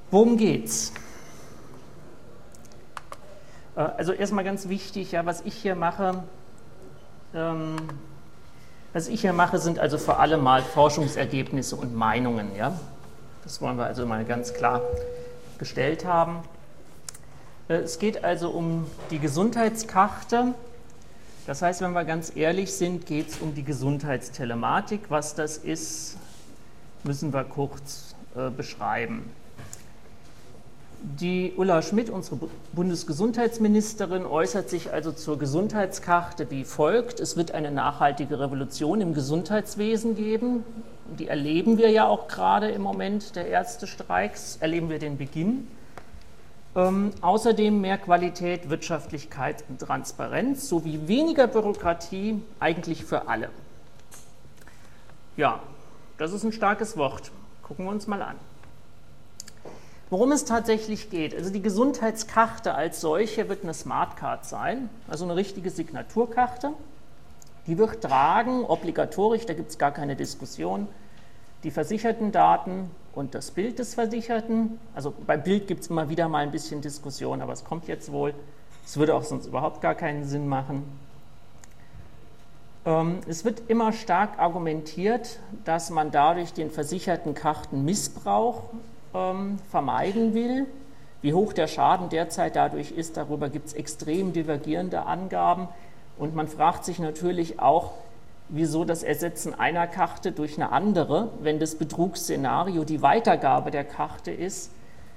Worum geht's? Also erstmal ganz wichtig, ja, was ich hier mache, sind also vor allem mal Forschungsergebnisse und Meinungen, ja. Das wollen wir also mal ganz klar gestellt haben. Es geht also um die Gesundheitskarte. Das heißt, wenn wir ganz ehrlich sind, geht es um die Gesundheitstelematik. Was das ist, müssen wir kurz beschreiben. Die Ulla Schmidt, unsere Bundesgesundheitsministerin, äußert sich also zur Gesundheitskarte wie folgt: Es wird eine nachhaltige Revolution im Gesundheitswesen geben. Die erleben wir ja auch gerade im Moment der Ärztestreiks, erleben wir den Beginn. Außerdem mehr Qualität, Wirtschaftlichkeit und Transparenz sowie weniger Bürokratie, eigentlich für alle. Ja, das ist ein starkes Wort. Gucken wir uns mal an. Worum es tatsächlich geht, also die Gesundheitskarte als solche wird eine Smartcard sein, also eine richtige Signaturkarte. Die wird tragen, obligatorisch, da gibt es gar keine Diskussion, die versicherten Daten und das Bild des Versicherten. Also bei Bild gibt es immer wieder mal ein bisschen Diskussion, aber es kommt jetzt wohl. Es würde auch sonst überhaupt gar keinen Sinn machen. Es wird immer stark argumentiert, dass man dadurch den versicherten Kartenmissbrauch vermeiden will. Wie hoch der Schaden derzeit dadurch ist, darüber gibt es extrem divergierende Angaben. Und man fragt sich natürlich auch, wieso das Ersetzen einer Karte durch eine andere, wenn das Betrugsszenario die Weitergabe der Karte ist,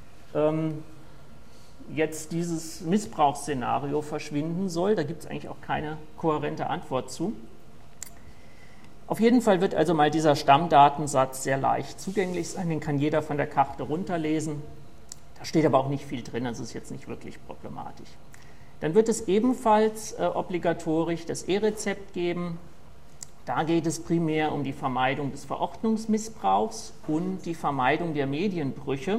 jetzt dieses Missbrauchsszenario verschwinden soll. Da gibt es eigentlich auch keine kohärente Antwort zu. Auf jeden Fall wird also mal dieser Stammdatensatz sehr leicht zugänglich sein, den kann jeder von der Karte runterlesen. Da steht aber auch nicht viel drin, also ist jetzt nicht wirklich problematisch. Dann wird es ebenfalls obligatorisch das E-Rezept geben. Da geht es primär um die Vermeidung des Verordnungsmissbrauchs und die Vermeidung der Medienbrüche.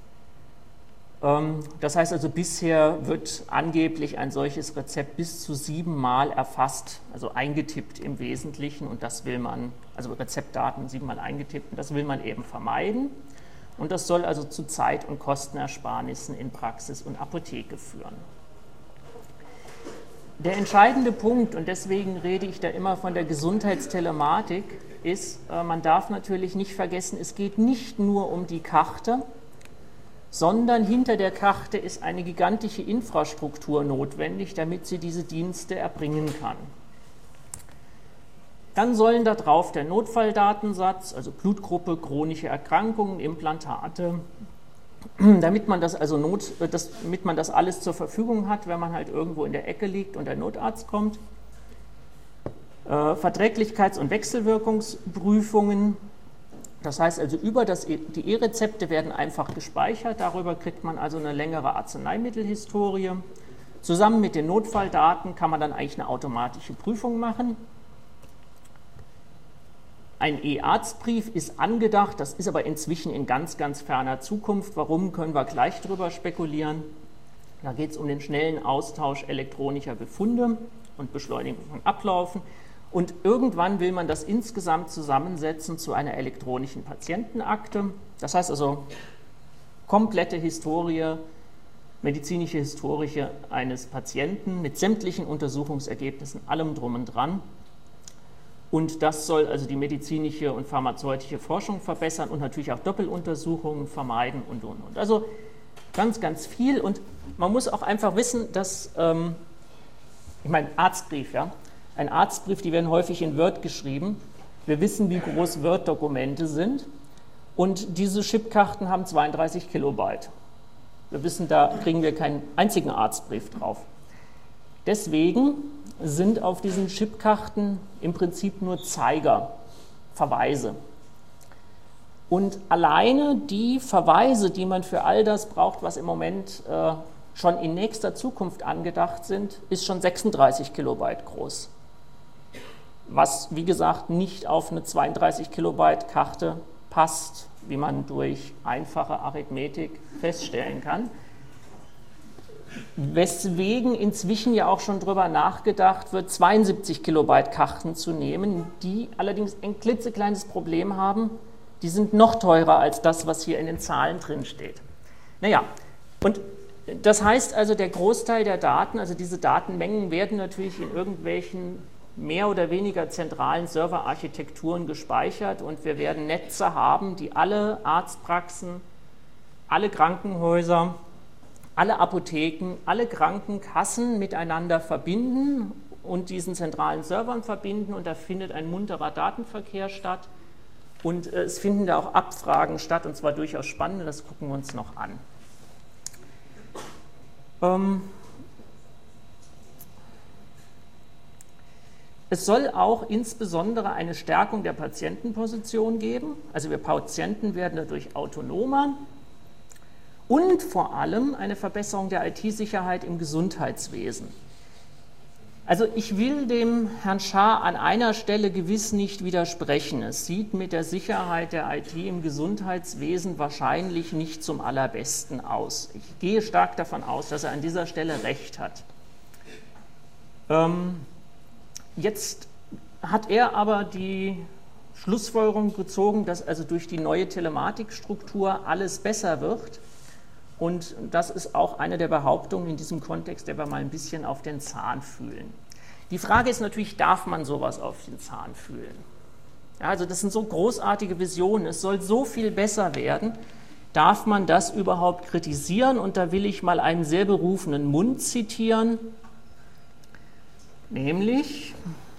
Das heißt also, bisher wird angeblich ein solches Rezept bis zu 7 Mal erfasst, also eingetippt im Wesentlichen, und das will man, also Rezeptdaten 7 Mal eingetippt, und das will man eben vermeiden. Und das soll also zu Zeit- und Kostenersparnissen in Praxis und Apotheke führen. Der entscheidende Punkt, und deswegen rede ich da immer von der Gesundheitstelematik, ist, man darf natürlich nicht vergessen, es geht nicht nur um die Karte, sondern hinter der Karte ist eine gigantische Infrastruktur notwendig, damit sie diese Dienste erbringen kann. Dann sollen da drauf der Notfalldatensatz, also Blutgruppe, chronische Erkrankungen, Implantate, damit man das alles zur Verfügung hat, wenn man halt irgendwo in der Ecke liegt und der Notarzt kommt. Verträglichkeits- und Wechselwirkungsprüfungen. Das heißt also, die E-Rezepte werden einfach gespeichert, darüber kriegt man also eine längere Arzneimittelhistorie. Zusammen mit den Notfalldaten kann man dann eigentlich eine automatische Prüfung machen. Ein E-Arztbrief ist angedacht, das ist aber inzwischen in ganz, ganz ferner Zukunft. Warum, können wir gleich drüber spekulieren. Da geht es um den schnellen Austausch elektronischer Befunde und Beschleunigung von Ablaufen. Und irgendwann will man das insgesamt zusammensetzen zu einer elektronischen Patientenakte. Das heißt also, komplette Historie, medizinische Historie eines Patienten mit sämtlichen Untersuchungsergebnissen, allem drum und dran. Und das soll also die medizinische und pharmazeutische Forschung verbessern und natürlich auch Doppeluntersuchungen vermeiden und. Also ganz, ganz viel. Und man muss auch einfach wissen, dass, ich meine, Arztbrief, ja. Ein Arztbrief, die werden häufig in Word geschrieben. Wir wissen, wie groß Word-Dokumente sind. Und diese Chipkarten haben 32 Kilobyte. Wir wissen, da kriegen wir keinen einzigen Arztbrief drauf. Deswegen sind auf diesen Chipkarten im Prinzip nur Zeiger, Verweise. Und alleine die Verweise, die man für all das braucht, was im Moment schon in nächster Zukunft angedacht sind, ist schon 36 Kilobyte groß. Was, wie gesagt, nicht auf eine 32 Kilobyte Karte passt, wie man durch einfache Arithmetik feststellen kann. Weswegen inzwischen ja auch schon darüber nachgedacht wird, 72 Kilobyte Karten zu nehmen, die allerdings ein klitzekleines Problem haben. Die sind noch teurer als das, was hier in den Zahlen drin steht. Naja, und das heißt also, der Großteil der Daten, also diese Datenmengen, werden natürlich in irgendwelchen mehr oder weniger zentralen Serverarchitekturen gespeichert und wir werden Netze haben, die alle Arztpraxen, alle Krankenhäuser, alle Apotheken, alle Krankenkassen miteinander verbinden und diesen zentralen Servern verbinden und da findet ein munterer Datenverkehr statt und es finden da auch Abfragen statt und zwar durchaus spannende, das gucken wir uns noch an. Es soll auch insbesondere eine Stärkung der Patientenposition geben, also wir Patienten werden dadurch autonomer und vor allem eine Verbesserung der IT-Sicherheit im Gesundheitswesen. Also ich will dem Herrn Schaar an einer Stelle gewiss nicht widersprechen. Es sieht mit der Sicherheit der IT im Gesundheitswesen wahrscheinlich nicht zum allerbesten aus. Ich gehe stark davon aus, dass er an dieser Stelle recht hat. Jetzt hat er aber die Schlussfolgerung gezogen, dass also durch die neue Telematikstruktur alles besser wird. Und das ist auch eine der Behauptungen in diesem Kontext, der wir mal ein bisschen auf den Zahn fühlen. Die Frage ist natürlich, darf man sowas auf den Zahn fühlen? Ja, also das sind so großartige Visionen, es soll so viel besser werden. Darf man das überhaupt kritisieren? Und da will ich mal einen sehr berufenen Mund zitieren, nämlich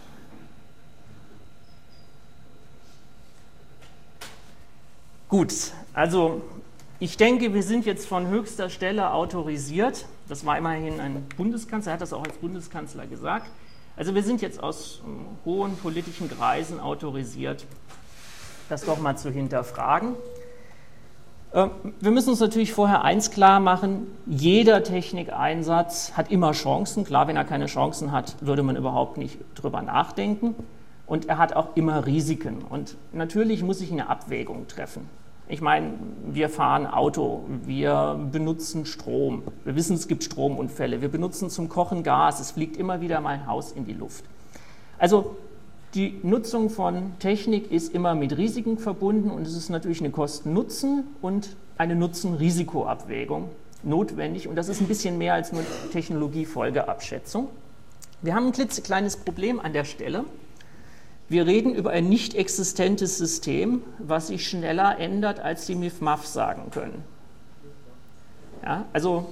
gut, also ich denke, wir sind jetzt von höchster Stelle autorisiert. Das war immerhin ein Bundeskanzler, er hat das auch als Bundeskanzler gesagt. Also wir sind jetzt aus hohen politischen Kreisen autorisiert, das doch mal zu hinterfragen. Wir müssen uns natürlich vorher eins klar machen, jeder Technikeinsatz hat immer Chancen. Klar, wenn er keine Chancen hat, würde man überhaupt nicht drüber nachdenken. Und er hat auch immer Risiken. Und natürlich muss ich eine Abwägung treffen. Ich meine, wir fahren Auto, wir benutzen Strom, wir wissen, es gibt Stromunfälle, wir benutzen zum Kochen Gas, es fliegt immer wieder mal ein Haus in die Luft. Also die Nutzung von Technik ist immer mit Risiken verbunden und es ist natürlich eine Kosten-Nutzen- und eine Nutzen-Risiko-Abwägung notwendig und das ist ein bisschen mehr als nur Technologiefolgeabschätzung. Wir haben ein klitzekleines Problem an der Stelle. Wir reden über ein nicht existentes System, was sich schneller ändert, als die MIF-MAF sagen können. Ja, also,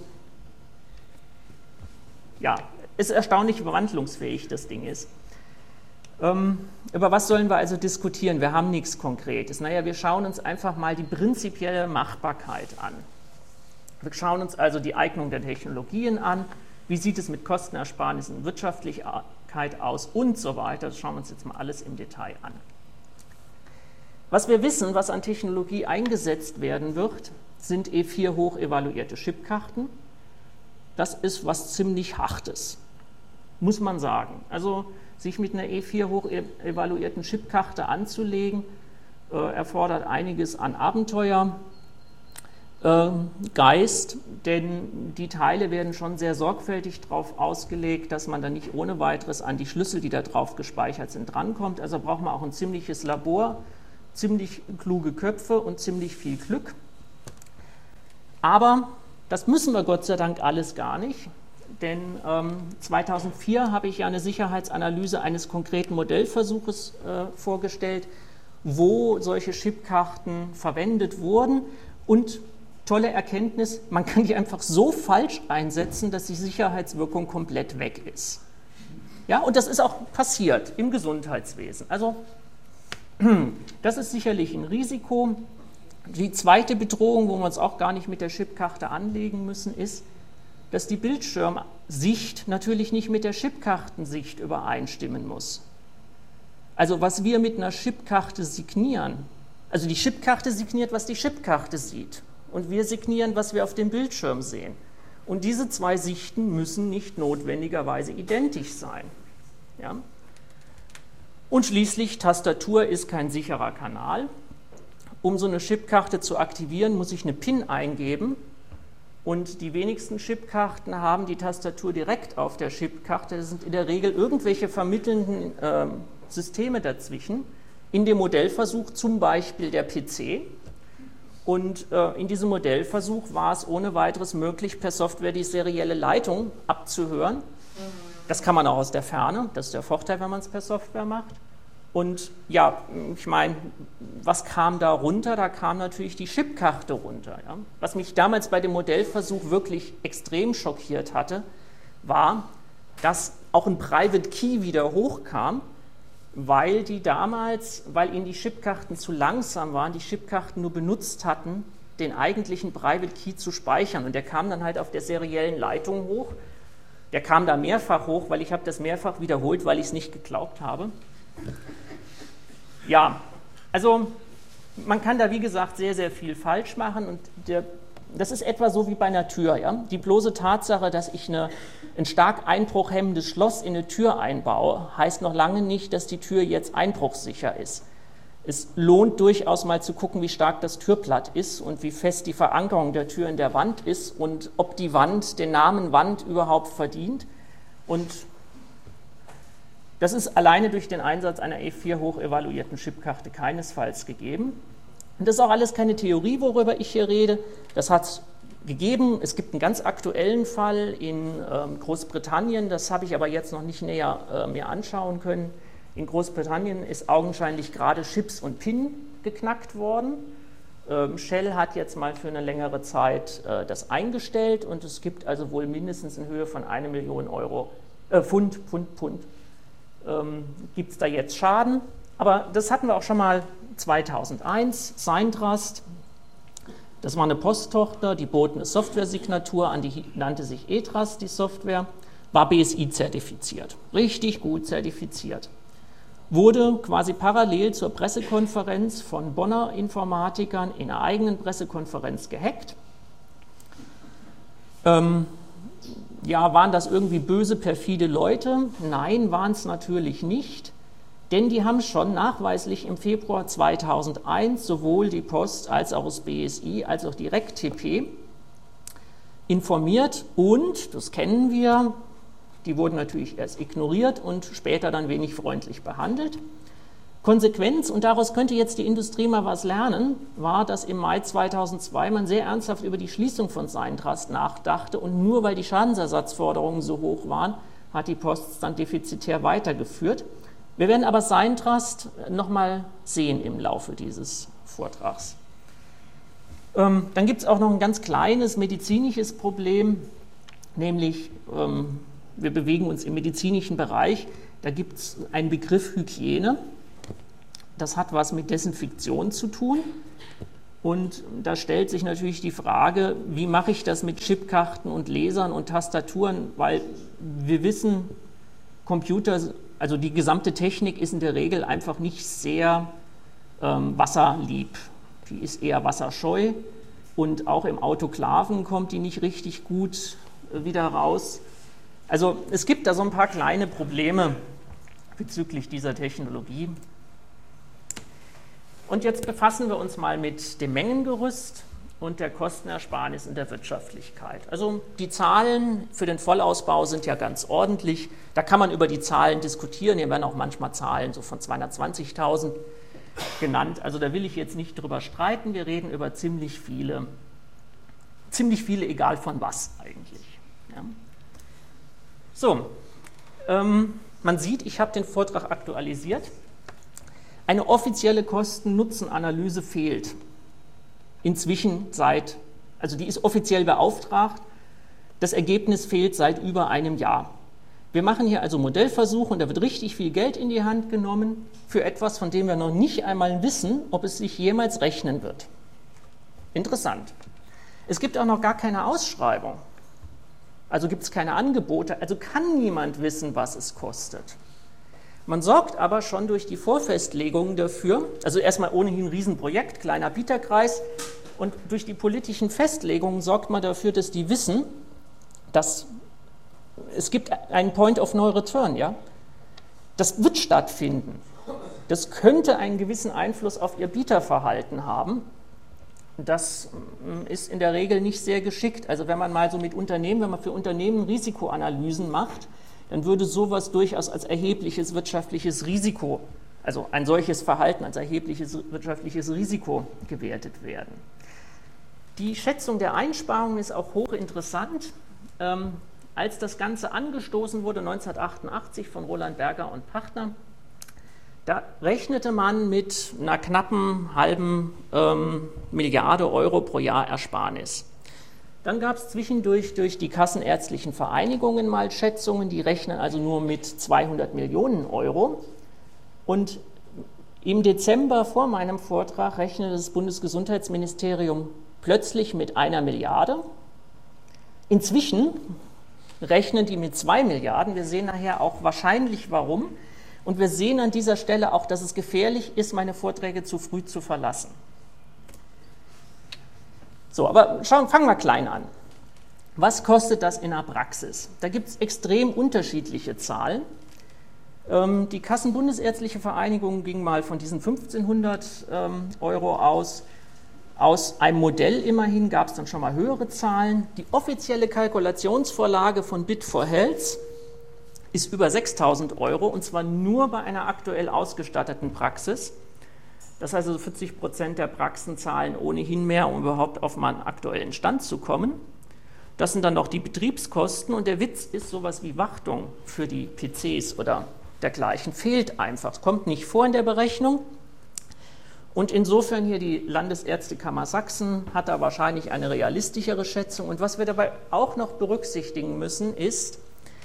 ja, es ist erstaunlich, wie wandlungsfähig das Ding ist. Über was sollen wir also diskutieren? Wir haben nichts Konkretes. Naja, wir schauen uns einfach mal die prinzipielle Machbarkeit an. Wir schauen uns also die Eignung der Technologien an. Wie sieht es mit Kostenersparnissen, Wirtschaftlichkeit aus und so weiter. Das schauen wir uns jetzt mal alles im Detail an. Was wir wissen, was an Technologie eingesetzt werden wird, sind E4 hoch evaluierte Chipkarten. Das ist was ziemlich Hartes, muss man sagen. Also sich mit einer E4 hoch evaluierten Chipkarte anzulegen, erfordert einiges an Abenteuer. Geist, denn die Teile werden schon sehr sorgfältig darauf ausgelegt, dass man dann nicht ohne weiteres an die Schlüssel, die da drauf gespeichert sind, drankommt. Also braucht man auch ein ziemliches Labor, ziemlich kluge Köpfe und ziemlich viel Glück. Aber das müssen wir Gott sei Dank alles gar nicht, denn 2004 habe ich ja eine Sicherheitsanalyse eines konkreten Modellversuches vorgestellt, wo solche Chipkarten verwendet wurden und tolle Erkenntnis, man kann die einfach so falsch einsetzen, dass die Sicherheitswirkung komplett weg ist. Ja, und das ist auch passiert im Gesundheitswesen. Also das ist sicherlich ein Risiko. Die zweite Bedrohung, wo wir uns auch gar nicht mit der Chipkarte anlegen müssen, ist, dass die Bildschirmsicht natürlich nicht mit der Chipkartensicht übereinstimmen muss. Also was wir mit einer Chipkarte signieren, also die Chipkarte signiert, was die Chipkarte sieht. Und wir signieren, was wir auf dem Bildschirm sehen. Und diese zwei Sichten müssen nicht notwendigerweise identisch sein. Ja? Und schließlich, Tastatur ist kein sicherer Kanal. Um so eine Chipkarte zu aktivieren, muss ich eine PIN eingeben. Und die wenigsten Chipkarten haben die Tastatur direkt auf der Chipkarte. Das sind in der Regel irgendwelche vermittelnden Systeme dazwischen. In dem Modellversuch zum Beispiel der PC. Und in diesem Modellversuch war es ohne weiteres möglich, per Software die serielle Leitung abzuhören. Das kann man auch aus der Ferne, das ist der Vorteil, wenn man es per Software macht. Und ja, ich meine, was kam da runter? Da kam natürlich die Chipkarte runter. Ja? Was mich damals bei dem Modellversuch wirklich extrem schockiert hatte, war, dass auch ein Private Key wieder hochkam, weil ihnen die Chipkarten zu langsam waren, die Chipkarten nur benutzt hatten, den eigentlichen Private Key zu speichern. Und der kam dann halt auf der seriellen Leitung hoch. Der kam da mehrfach hoch, weil ich habe das mehrfach wiederholt, weil ich es nicht geglaubt habe. Ja, also man kann da, wie gesagt, sehr, sehr viel falsch machen. Und das ist etwa so wie bei einer Tür. Ja? Die bloße Tatsache, dass ich ein stark einbruchhemmendes Schloss in eine Tür einbaue, heißt noch lange nicht, dass die Tür jetzt einbruchsicher ist. Es lohnt durchaus mal zu gucken, wie stark das Türblatt ist und wie fest die Verankerung der Tür in der Wand ist und ob die Wand den Namen Wand überhaupt verdient. Und das ist alleine durch den Einsatz einer E4 hoch evaluierten Chipkarte keinesfalls gegeben. Und das ist auch alles keine Theorie, worüber ich hier rede. Das hat es gegeben. Es gibt einen ganz aktuellen Fall in Großbritannien, das habe ich aber jetzt noch nicht näher mir anschauen können. In Großbritannien ist augenscheinlich gerade Chips und PIN geknackt worden. Shell hat jetzt mal für eine längere Zeit das eingestellt und es gibt also wohl mindestens in Höhe von 1 Million Pfund, gibt es da jetzt Schaden. Aber das hatten wir auch schon mal 2001, Signtrust. Das war eine Posttochter, die bot eine Software-Signatur an, die nannte sich eTrust, die Software, war BSI-zertifiziert, richtig gut zertifiziert. Wurde quasi parallel zur Pressekonferenz von Bonner Informatikern in einer eigenen Pressekonferenz gehackt. Ja, waren das irgendwie böse, perfide Leute? Nein, waren es natürlich nicht, denn die haben schon nachweislich im Februar 2001 sowohl die Post als auch das BSI als auch die RecTP informiert und, das kennen wir, die wurden natürlich erst ignoriert und später dann wenig freundlich behandelt. Konsequenz, und daraus könnte jetzt die Industrie mal was lernen, war, dass im Mai 2002 man sehr ernsthaft über die Schließung von Signtrust nachdachte und nur weil die Schadensersatzforderungen so hoch waren, hat die Post es dann defizitär weitergeführt. Wir werden aber Signtrust nochmal sehen im Laufe dieses Vortrags. Dann gibt es auch noch ein ganz kleines medizinisches Problem, nämlich wir bewegen uns im medizinischen Bereich, da gibt es einen Begriff Hygiene. Das hat was mit Desinfektion zu tun und da stellt sich natürlich die Frage, wie mache ich das mit Chipkarten und Lesern und Tastaturen, weil wir wissen, Computer, also die gesamte Technik ist in der Regel einfach nicht sehr wasserlieb, die ist eher wasserscheu und auch im Autoklaven kommt die nicht richtig gut wieder raus. Also es gibt da so ein paar kleine Probleme bezüglich dieser Technologie. Und jetzt befassen wir uns mal mit dem Mengengerüst und der Kostenersparnis in der Wirtschaftlichkeit. Also die Zahlen für den Vollausbau sind ja ganz ordentlich. Da kann man über die Zahlen diskutieren. Hier werden auch manchmal Zahlen so von 220.000 genannt. Also da will ich jetzt nicht drüber streiten. Wir reden über ziemlich viele, egal von was eigentlich. Ja. So, man sieht, ich habe den Vortrag aktualisiert. Eine offizielle Kosten-Nutzen-Analyse fehlt. Inzwischen also die ist offiziell beauftragt, das Ergebnis fehlt seit über einem Jahr. Wir machen hier also Modellversuche und da wird richtig viel Geld in die Hand genommen für etwas, von dem wir noch nicht einmal wissen, ob es sich jemals rechnen wird. Interessant. Es gibt auch noch gar keine Ausschreibung. Also gibt es keine Angebote, also kann niemand wissen, was es kostet. Man sorgt aber schon durch die Vorfestlegungen dafür, also erstmal ohnehin ein Riesenprojekt, kleiner Bieterkreis, und durch die politischen Festlegungen sorgt man dafür, dass die wissen, dass es gibt einen Point of No Return, ja? Das wird stattfinden. Das könnte einen gewissen Einfluss auf ihr Bieterverhalten haben. Das ist in der Regel nicht sehr geschickt. Also wenn man mal so mit Unternehmen, wenn man für Unternehmen Risikoanalysen macht, dann würde sowas durchaus als erhebliches wirtschaftliches Risiko also ein solches Verhalten als erhebliches wirtschaftliches Risiko gewertet werden. Die Schätzung der Einsparungen ist auch hochinteressant. Als das Ganze angestoßen wurde, 1988 von Roland Berger und Partner, da rechnete man mit einer knappen halben Milliarde Euro pro Jahr Ersparnis. Dann gab es zwischendurch durch die kassenärztlichen Vereinigungen mal Schätzungen, die rechnen also nur mit 200 Millionen Euro. Und im Dezember vor meinem Vortrag rechnete das Bundesgesundheitsministerium plötzlich mit 1 Milliarde. Inzwischen rechnen die mit 2 Milliarden. Wir sehen nachher auch wahrscheinlich warum. Und wir sehen an dieser Stelle auch, dass es gefährlich ist, meine Vorträge zu früh zu verlassen. So, aber fangen wir klein an. Was kostet das in der Praxis? Da gibt es extrem unterschiedliche Zahlen. Die Kassenbundesärztliche Vereinigung ging mal von diesen 1500 Euro aus. Aus einem Modell immerhin gab es dann schon mal höhere Zahlen. Die offizielle Kalkulationsvorlage von Bit4Health ist über 6.000 Euro, und zwar nur bei einer aktuell ausgestatteten Praxis. Das heißt also 40% der Praxen zahlen ohnehin mehr, um überhaupt auf meinen aktuellen Stand zu kommen. Das sind dann noch die Betriebskosten, und der Witz ist, sowas wie Wartung für die PCs oder dergleichen fehlt einfach. Es kommt nicht vor in der Berechnung. Und insofern hier die Landesärztekammer Sachsen hat da wahrscheinlich eine realistischere Schätzung. Und was wir dabei auch noch berücksichtigen müssen, ist,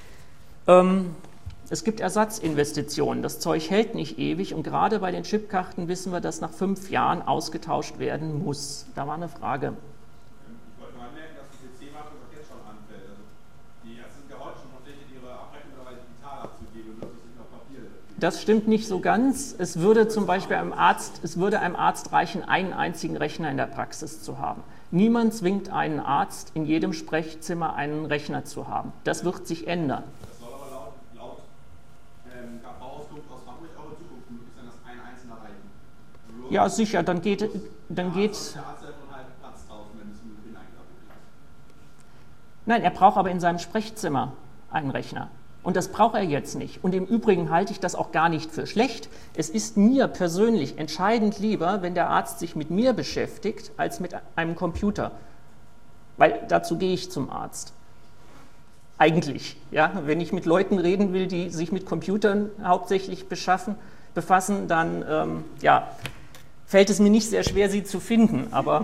es gibt Ersatzinvestitionen. Das Zeug hält nicht ewig, und gerade bei den Chipkarten wissen wir, dass nach 5 Jahren ausgetauscht werden muss. Da war eine Frage. Ich wollte mal anmerken, dass die PC-Wartung jetzt schon anfällt. Also die Ärzte sind ja heute schon verpflichtet, ihre Abrechnung digital abzugeben, und das ist nicht auf Papier. Das stimmt nicht so ganz. Es würde zum Beispiel einem Arzt reichen, einen einzigen Rechner in der Praxis zu haben. Niemand zwingt einen Arzt, in jedem Sprechzimmer einen Rechner zu haben. Das wird sich ändern. Das soll aber laut KV-Auskunft aus Hamburg auch in Zukunft möglich sein, dass ein Einzelner reichen. Ja, sicher, dann geht der Arzt hat von halben Platz drauf, wenn es mit dem eingeklappt ist. Nein, er braucht aber in seinem Sprechzimmer einen Rechner. Und das braucht er jetzt nicht. Und im Übrigen halte ich das auch gar nicht für schlecht. Es ist mir persönlich entscheidend lieber, wenn der Arzt sich mit mir beschäftigt, als mit einem Computer. Weil dazu gehe ich zum Arzt. Eigentlich. Ja? Wenn ich mit Leuten reden will, die sich mit Computern hauptsächlich befassen, dann fällt es mir nicht sehr schwer, sie zu finden. Aber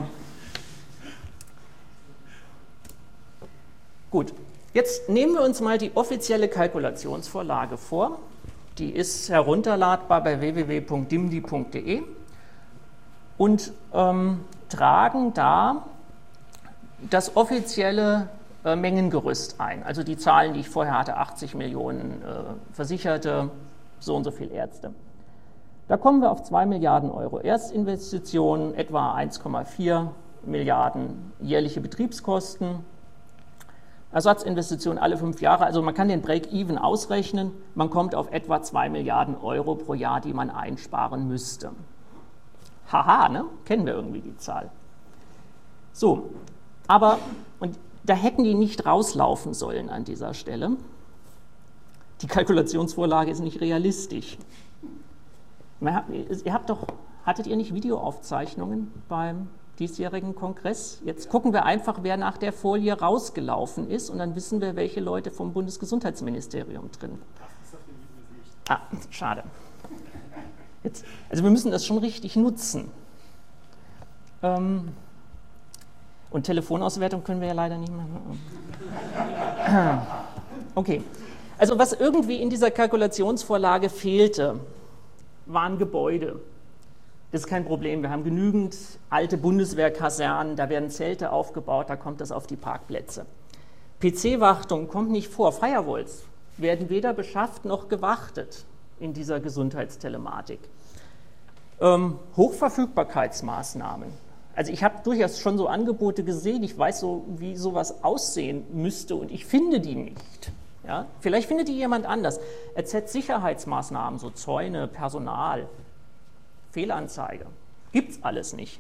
gut. Jetzt nehmen wir uns mal die offizielle Kalkulationsvorlage vor. Die ist herunterladbar bei www.dimdi.de und tragen da das offizielle Mengengerüst ein. Also die Zahlen, die ich vorher hatte, 80 Millionen Versicherte, so und so viele Ärzte. Da kommen wir auf 2 Milliarden Euro Erstinvestitionen, etwa 1,4 Milliarden jährliche Betriebskosten, Ersatzinvestitionen alle 5 Jahre, also man kann den Break-Even ausrechnen, man kommt auf etwa 2 Milliarden Euro pro Jahr, die man einsparen müsste. Haha, ne? Kennen wir irgendwie die Zahl. So, aber, und da hätten die nicht rauslaufen sollen an dieser Stelle. Die Kalkulationsvorlage ist nicht realistisch. Hattet ihr nicht Videoaufzeichnungen beim diesjährigen Kongress? Jetzt gucken wir einfach, wer nach der Folie rausgelaufen ist, und dann wissen wir, welche Leute vom Bundesgesundheitsministerium drin. Ah, schade. Jetzt, also wir müssen das schon richtig nutzen. Und Telefonauswertung können wir ja leider nicht machen. Okay, also was irgendwie in dieser Kalkulationsvorlage fehlte, waren Gebäude. Das ist kein Problem, wir haben genügend alte Bundeswehrkasernen, da werden Zelte aufgebaut, da kommt das auf die Parkplätze. PC-Wartung kommt nicht vor, Firewalls werden weder beschafft noch gewartet in dieser Gesundheitstelematik. Hochverfügbarkeitsmaßnahmen. Also ich habe durchaus schon so Angebote gesehen, ich weiß so, wie sowas aussehen müsste, und ich finde die nicht. Ja? Vielleicht findet die jemand anders. Sicherheitsmaßnahmen, so Zäune, Personal, Fehlanzeige. Gibt es alles nicht.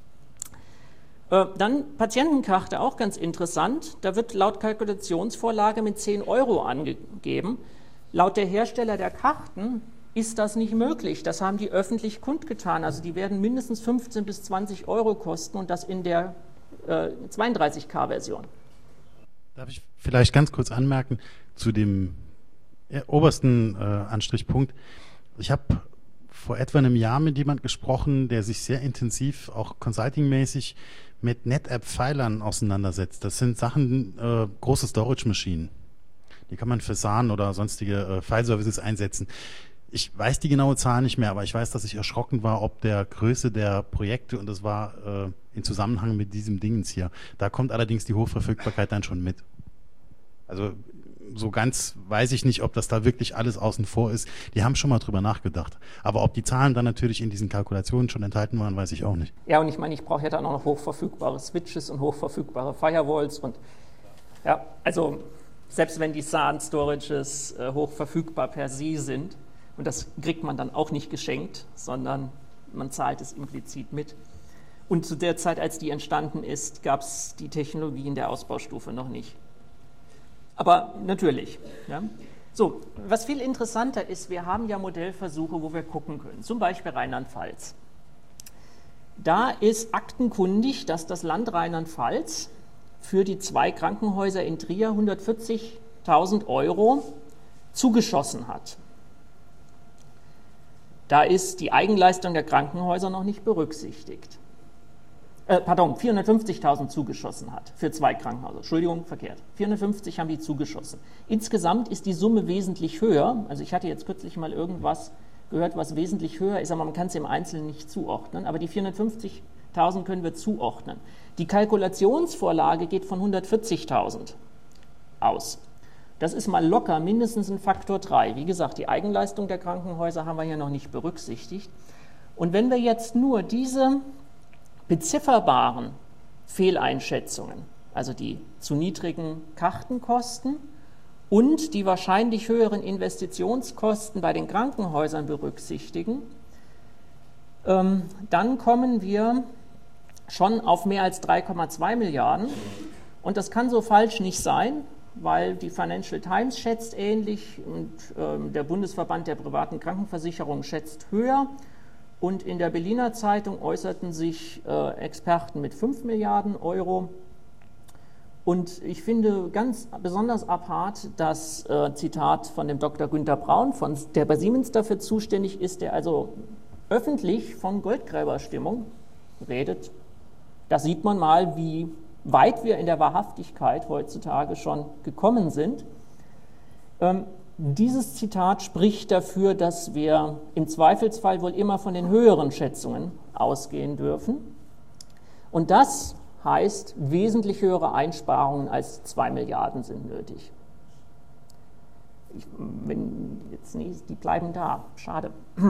Dann Patientenkarte, auch ganz interessant. Da wird laut Kalkulationsvorlage mit 10 Euro angegeben. Laut der Hersteller der Karten ist das nicht möglich. Das haben die öffentlich kundgetan. Also die werden mindestens 15 bis 20 Euro kosten und das in der 32K-Version. Darf ich vielleicht ganz kurz anmerken zu dem obersten Anstrichpunkt? Ich habe vor etwa einem Jahr mit jemand gesprochen, der sich sehr intensiv, auch consultingmäßig, mit NetApp-Filern auseinandersetzt. Das sind Sachen, große Storage-Maschinen. Die kann man für SAN oder sonstige File-Services einsetzen. Ich weiß die genaue Zahl nicht mehr, aber ich weiß, dass ich erschrocken war, ob der Größe der Projekte, und das war in Zusammenhang mit diesem Dingens hier. Da kommt allerdings die Hochverfügbarkeit dann schon mit. Also so ganz weiß ich nicht, ob das da wirklich alles außen vor ist. Die haben schon mal drüber nachgedacht. Aber ob die Zahlen dann natürlich in diesen Kalkulationen schon enthalten waren, weiß ich auch nicht. Ja, und ich meine, ich brauche ja dann auch noch hochverfügbare Switches und hochverfügbare Firewalls. Und ja, also selbst wenn die SAN-Storages hochverfügbar per se sind, und das kriegt man dann auch nicht geschenkt, sondern man zahlt es implizit mit. Und zu der Zeit, als die entstanden ist, gab es die Technologie in der Ausbaustufe noch nicht. Aber natürlich. Ja. So, was viel interessanter ist, wir haben ja Modellversuche, wo wir gucken können, zum Beispiel Rheinland-Pfalz. Da ist aktenkundig, dass das Land Rheinland-Pfalz für die 2 Krankenhäuser in Trier 140.000 Euro zugeschossen hat. Da ist die Eigenleistung der Krankenhäuser noch nicht berücksichtigt. 450.000 zugeschossen hat für 2 Krankenhäuser. Entschuldigung, verkehrt. 450 haben die zugeschossen. Insgesamt ist die Summe wesentlich höher. Also ich hatte jetzt kürzlich mal irgendwas gehört, was wesentlich höher ist, aber man kann es im Einzelnen nicht zuordnen. Aber die 450.000 können wir zuordnen. Die Kalkulationsvorlage geht von 140.000 aus. Das ist mal locker mindestens ein Faktor 3. Wie gesagt, die Eigenleistung der Krankenhäuser haben wir ja noch nicht berücksichtigt. Und wenn wir jetzt nur diese bezifferbaren Fehleinschätzungen, also die zu niedrigen Kartenkosten und die wahrscheinlich höheren Investitionskosten bei den Krankenhäusern berücksichtigen, dann kommen wir schon auf mehr als 3,2 Milliarden. Und das kann so falsch nicht sein, weil die Financial Times schätzt ähnlich und der Bundesverband der privaten Krankenversicherung schätzt höher. Und in der Berliner Zeitung äußerten sich Experten mit 5 Milliarden Euro. Und ich finde ganz besonders apart das Zitat von dem Dr. Günter Braun, der bei Siemens dafür zuständig ist, der also öffentlich von Goldgräberstimmung redet. Da sieht man mal, wie weit wir in der Wahrhaftigkeit heutzutage schon gekommen sind. Dieses Zitat spricht dafür, dass wir im Zweifelsfall wohl immer von den höheren Schätzungen ausgehen dürfen. Und das heißt, wesentlich höhere Einsparungen als 2 Milliarden sind nötig. Die bleiben da, schade.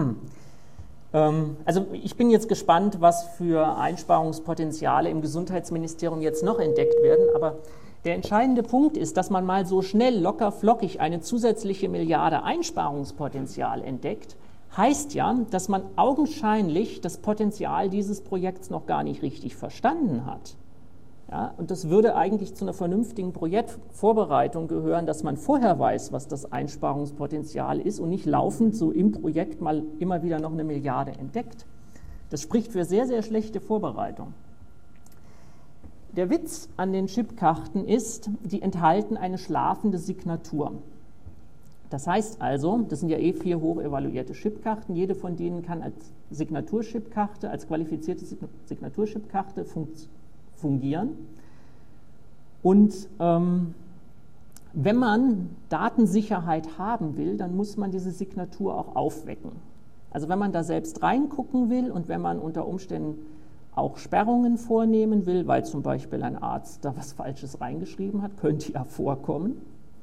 Also ich bin jetzt gespannt, was für Einsparungspotenziale im Gesundheitsministerium jetzt noch entdeckt werden, aber der entscheidende Punkt ist, dass man mal so schnell, locker, flockig eine zusätzliche Milliarde Einsparungspotenzial entdeckt, heißt ja, dass man augenscheinlich das Potenzial dieses Projekts noch gar nicht richtig verstanden hat. Ja, und das würde eigentlich zu einer vernünftigen Projektvorbereitung gehören, dass man vorher weiß, was das Einsparungspotenzial ist und nicht laufend so im Projekt mal immer wieder noch eine Milliarde entdeckt. Das spricht für sehr, sehr schlechte Vorbereitung. Der Witz an den Chipkarten ist, die enthalten eine schlafende Signatur. Das heißt also, das sind ja 4 hoch evaluierte Chipkarten, jede von denen kann als Signaturchipkarte, als qualifizierte Signaturchipkarte fungieren. Und wenn man Datensicherheit haben will, dann muss man diese Signatur auch aufwecken. Also wenn man da selbst reingucken will und wenn man unter Umständen auch Sperrungen vornehmen will, weil zum Beispiel ein Arzt da was Falsches reingeschrieben hat, könnte ja vorkommen,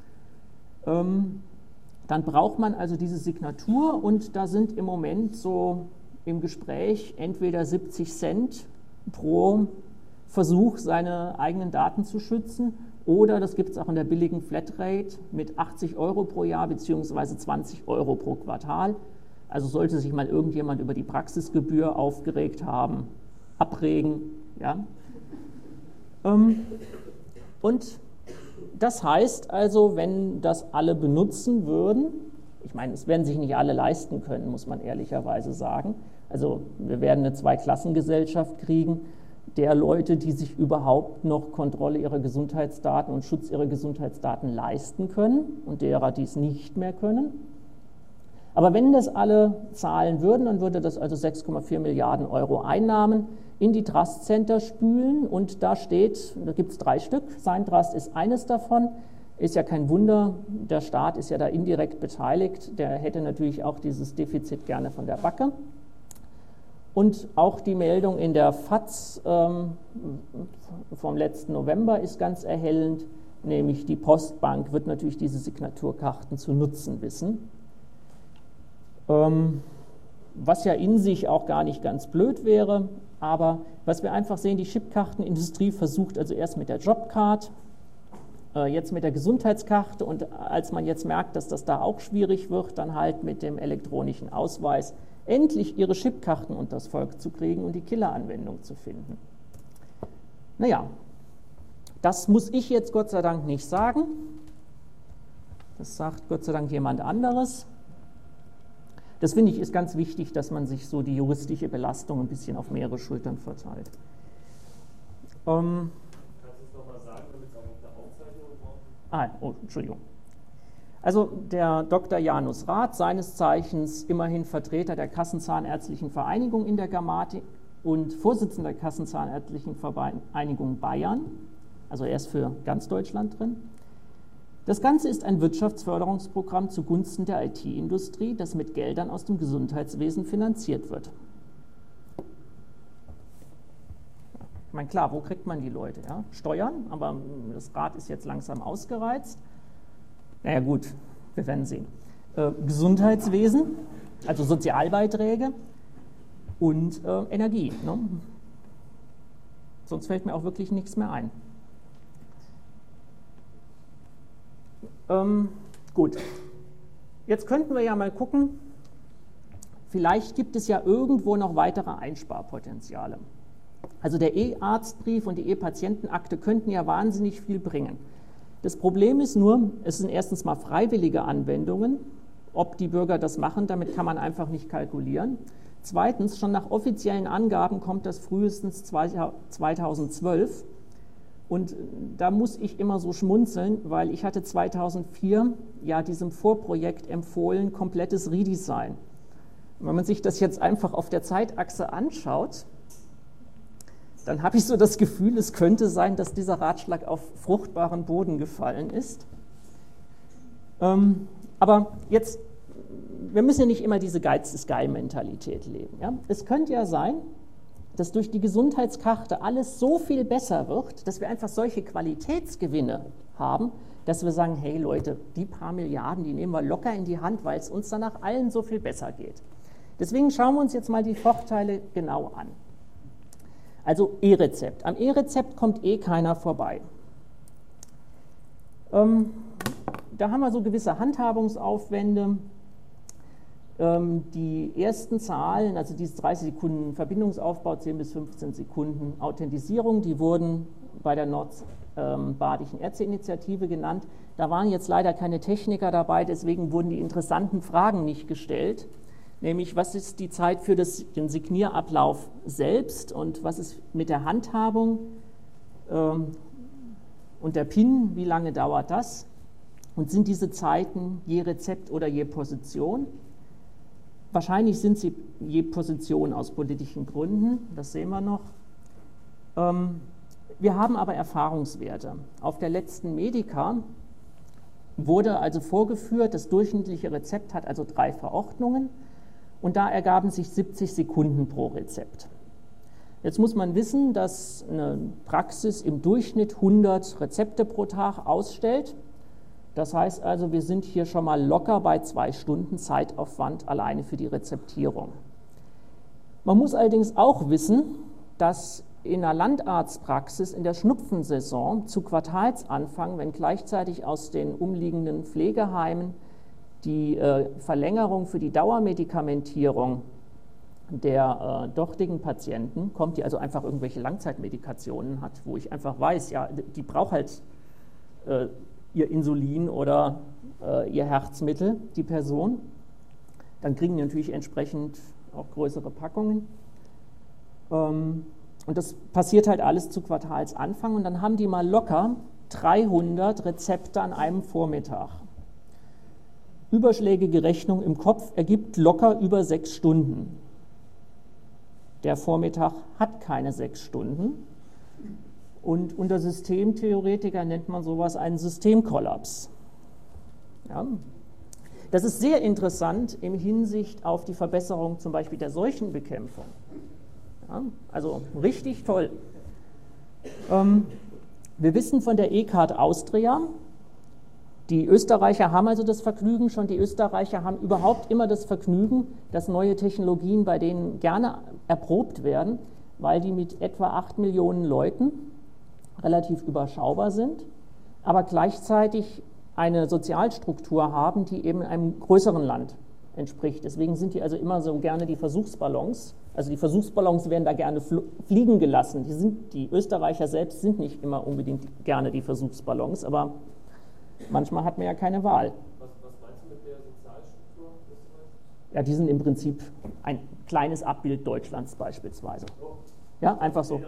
dann braucht man also diese Signatur und da sind im Moment so im Gespräch entweder 70 Cent pro Versuch, seine eigenen Daten zu schützen, oder das gibt es auch in der billigen Flatrate mit 80 Euro pro Jahr bzw. 20 Euro pro Quartal. Also sollte sich mal irgendjemand über die Praxisgebühr aufgeregt haben, abregen. Ja. Und das heißt also, wenn das alle benutzen würden, Ich meine, es werden sich nicht alle leisten können, muss man ehrlicherweise sagen. Also wir werden eine Zweiklassengesellschaft kriegen, der Leute, die sich überhaupt noch Kontrolle ihrer Gesundheitsdaten und Schutz ihrer Gesundheitsdaten leisten können und derer, die es nicht mehr können. Aber wenn das alle zahlen würden, dann würde das also 6,4 Milliarden Euro Einnahmen in die Trust Center spülen und da steht, da gibt es 3 Stück, Sein Trust ist eines davon, ist ja kein Wunder, der Staat ist ja da indirekt beteiligt, der hätte natürlich auch dieses Defizit gerne von der Backe. Und auch die Meldung in der FAZ vom letzten November ist ganz erhellend, nämlich die Postbank wird natürlich diese Signaturkarten zu nutzen wissen. Was ja in sich auch gar nicht ganz blöd wäre, aber was wir einfach sehen, die Chipkartenindustrie versucht also erst mit der Jobcard, jetzt mit der Gesundheitskarte und als man jetzt merkt, dass das da auch schwierig wird, dann halt mit dem elektronischen Ausweis endlich ihre Chipkarten unters Volk zu kriegen und die Killeranwendung zu finden. Naja, das muss ich jetzt Gott sei Dank nicht sagen. Das sagt Gott sei Dank jemand anderes. Das finde ich ist ganz wichtig, dass man sich so die juristische Belastung ein bisschen auf mehrere Schultern verteilt. Kannst du es nochmal sagen, damit es auch auf der Aufzeichnung kommt? Entschuldigung. Also der Dr. Janus Rath, seines Zeichens immerhin Vertreter der Kassenzahnärztlichen Vereinigung in der Grammatik und Vorsitzender der Kassenzahnärztlichen Vereinigung Bayern, also er ist für ganz Deutschland drin. Das Ganze ist ein Wirtschaftsförderungsprogramm zugunsten der IT-Industrie, das mit Geldern aus dem Gesundheitswesen finanziert wird. Ich meine, klar, wo kriegt man die Leute? Ja? Steuern, aber das Rad ist jetzt langsam ausgereizt. Naja gut, wir werden sehen. Gesundheitswesen, also Sozialbeiträge und Energie. Ne? Sonst fällt mir auch wirklich nichts mehr ein. Gut, jetzt könnten wir ja mal gucken, vielleicht gibt es ja irgendwo noch weitere Einsparpotenziale. Also der E-Arztbrief und die E-Patientenakte könnten ja wahnsinnig viel bringen. Das Problem ist nur, es sind erstens mal freiwillige Anwendungen. Ob die Bürger das machen, damit kann man einfach nicht kalkulieren. Zweitens, schon nach offiziellen Angaben kommt das frühestens 2012. Und da muss ich immer so schmunzeln, weil ich hatte 2004 ja diesem Vorprojekt empfohlen, komplettes Redesign. Und wenn man sich das jetzt einfach auf der Zeitachse anschaut, dann habe ich so das Gefühl, es könnte sein, dass dieser Ratschlag auf fruchtbaren Boden gefallen ist. Aber jetzt, wir müssen ja nicht immer diese Geiz-ist-geil-Mentalität leben. Ja? Es könnte ja sein, dass durch die Gesundheitskarte alles so viel besser wird, dass wir einfach solche Qualitätsgewinne haben, dass wir sagen, hey Leute, die paar Milliarden, die nehmen wir locker in die Hand, weil es uns danach allen so viel besser geht. Deswegen schauen wir uns jetzt mal die Vorteile genau an. Also E-Rezept. Am E-Rezept kommt eh keiner vorbei. Da haben wir so gewisse Handhabungsaufwände. Die ersten Zahlen, also diese 30 Sekunden Verbindungsaufbau, 10 bis 15 Sekunden Authentisierung, die wurden bei der Nordbadischen Ärzteinitiative genannt. Da waren jetzt leider keine Techniker dabei, deswegen wurden die interessanten Fragen nicht gestellt. Nämlich, was ist die Zeit für den Signierablauf selbst und was ist mit der Handhabung und der PIN, wie lange dauert das? Und sind diese Zeiten je Rezept oder je Position? Wahrscheinlich sind sie je Position aus politischen Gründen, das sehen wir noch. Wir haben aber Erfahrungswerte. Auf der letzten Medica wurde also vorgeführt, das durchschnittliche Rezept hat also 3 Verordnungen und da ergaben sich 70 Sekunden pro Rezept. Jetzt muss man wissen, dass eine Praxis im Durchschnitt 100 Rezepte pro Tag ausstellt. Das heißt also, wir sind hier schon mal locker bei 2 Stunden Zeitaufwand alleine für die Rezeptierung. Man muss allerdings auch wissen, dass in einer Landarztpraxis in der Schnupfensaison zu Quartalsanfang, wenn gleichzeitig aus den umliegenden Pflegeheimen die Verlängerung für die Dauermedikamentierung der dortigen Patienten kommt, die also einfach irgendwelche Langzeitmedikationen hat, wo ich einfach weiß, ja, die braucht halt ihr Insulin oder ihr Herzmittel, die Person. Dann kriegen die natürlich entsprechend auch größere Packungen. Und das passiert halt alles zu Quartalsanfang und dann haben die mal locker 300 Rezepte an einem Vormittag. Überschlägige Rechnung im Kopf ergibt locker über 6 Stunden. Der Vormittag hat keine 6 Stunden. Und unter Systemtheoretiker nennt man sowas einen Systemkollaps. Ja. Das ist sehr interessant im Hinsicht auf die Verbesserung zum Beispiel der Seuchenbekämpfung. Ja, also richtig toll. Wir wissen von der E-Card Austria, die Österreicher haben also das Vergnügen schon, die Österreicher haben überhaupt immer das Vergnügen, dass neue Technologien bei denen gerne erprobt werden, weil die mit etwa 8 Millionen Leuten relativ überschaubar sind, aber gleichzeitig eine Sozialstruktur haben, die eben einem größeren Land entspricht. Deswegen sind die also immer so gerne die Versuchsballons. Also die Versuchsballons werden da gerne fliegen gelassen. Die Österreicher selbst sind nicht immer unbedingt gerne die Versuchsballons, aber manchmal hat man ja keine Wahl. Was meinst du mit der Sozialstruktur Österreichs? Ja, die sind im Prinzip ein kleines Abbild Deutschlands beispielsweise. Ja, einfach so.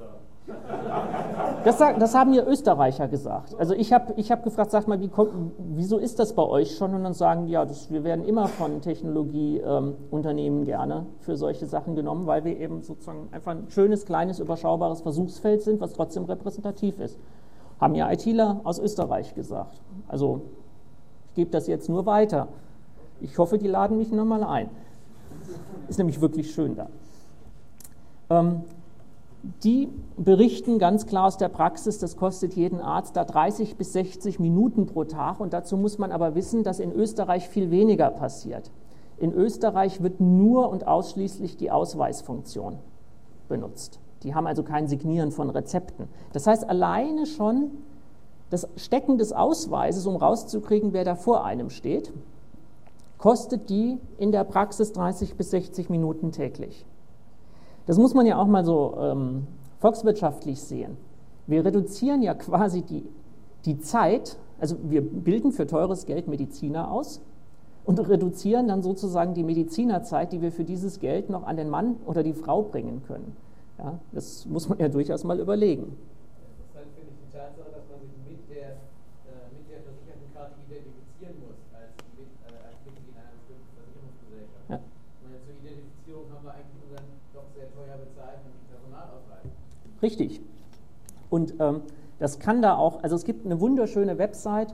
Das haben mir Österreicher gesagt. Also ich hab gefragt, sagt mal, wieso ist das bei euch schon? Und dann sagen die, ja, wir werden immer von Technologieunternehmen gerne für solche Sachen genommen, weil wir eben sozusagen einfach ein schönes, kleines, überschaubares Versuchsfeld sind, was trotzdem repräsentativ ist. Haben ja ITler aus Österreich gesagt. Also ich gebe das jetzt nur weiter. Ich hoffe, die laden mich nochmal ein. Ist nämlich wirklich schön da. Die berichten ganz klar aus der Praxis, das kostet jeden Arzt da 30 bis 60 Minuten pro Tag. Und dazu muss man aber wissen, dass in Österreich viel weniger passiert. In Österreich wird nur und ausschließlich die Ausweisfunktion benutzt. Die haben also kein Signieren von Rezepten. Das heißt, alleine schon das Stecken des Ausweises, um rauszukriegen, wer da vor einem steht, kostet die in der Praxis 30 bis 60 Minuten täglich. Das muss man ja auch mal so volkswirtschaftlich sehen. Wir reduzieren ja quasi die Zeit, also wir bilden für teures Geld Mediziner aus und reduzieren dann sozusagen die Medizinerzeit, die wir für dieses Geld noch an den Mann oder die Frau bringen können. Ja, das muss man ja durchaus mal überlegen. Interessant finde ich die Tatsache, dass man sich mit der Versichertenkarte identifizieren muss als Mitglied in einer bestimmten Versicherungsgesellschaft. Ja. Zur Identifizierung haben wir eigentlich unseren doch sehr teuer bezahlten Personalausweis. Richtig. Und das kann da auch, also es gibt eine wunderschöne Website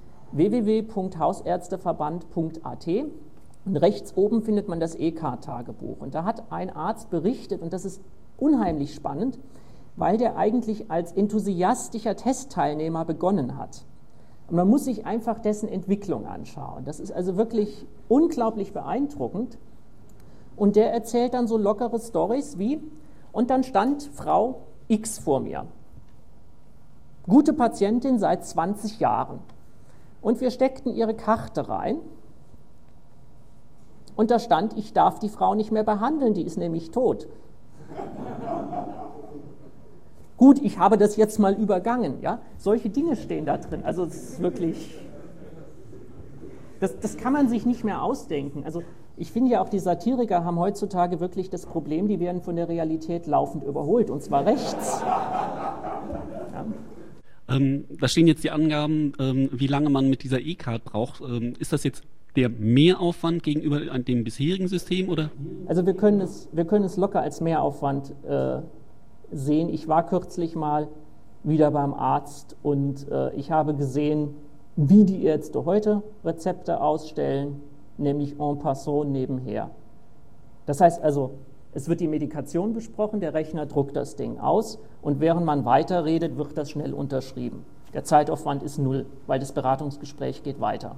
www.hausärzteverband.at und rechts oben findet man das E-Card-Tagebuch. Und da hat ein Arzt berichtet, und das ist unheimlich spannend, weil der eigentlich als enthusiastischer Testteilnehmer begonnen hat. Und man muss sich einfach dessen Entwicklung anschauen. Das ist also wirklich unglaublich beeindruckend. Und der erzählt dann so lockere Storys wie, und dann stand Frau X vor mir. Gute Patientin seit 20 Jahren. Und wir steckten ihre Karte rein. Und da stand, ich darf die Frau nicht mehr behandeln, die ist nämlich tot. Gut, ich habe das jetzt mal übergangen. Ja? Solche Dinge stehen da drin. Also es ist wirklich, das kann man sich nicht mehr ausdenken. Also ich finde ja auch, die Satiriker haben heutzutage wirklich das Problem, die werden von der Realität laufend überholt, und zwar rechts. Ja. Da stehen jetzt die Angaben, wie lange man mit dieser E-Card braucht. Ist das jetzt der Mehraufwand gegenüber dem bisherigen System, oder? Also wir können es locker als Mehraufwand sehen. Ich war kürzlich mal wieder beim Arzt und ich habe gesehen, wie die Ärzte heute Rezepte ausstellen, nämlich en passant nebenher. Das heißt also, es wird die Medikation besprochen, der Rechner druckt das Ding aus und während man weiterredet, wird das schnell unterschrieben. Der Zeitaufwand ist 0, weil das Beratungsgespräch geht weiter.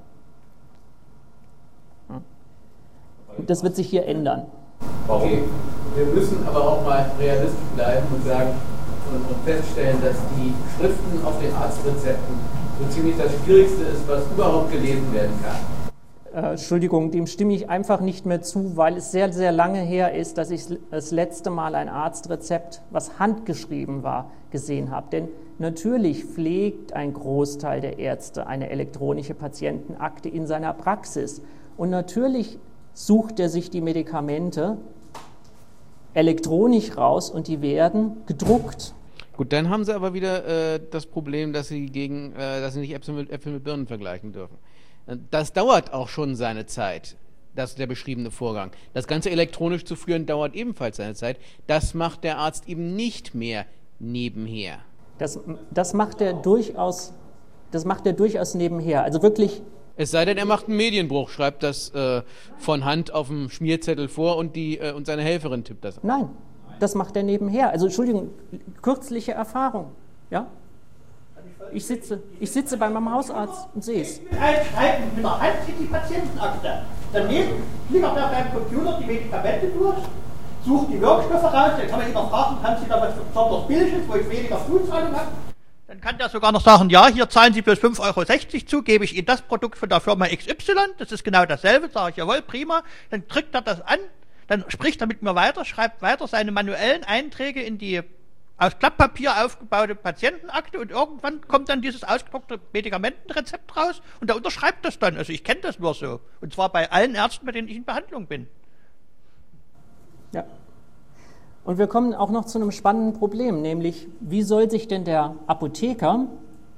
Und das wird sich hier ändern. Okay, wir müssen aber auch mal realistisch bleiben und sagen und feststellen, dass die Schriften auf den Arztrezepten so ziemlich das Schwierigste ist, was überhaupt gelesen werden kann. Entschuldigung, dem stimme ich einfach nicht mehr zu, weil es sehr, sehr lange her ist, dass ich das letzte Mal ein Arztrezept, was handgeschrieben war, gesehen habe. Denn natürlich pflegt ein Großteil der Ärzte eine elektronische Patientenakte in seiner Praxis. Und natürlich sucht er sich die Medikamente elektronisch raus und die werden gedruckt. Gut, dann haben Sie aber wieder das Problem, dass Sie nicht Äpfel mit Birnen vergleichen dürfen. Das dauert auch schon seine Zeit, der beschriebene Vorgang. Das Ganze elektronisch zu führen, dauert ebenfalls seine Zeit. Das macht der Arzt eben nicht mehr nebenher. Das macht er durchaus nebenher. Also wirklich. Es sei denn, er macht einen Medienbruch, schreibt das von Hand auf dem Schmierzettel vor und seine Helferin tippt das an. Nein, das macht er nebenher. Also Entschuldigung, kürzliche Erfahrung. Ja? Ich sitze bei meinem Hausarzt und sehe es. Einschreiben mit der Hand in die Patientenakte. Daneben klickert er beim Computer die Medikamente durch, sucht die Wirkstoffe raus, dann kann man immer fragen, haben Sie da was besonders Billiges, wo ich weniger Blutzahlung habe? Dann kann der sogar noch sagen, ja, hier zahlen Sie bloß 5,60 € zu, gebe ich Ihnen das Produkt von der Firma XY, das ist genau dasselbe, sage ich, jawohl, prima. Dann drückt er das an, dann spricht er mit mir weiter, schreibt weiter seine manuellen Einträge in die aus Klapppapier aufgebaute Patientenakte und irgendwann kommt dann dieses ausgedruckte Medikamentenrezept raus und der unterschreibt das dann. Also ich kenne das nur so. Und zwar bei allen Ärzten, mit denen ich in Behandlung bin. Ja. Und wir kommen auch noch zu einem spannenden Problem, nämlich wie soll sich denn der Apotheker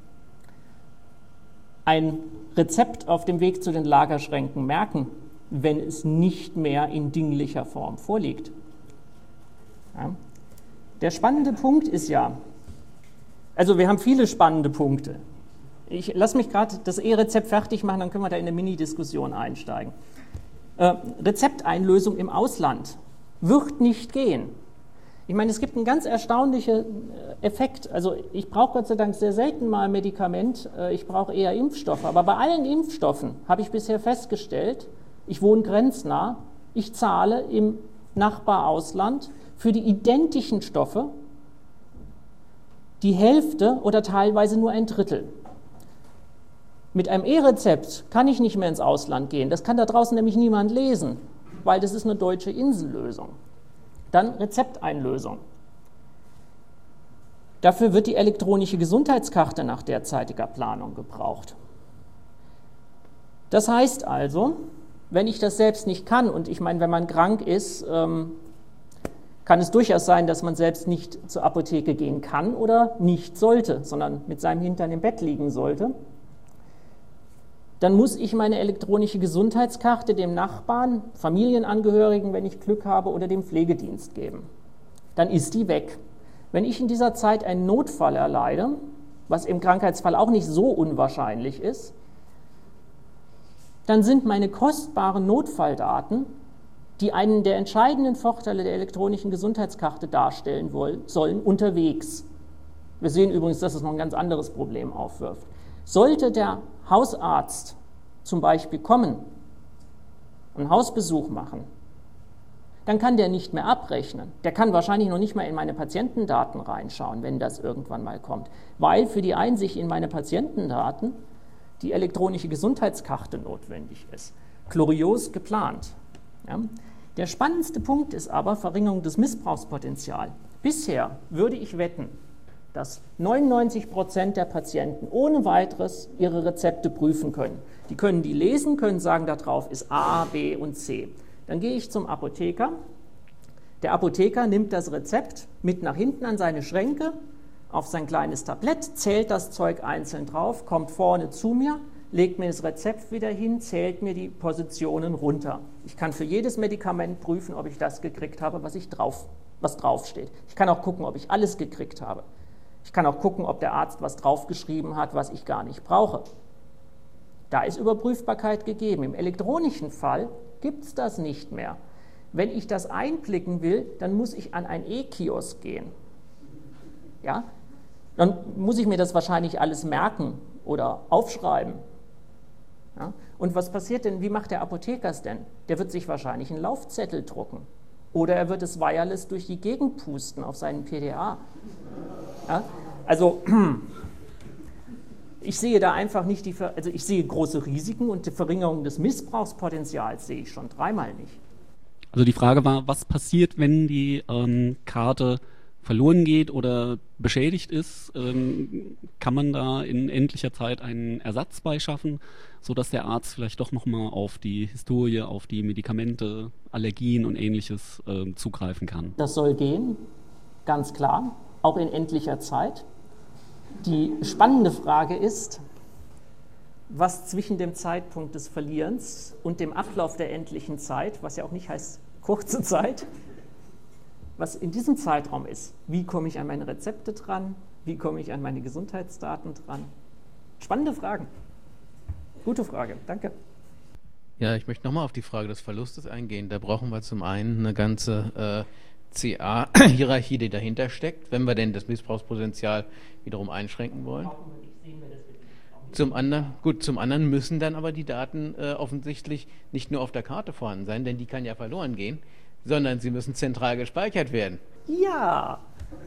ein Rezept auf dem Weg zu den Lagerschränken merken, wenn es nicht mehr in dinglicher Form vorliegt? Ja. Der spannende Punkt ist ja, also wir haben viele spannende Punkte. Ich lasse mich gerade das E-Rezept fertig machen, dann können wir da in eine Mini-Diskussion einsteigen. Rezepteinlösung im Ausland wird nicht gehen. Ich meine, es gibt einen ganz erstaunlichen Effekt. Also ich brauche Gott sei Dank sehr selten mal ein Medikament, ich brauche eher Impfstoffe. Aber bei allen Impfstoffen habe ich bisher festgestellt, ich wohne grenznah, ich zahle im Nachbarausland für die identischen Stoffe die Hälfte oder teilweise nur ein Drittel. Mit einem E-Rezept kann ich nicht mehr ins Ausland gehen. Das kann da draußen nämlich niemand lesen, weil das ist eine deutsche Insellösung. Dann Rezepteinlösung. Dafür wird die elektronische Gesundheitskarte nach derzeitiger Planung gebraucht. Das heißt also, wenn ich das selbst nicht kann, und ich meine, wenn man krank ist, kann es durchaus sein, dass man selbst nicht zur Apotheke gehen kann oder nicht sollte, sondern mit seinem Hintern im Bett liegen sollte, dann muss ich meine elektronische Gesundheitskarte dem Nachbarn, Familienangehörigen, wenn ich Glück habe, oder dem Pflegedienst geben. Dann ist die weg. Wenn ich in dieser Zeit einen Notfall erleide, was im Krankheitsfall auch nicht so unwahrscheinlich ist, dann sind meine kostbaren Notfalldaten, die einen der entscheidenden Vorteile der elektronischen Gesundheitskarte darstellen sollen, unterwegs. Wir sehen übrigens, dass es noch ein ganz anderes Problem aufwirft. Sollte der Hausarzt zum Beispiel kommen, einen Hausbesuch machen, dann kann der nicht mehr abrechnen. Der kann wahrscheinlich noch nicht mal in meine Patientendaten reinschauen, wenn das irgendwann mal kommt, weil für die Einsicht in meine Patientendaten die elektronische Gesundheitskarte notwendig ist. Glorios geplant. Ja. Der spannendste Punkt ist aber Verringerung des Missbrauchspotenzials. Bisher würde ich wetten, dass 99% der Patienten ohne weiteres ihre Rezepte prüfen können. Die können die lesen, können sagen, da drauf ist A, B und C. Dann gehe ich zum Apotheker. Der Apotheker nimmt das Rezept mit nach hinten an seine Schränke, auf sein kleines Tablett, zählt das Zeug einzeln drauf, kommt vorne zu mir, legt mir das Rezept wieder hin, zählt mir die Positionen runter. Ich kann für jedes Medikament prüfen, ob ich das gekriegt habe, was draufsteht. Ich kann auch gucken, ob ich alles gekriegt habe. Ich kann auch gucken, ob der Arzt was draufgeschrieben hat, was ich gar nicht brauche. Da ist Überprüfbarkeit gegeben. Im elektronischen Fall gibt es das nicht mehr. Wenn ich das einblicken will, dann muss ich an einen E-Kiosk gehen. Ja? Dann muss ich mir das wahrscheinlich alles merken oder aufschreiben. Ja? Und was passiert denn, wie macht der Apotheker es denn? Der wird sich wahrscheinlich einen Laufzettel drucken. Oder er wird es wireless durch die Gegend pusten auf seinen PDA. Ja? Also, Ich sehe da einfach nicht also ich sehe große Risiken und die Verringerung des Missbrauchspotenzials sehe ich schon dreimal nicht. Also die Frage war, was passiert, wenn die Karte verloren geht oder beschädigt ist? Kann man da in endlicher Zeit einen Ersatz beischaffen, sodass der Arzt vielleicht doch nochmal auf die Historie, auf die Medikamente, Allergien und Ähnliches zugreifen kann? Das soll gehen, ganz klar, auch in endlicher Zeit. Die spannende Frage ist, was zwischen dem Zeitpunkt des Verlierens und dem Ablauf der endlichen Zeit, was ja auch nicht heißt kurze Zeit, was in diesem Zeitraum ist. Wie komme ich an meine Rezepte dran? Wie komme ich an meine Gesundheitsdaten dran? Spannende Fragen. Gute Frage, danke. Ja, ich möchte nochmal auf die Frage des Verlustes eingehen. Da brauchen wir zum einen eine ganze CA-Hierarchie, die dahinter steckt, wenn wir denn das Missbrauchspotenzial wiederum einschränken wollen. Zum anderen müssen dann aber die Daten offensichtlich nicht nur auf der Karte vorhanden sein, denn die kann ja verloren gehen, sondern sie müssen zentral gespeichert werden. Ja.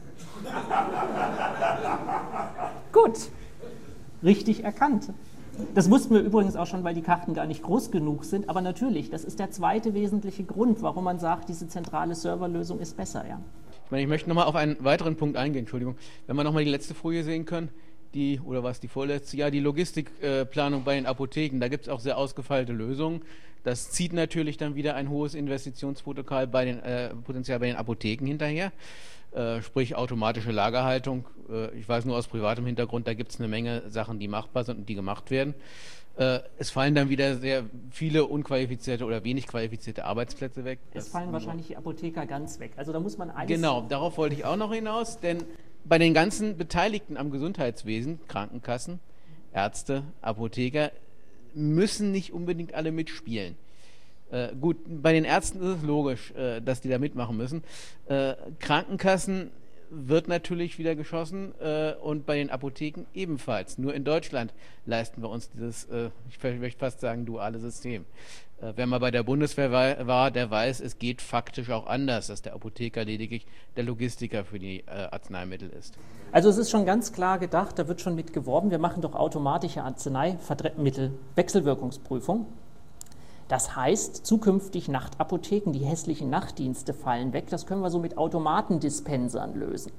Gut. Richtig erkannt. Das wussten wir übrigens auch schon, weil die Karten gar nicht groß genug sind, aber natürlich, das ist der zweite wesentliche Grund, warum man sagt, diese zentrale Serverlösung ist besser, ja. Ich möchte nochmal auf einen weiteren Punkt eingehen, Entschuldigung. Wenn wir nochmal die letzte Folie sehen können, die vorletzte, ja, die Logistikplanung bei den Apotheken, da gibt es auch sehr ausgefeilte Lösungen. Das zieht natürlich dann wieder ein hohes Investitionspotenzial bei den Apotheken hinterher, sprich automatische Lagerhaltung. Ich weiß nur aus privatem Hintergrund, da gibt es eine Menge Sachen, die machbar sind und die gemacht werden. Es fallen dann wieder sehr viele unqualifizierte oder wenig qualifizierte Arbeitsplätze weg. Es fallen wahrscheinlich die Apotheker ganz weg. Also da muss man eines... Genau, darauf wollte ich auch noch hinaus, denn bei den ganzen Beteiligten am Gesundheitswesen, Krankenkassen, Ärzte, Apotheker, müssen nicht unbedingt alle mitspielen. Gut, bei den Ärzten ist es logisch, dass die da mitmachen müssen. Krankenkassen wird natürlich wieder geschossen und bei den Apotheken ebenfalls. Nur in Deutschland leisten wir uns dieses, ich möchte fast sagen, duale System. Wer mal bei der Bundeswehr war, der weiß, es geht faktisch auch anders, dass der Apotheker lediglich der Logistiker für die Arzneimittel ist. Also es ist schon ganz klar gedacht, da wird schon mit geworben, wir machen doch automatische Arzneimittelwechselwirkungsprüfung. Das heißt, zukünftig Nachtapotheken, die hässlichen Nachtdienste fallen weg, das können wir so mit Automatendispensern lösen.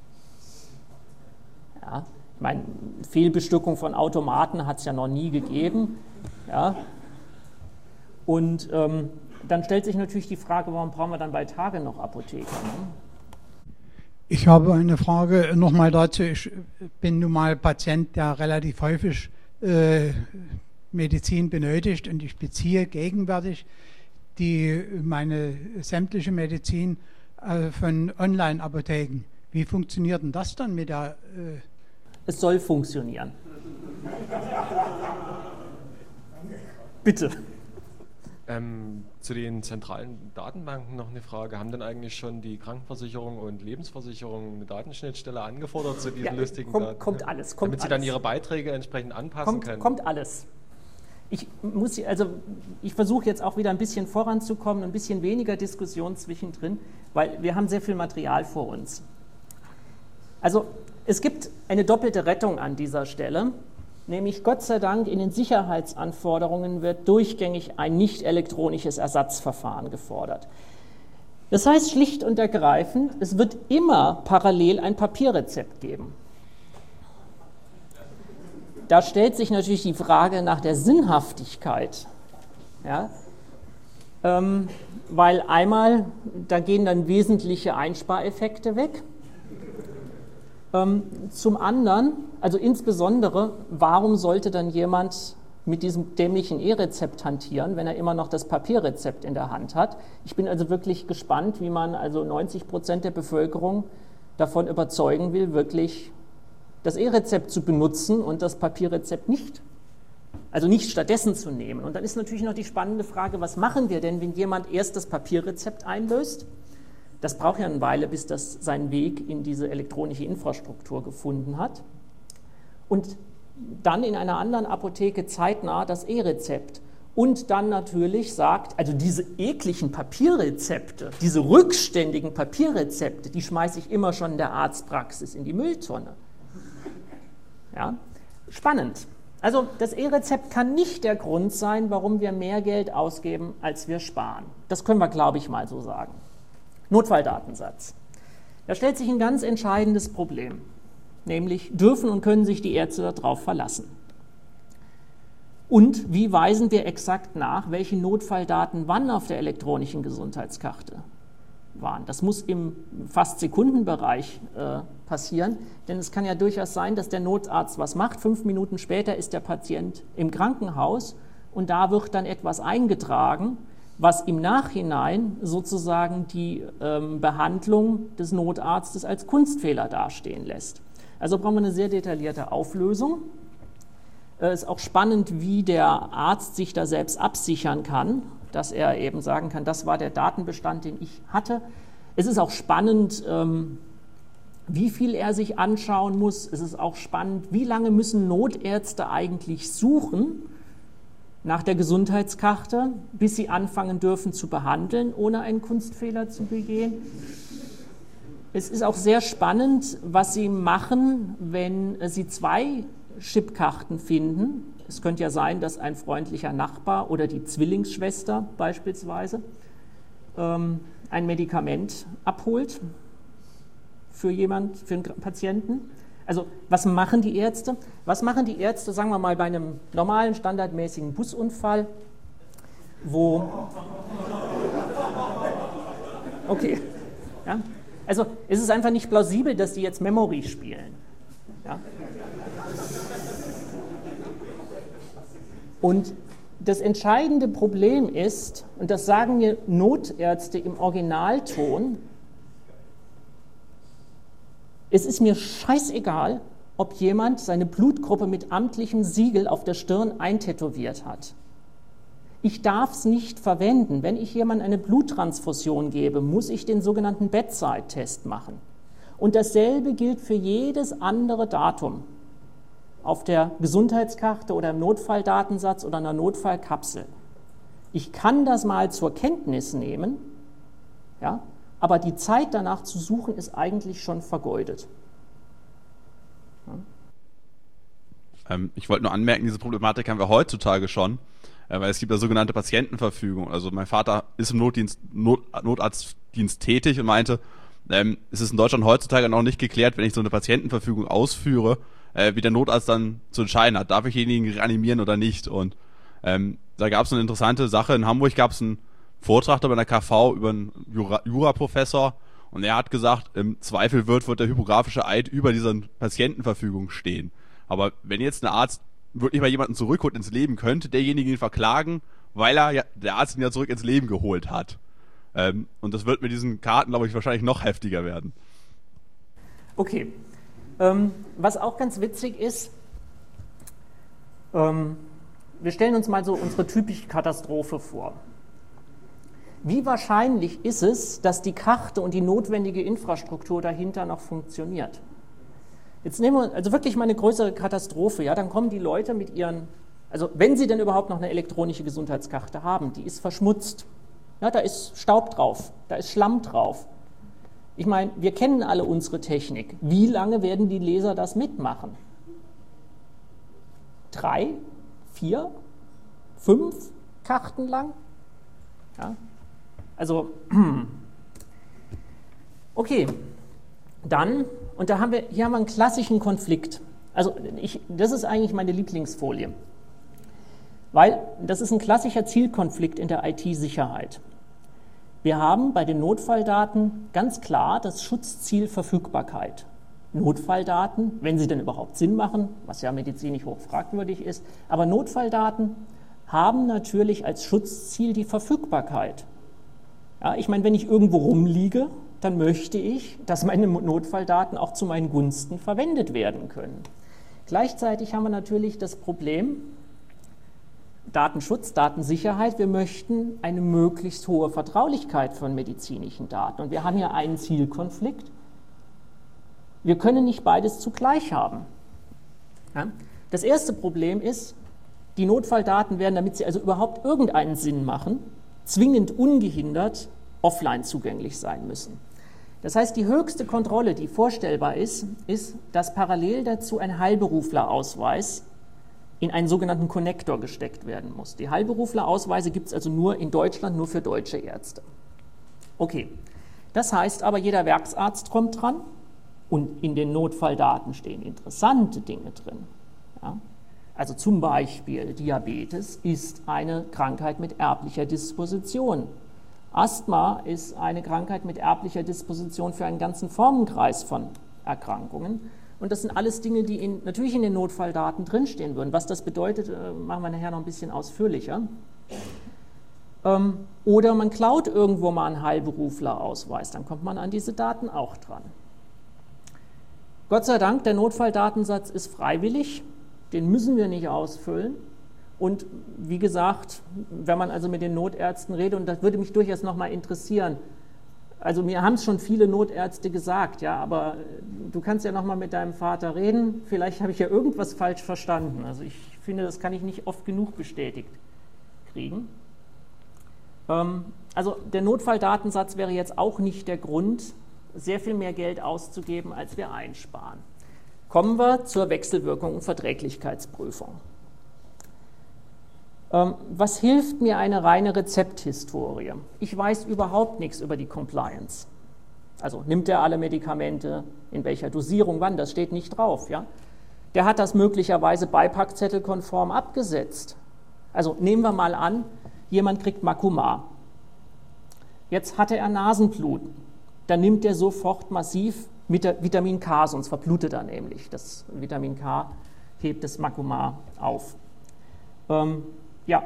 Ja, ich meine, Fehlbestückung von Automaten hat es ja noch nie gegeben. Ja. Und dann stellt sich natürlich die Frage, warum brauchen wir dann bei Tage noch Apotheker? Ne? Ich habe eine Frage nochmal dazu. Ich bin nun mal Patient, der relativ häufig Medizin benötigt und ich beziehe gegenwärtig meine sämtliche Medizin von Online-Apotheken. Wie funktioniert denn das dann mit der... Es soll funktionieren. Bitte. Zu den zentralen Datenbanken noch eine Frage. Haben denn eigentlich schon die Krankenversicherung und Lebensversicherung eine Datenschnittstelle angefordert zu diesen lustigen Daten? Kommt alles. Damit sie dann ihre Beiträge entsprechend anpassen können? Kommt alles. Ich versuche jetzt auch wieder ein bisschen voranzukommen, ein bisschen weniger Diskussion zwischendrin, weil wir haben sehr viel Material vor uns. Also es gibt eine doppelte Rettung an dieser Stelle. Nämlich Gott sei Dank in den Sicherheitsanforderungen wird durchgängig ein nicht elektronisches Ersatzverfahren gefordert. Das heißt schlicht und ergreifend, es wird immer parallel ein Papierrezept geben. Da stellt sich natürlich die Frage nach der Sinnhaftigkeit. Ja? Weil einmal, da gehen dann wesentliche Einspareffekte weg. Zum anderen, also insbesondere, warum sollte dann jemand mit diesem dämlichen E-Rezept hantieren, wenn er immer noch das Papierrezept in der Hand hat? Ich bin also wirklich gespannt, wie man also 90% der Bevölkerung davon überzeugen will, wirklich das E-Rezept zu benutzen und das Papierrezept nicht. Also nicht stattdessen zu nehmen. Und dann ist natürlich noch die spannende Frage, was machen wir denn, wenn jemand erst das Papierrezept einlöst? Das braucht ja eine Weile, bis das seinen Weg in diese elektronische Infrastruktur gefunden hat. Und dann in einer anderen Apotheke zeitnah das E-Rezept. Und dann natürlich sagt, also diese ekligen Papierrezepte, diese rückständigen Papierrezepte, die schmeiße ich immer schon in der Arztpraxis in die Mülltonne. Ja? Spannend. Also das E-Rezept kann nicht der Grund sein, warum wir mehr Geld ausgeben, als wir sparen. Das können wir, glaube ich, mal so sagen. Notfalldatensatz. Da stellt sich ein ganz entscheidendes Problem, nämlich dürfen und können sich die Ärzte darauf verlassen? Und wie weisen wir exakt nach, welche Notfalldaten wann auf der elektronischen Gesundheitskarte waren? Das muss im fast Sekundenbereich passieren, denn es kann ja durchaus sein, dass der Notarzt was macht, 5 Minuten später ist der Patient im Krankenhaus und da wird dann etwas eingetragen, was im Nachhinein sozusagen die Behandlung des Notarztes als Kunstfehler dastehen lässt. Also brauchen wir eine sehr detaillierte Auflösung. Es ist auch spannend, wie der Arzt sich da selbst absichern kann, dass er eben sagen kann, das war der Datenbestand, den ich hatte. Es ist auch spannend, wie viel er sich anschauen muss. Es ist auch spannend, wie lange müssen Notärzte eigentlich suchen nach der Gesundheitskarte, bis sie anfangen dürfen zu behandeln, ohne einen Kunstfehler zu begehen. Es ist auch sehr spannend, was sie machen, wenn sie 2 Chipkarten finden. Es könnte ja sein, dass ein freundlicher Nachbar oder die Zwillingsschwester beispielsweise ein Medikament abholt für einen Patienten. Also was machen die Ärzte? Was machen die Ärzte, sagen wir mal, bei einem normalen, standardmäßigen Busunfall, wo... Okay, ja? Also es ist einfach nicht plausibel, dass die jetzt Memory spielen. Ja? Und das entscheidende Problem ist, und das sagen mir Notärzte im Originalton, es ist mir scheißegal, ob jemand seine Blutgruppe mit amtlichem Siegel auf der Stirn eintätowiert hat. Ich darf es nicht verwenden. Wenn ich jemandem eine Bluttransfusion gebe, muss ich den sogenannten Bedside-Test machen. Und dasselbe gilt für jedes andere Datum auf der Gesundheitskarte oder im Notfalldatensatz oder einer Notfallkapsel. Ich kann das mal zur Kenntnis nehmen, ja, aber die Zeit danach zu suchen ist eigentlich schon vergeudet. Ja. Ich wollte nur anmerken, diese Problematik haben wir heutzutage schon, weil es gibt ja sogenannte Patientenverfügung. Also mein Vater ist im Notarztdienst tätig und meinte, es ist in Deutschland heutzutage noch nicht geklärt, wenn ich so eine Patientenverfügung ausführe, wie der Notarzt dann zu entscheiden hat, darf ich denjenigen reanimieren oder nicht. Und da gab es eine interessante Sache. In Hamburg gab es einen Vortrag da bei der KV über einen Juraprofessor und er hat gesagt, im Zweifel wird der hypographische Eid über dieser Patientenverfügung stehen. Aber wenn jetzt ein Arzt wirklich mal jemanden zurückholt ins Leben, könnte derjenige ihn verklagen, weil der Arzt ihn ja zurück ins Leben geholt hat. Und das wird mit diesen Karten, glaube ich, wahrscheinlich noch heftiger werden. Okay. Was auch ganz witzig ist, wir stellen uns mal so unsere typische Katastrophe vor. Wie wahrscheinlich ist es, dass die Karte und die notwendige Infrastruktur dahinter noch funktioniert? Jetzt nehmen wir also wirklich mal eine größere Katastrophe, ja, dann kommen die Leute mit ihren, also wenn sie denn überhaupt noch eine elektronische Gesundheitskarte haben, die ist verschmutzt, ja, da ist Staub drauf, da ist Schlamm drauf. Ich meine, wir kennen alle unsere Technik. Wie lange werden die Leser das mitmachen? 3, 4, 5 Karten lang? Ja. Also, okay, dann, und hier haben wir einen klassischen Konflikt. Also, das ist eigentlich meine Lieblingsfolie, weil das ist ein klassischer Zielkonflikt in der IT-Sicherheit. Wir haben bei den Notfalldaten ganz klar das Schutzziel Verfügbarkeit. Notfalldaten, wenn sie denn überhaupt Sinn machen, was ja medizinisch hoch fragwürdig ist, aber Notfalldaten haben natürlich als Schutzziel die Verfügbarkeit. Ja, ich meine, wenn ich irgendwo rumliege, dann möchte ich, dass meine Notfalldaten auch zu meinen Gunsten verwendet werden können. Gleichzeitig haben wir natürlich das Problem, Datenschutz, Datensicherheit, wir möchten eine möglichst hohe Vertraulichkeit von medizinischen Daten. Und wir haben hier einen Zielkonflikt. Wir können nicht beides zugleich haben. Ja? Das erste Problem ist, die Notfalldaten werden, damit sie also überhaupt irgendeinen Sinn machen, zwingend ungehindert offline zugänglich sein müssen. Das heißt, die höchste Kontrolle, die vorstellbar ist, ist, dass parallel dazu ein Heilberuflerausweis in einen sogenannten Konnektor gesteckt werden muss. Die Heilberuflerausweise gibt es also nur in Deutschland, nur für deutsche Ärzte. Okay, das heißt aber, jeder Werksarzt kommt dran und in den Notfalldaten stehen interessante Dinge drin. Ja? Also zum Beispiel Diabetes ist eine Krankheit mit erblicher Disposition. Asthma ist eine Krankheit mit erblicher Disposition für einen ganzen Formenkreis von Erkrankungen. Und das sind alles Dinge, die natürlich in den Notfalldaten drinstehen würden. Was das bedeutet, machen wir nachher noch ein bisschen ausführlicher. Oder man klaut irgendwo mal einen Heilberuflerausweis, dann kommt man an diese Daten auch dran. Gott sei Dank, der Notfalldatensatz ist freiwillig, den müssen wir nicht ausfüllen. Und wie gesagt, wenn man also mit den Notärzten redet, und das würde mich durchaus nochmal interessieren, also mir haben es schon viele Notärzte gesagt, ja, aber du kannst ja nochmal mit deinem Vater reden, vielleicht habe ich ja irgendwas falsch verstanden. Also ich finde, das kann ich nicht oft genug bestätigt kriegen. Also der Notfalldatensatz wäre jetzt auch nicht der Grund, sehr viel mehr Geld auszugeben, als wir einsparen. Kommen wir zur Wechselwirkung und Verträglichkeitsprüfung. Was hilft mir eine reine Rezepthistorie? Ich weiß überhaupt nichts über die Compliance. Also nimmt er alle Medikamente, in welcher Dosierung, wann, das steht nicht drauf. Ja? Der hat das möglicherweise beipackzettelkonform abgesetzt. Also nehmen wir mal an, jemand kriegt Makuma. Jetzt hatte er Nasenbluten. Dann nimmt er sofort massiv Vitamin K, sonst verblutet er nämlich. Das Vitamin K hebt das Makuma auf. Ja,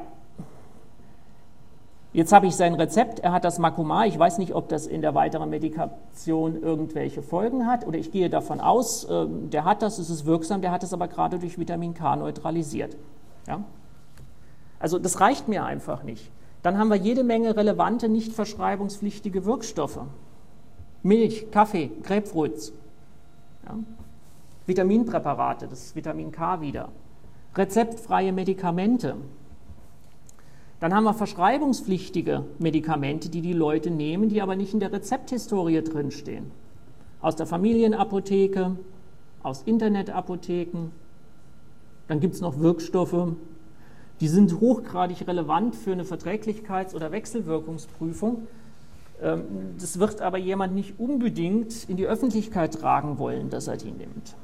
jetzt habe ich sein Rezept, er hat das Makuma, ich weiß nicht, ob das in der weiteren Medikation irgendwelche Folgen hat, oder ich gehe davon aus, der hat das, es ist wirksam, der hat es aber gerade durch Vitamin K neutralisiert. Ja? Also das reicht mir einfach nicht. Dann haben wir jede Menge relevante, nicht verschreibungspflichtige Wirkstoffe. Milch, Kaffee, Grapefruits, ja? Vitaminpräparate, das Vitamin K wieder, rezeptfreie Medikamente. Dann haben wir verschreibungspflichtige Medikamente, die die Leute nehmen, die aber nicht in der Rezepthistorie drinstehen. Aus der Familienapotheke, aus Internetapotheken. Dann gibt es noch Wirkstoffe, die sind hochgradig relevant für eine Verträglichkeits- oder Wechselwirkungsprüfung. Das wird aber jemand nicht unbedingt in die Öffentlichkeit tragen wollen, dass er die nimmt.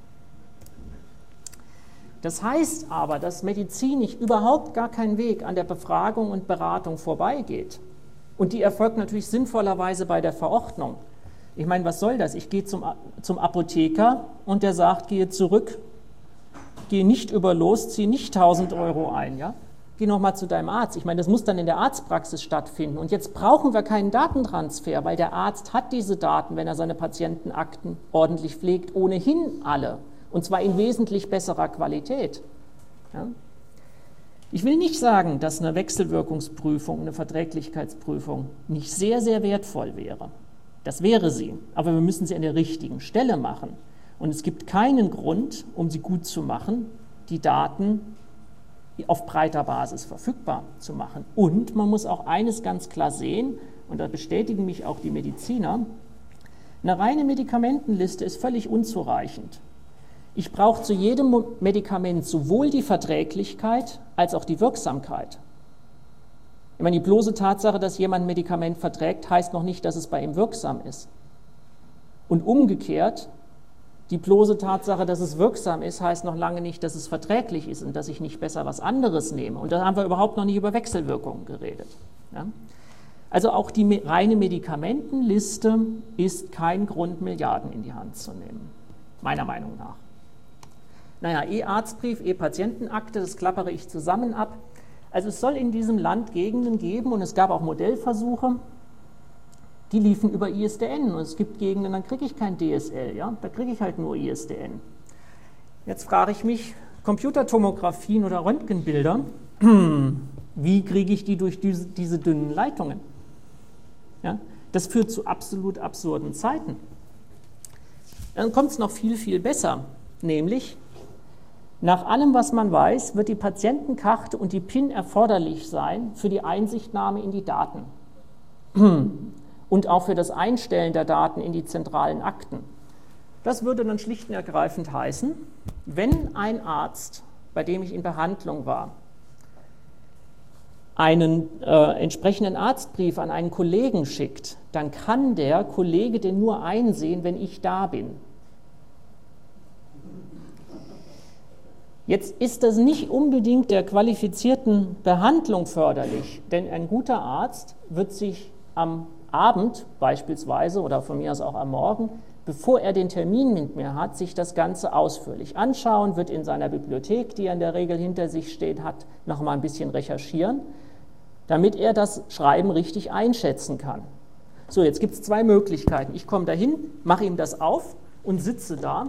Das heißt aber, dass medizinisch überhaupt gar kein Weg an der Befragung und Beratung vorbeigeht. Und die erfolgt natürlich sinnvollerweise bei der Verordnung. Ich meine, was soll das? Ich gehe zum Apotheker und der sagt, gehe zurück, gehe nicht über los, ziehe nicht 1.000 € ein. Ja? Geh nochmal zu deinem Arzt. Ich meine, das muss dann in der Arztpraxis stattfinden. Und jetzt brauchen wir keinen Datentransfer, weil der Arzt hat diese Daten, wenn er seine Patientenakten ordentlich pflegt, ohnehin alle. Und zwar in wesentlich besserer Qualität. Ja? Ich will nicht sagen, dass eine Wechselwirkungsprüfung, eine Verträglichkeitsprüfung nicht sehr, sehr wertvoll wäre. Das wäre sie, aber wir müssen sie an der richtigen Stelle machen. Und es gibt keinen Grund, um sie gut zu machen, die Daten auf breiter Basis verfügbar zu machen. Und man muss auch eines ganz klar sehen, und da bestätigen mich auch die Mediziner, eine reine Medikamentenliste ist völlig unzureichend. Ich brauche zu jedem Medikament sowohl die Verträglichkeit als auch die Wirksamkeit. Ich meine, die bloße Tatsache, dass jemand ein Medikament verträgt, heißt noch nicht, dass es bei ihm wirksam ist. Und umgekehrt, die bloße Tatsache, dass es wirksam ist, heißt noch lange nicht, dass es verträglich ist und dass ich nicht besser was anderes nehme. Und da haben wir überhaupt noch nicht über Wechselwirkungen geredet. Ja? Also auch die reine Medikamentenliste ist kein Grund, Milliarden in die Hand zu nehmen, meiner Meinung nach. Naja, E-Arztbrief, E-Patientenakte, das klappere ich zusammen ab. Also es soll in diesem Land Gegenden geben, und es gab auch Modellversuche, die liefen über ISDN. Und es gibt Gegenden, dann kriege ich kein DSL, ja? Da kriege ich halt nur ISDN. Jetzt frage ich mich, Computertomographien oder Röntgenbilder, wie kriege ich die durch diese dünnen Leitungen? Ja? Das führt zu absolut absurden Zeiten. Dann kommt es noch viel, viel besser, nämlich nach allem, was man weiß, wird die Patientenkarte und die PIN erforderlich sein für die Einsichtnahme in die Daten. und auch für das Einstellen der Daten in die zentralen Akten. Das würde dann schlicht und ergreifend heißen, wenn ein Arzt, bei dem ich in Behandlung war, einen entsprechenden Arztbrief an einen Kollegen schickt, dann kann der Kollege den nur einsehen, wenn ich da bin. Jetzt ist das nicht unbedingt der qualifizierten Behandlung förderlich, denn ein guter Arzt wird sich am Abend beispielsweise oder von mir aus auch am Morgen, bevor er den Termin mit mir hat, sich das Ganze ausführlich anschauen, wird in seiner Bibliothek, die er in der Regel hinter sich stehen hat, noch mal ein bisschen recherchieren, damit er das Schreiben richtig einschätzen kann. So, jetzt gibt es zwei Möglichkeiten. Ich komme dahin, mache ihm das auf und sitze da,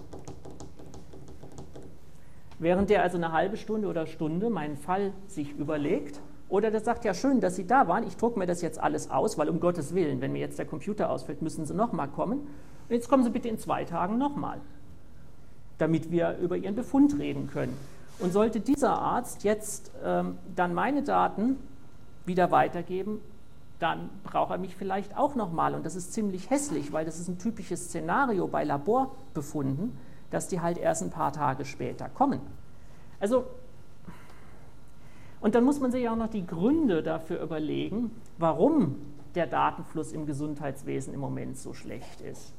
während er also eine halbe Stunde oder Stunde meinen Fall sich überlegt. Oder der sagt, ja schön, dass Sie da waren, ich drucke mir das jetzt alles aus, weil um Gottes Willen, wenn mir jetzt der Computer ausfällt, müssen Sie nochmal kommen. Und jetzt kommen Sie bitte in 2 Tagen nochmal, damit wir über Ihren Befund reden können. Und sollte dieser Arzt jetzt dann meine Daten wieder weitergeben, dann braucht er mich vielleicht auch nochmal. Und das ist ziemlich hässlich, weil das ist ein typisches Szenario bei Laborbefunden, dass die halt erst ein paar Tage später kommen. Also, und dann muss man sich auch noch die Gründe dafür überlegen, warum der Datenfluss im Gesundheitswesen im Moment so schlecht ist.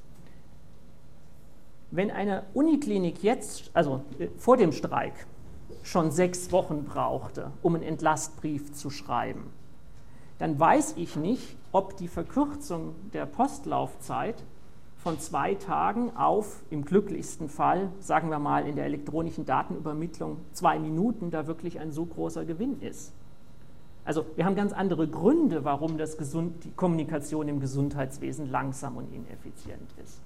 Wenn eine Uniklinik jetzt, also vor dem Streik, schon 6 Wochen brauchte, um einen Entlastbrief zu schreiben, dann weiß ich nicht, ob die Verkürzung der Postlaufzeit von 2 Tagen auf, im glücklichsten Fall, sagen wir mal in der elektronischen Datenübermittlung 2 Minuten, da wirklich ein so großer Gewinn ist. Also wir haben ganz andere Gründe, warum die Kommunikation im Gesundheitswesen langsam und ineffizient ist.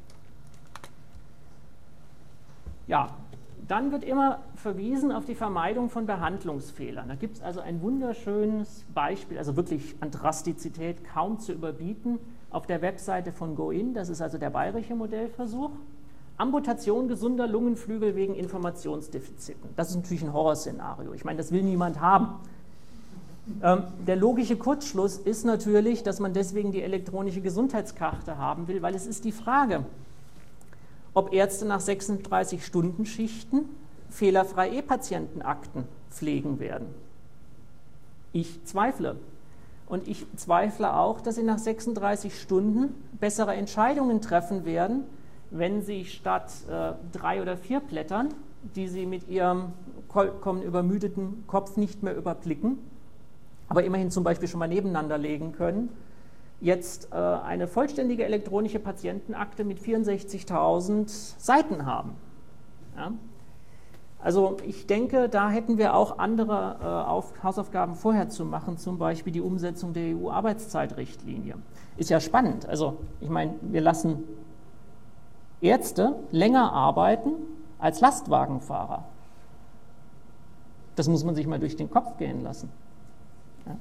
Ja, dann wird immer verwiesen auf die Vermeidung von Behandlungsfehlern. Da gibt es also ein wunderschönes Beispiel, also wirklich an Drastizität kaum zu überbieten, auf der Webseite von GoIn, das ist also der bayerische Modellversuch. Amputation gesunder Lungenflügel wegen Informationsdefiziten. Das ist natürlich ein Horrorszenario. Ich meine, das will niemand haben. Der logische Kurzschluss ist natürlich, dass man deswegen die elektronische Gesundheitskarte haben will, weil es ist die Frage, ob Ärzte nach 36-Stunden-Schichten fehlerfrei E-Patientenakten pflegen werden. Ich zweifle. Und ich zweifle auch, dass sie nach 36 Stunden bessere Entscheidungen treffen werden, wenn sie statt 3 oder 4 Blättern, die sie mit ihrem vollkommen übermüdeten Kopf nicht mehr überblicken, aber immerhin zum Beispiel schon mal nebeneinander legen können, jetzt eine vollständige elektronische Patientenakte mit 64.000 Seiten haben. Ja? Also ich denke, da hätten wir auch andere Hausaufgaben vorher zu machen, zum Beispiel die Umsetzung der EU-Arbeitszeitrichtlinie. Ist ja spannend. Also ich meine, wir lassen Ärzte länger arbeiten als Lastwagenfahrer. Das muss man sich mal durch den Kopf gehen lassen. Ja.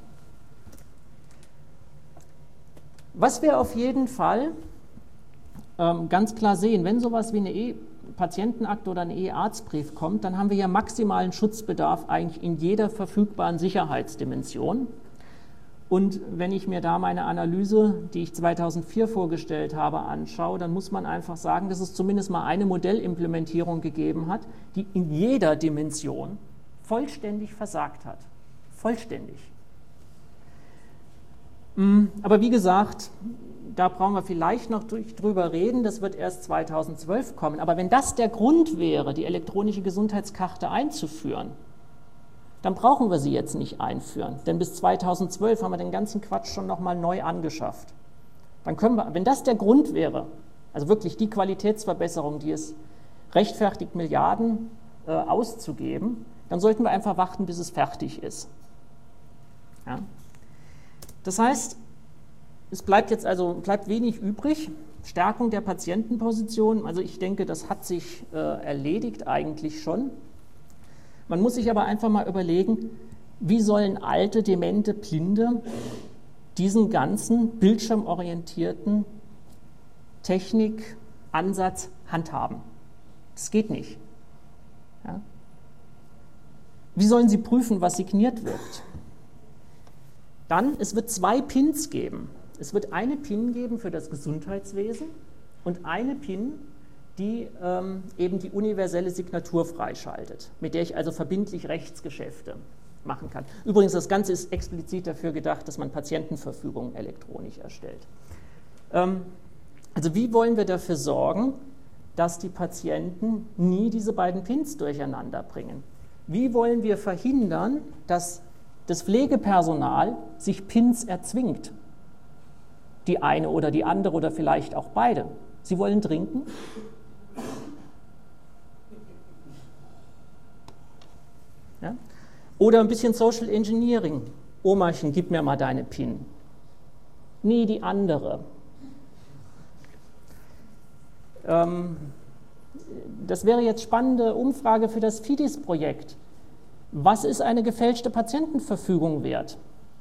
Was wir auf jeden Fall ganz klar sehen, wenn sowas wie eine E-Patientenakte oder ein E-Arztbrief kommt, dann haben wir ja maximalen Schutzbedarf eigentlich in jeder verfügbaren Sicherheitsdimension. Und wenn ich mir da meine Analyse, die ich 2004 vorgestellt habe, anschaue, dann muss man einfach sagen, dass es zumindest mal eine Modellimplementierung gegeben hat, die in jeder Dimension vollständig versagt hat. Vollständig. Aber wie gesagt, da brauchen wir vielleicht noch drüber reden, das wird erst 2012 kommen. Aber wenn das der Grund wäre, die elektronische Gesundheitskarte einzuführen, dann brauchen wir sie jetzt nicht einführen. Denn bis 2012 haben wir den ganzen Quatsch schon nochmal neu angeschafft. Dann können wir, wenn das der Grund wäre, also wirklich die Qualitätsverbesserung, die es rechtfertigt, Milliarden auszugeben, dann sollten wir einfach warten, bis es fertig ist. Ja? Das heißt, es bleibt jetzt also wenig übrig. Stärkung der Patientenposition, also ich denke, das hat sich erledigt eigentlich schon. Man muss sich aber einfach mal überlegen, wie sollen alte, demente, Blinde diesen ganzen bildschirmorientierten Technikansatz handhaben. Das geht nicht. Ja? Wie sollen sie prüfen, was signiert wird? Dann, es wird 2 Pins geben. Es wird eine PIN geben für das Gesundheitswesen und eine PIN, die eben die universelle Signatur freischaltet, mit der ich also verbindlich Rechtsgeschäfte machen kann. Übrigens, das Ganze ist explizit dafür gedacht, dass man Patientenverfügungen elektronisch erstellt. Also wie wollen wir dafür sorgen, dass die Patienten nie diese beiden PINs durcheinander bringen? Wie wollen wir verhindern, dass das Pflegepersonal sich PINs erzwingt? Die eine oder die andere oder vielleicht auch beide. Sie wollen trinken? Ja? Oder ein bisschen Social Engineering. Omachen, gib mir mal deine PIN. Nee, die andere. Das wäre jetzt spannende Umfrage für das FIDIS-Projekt. Was ist eine gefälschte Patientenverfügung wert?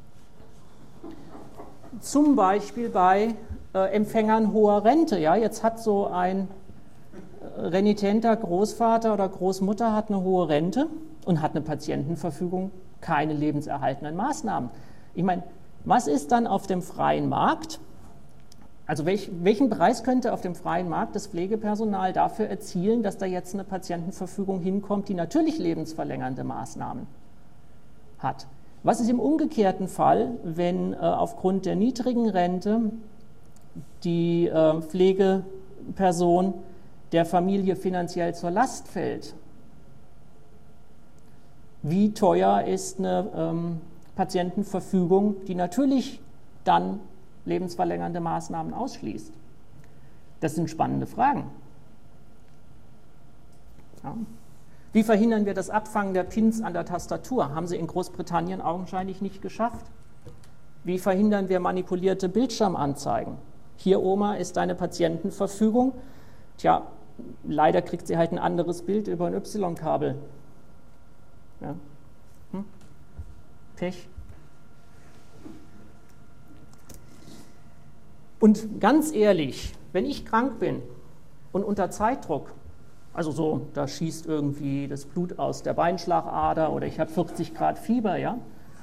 Zum Beispiel bei Empfängern hoher Rente. Ja, jetzt hat so ein renitenter Großvater oder Großmutter hat eine hohe Rente und hat eine Patientenverfügung, keine lebenserhaltenden Maßnahmen. Ich meine, was ist dann auf dem freien Markt? Also welchen Preis könnte auf dem freien Markt das Pflegepersonal dafür erzielen, dass da jetzt eine Patientenverfügung hinkommt, die natürlich lebensverlängernde Maßnahmen hat? Was ist im umgekehrten Fall, wenn aufgrund der niedrigen Rente die Pflegeperson der Familie finanziell zur Last fällt? Wie teuer ist eine Patientenverfügung, die natürlich dann lebensverlängernde Maßnahmen ausschließt? Das sind spannende Fragen. Ja. Wie verhindern wir das Abfangen der Pins an der Tastatur? Haben sie in Großbritannien augenscheinlich nicht geschafft. Wie verhindern wir manipulierte Bildschirmanzeigen? Hier, Oma, ist deine Patientenverfügung. Tja, leider kriegt sie halt ein anderes Bild über ein Y-Kabel. Ja. Pech. Und ganz ehrlich, wenn ich krank bin und unter Zeitdruck, also so, da schießt irgendwie das Blut aus der Beinschlagader oder ich habe 40 Grad Fieber, ja,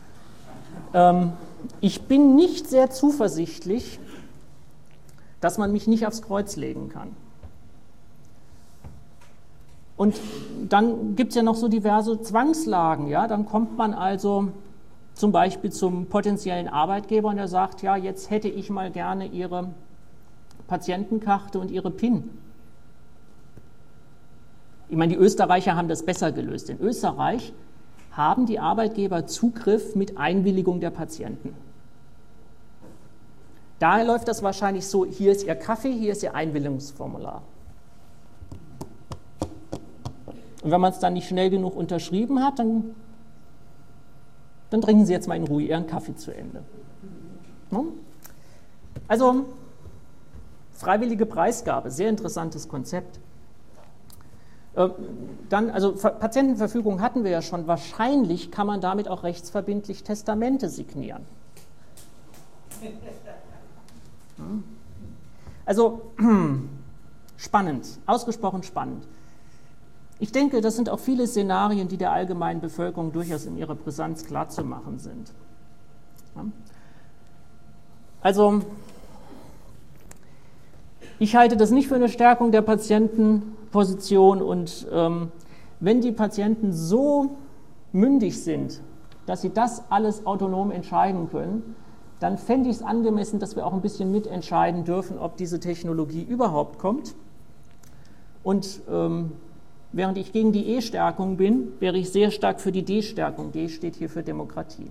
ich bin nicht sehr zuversichtlich, dass man mich nicht aufs Kreuz legen kann. Und dann gibt es ja noch so diverse Zwangslagen, ja, dann kommt man also zum Beispiel zum potenziellen Arbeitgeber und der sagt, ja, jetzt hätte ich mal gerne Ihre Patientenkarte und Ihre PIN. Ich meine, die Österreicher haben das besser gelöst. In Österreich haben die Arbeitgeber Zugriff mit Einwilligung der Patienten. Daher läuft das wahrscheinlich so, hier ist Ihr Kaffee, hier ist Ihr Einwilligungsformular. Und wenn man es dann nicht schnell genug unterschrieben hat, dann trinken Sie jetzt mal in Ruhe Ihren Kaffee zu Ende. Also, freiwillige Preisgabe, sehr interessantes Konzept. Dann, also Patientenverfügung hatten wir ja schon, wahrscheinlich kann man damit auch rechtsverbindlich Testamente signieren. Also, spannend, ausgesprochen spannend. Ich denke, das sind auch viele Szenarien, die der allgemeinen Bevölkerung durchaus in ihrer Brisanz klarzumachen sind. Ja. Also, ich halte das nicht für eine Stärkung der Patientenposition und wenn die Patienten so mündig sind, dass sie das alles autonom entscheiden können, dann fände ich es angemessen, dass wir auch ein bisschen mitentscheiden dürfen, ob diese Technologie überhaupt kommt. Und während ich gegen die E-Stärkung bin, wäre ich sehr stark für die D-Stärkung. D steht hier für Demokratie.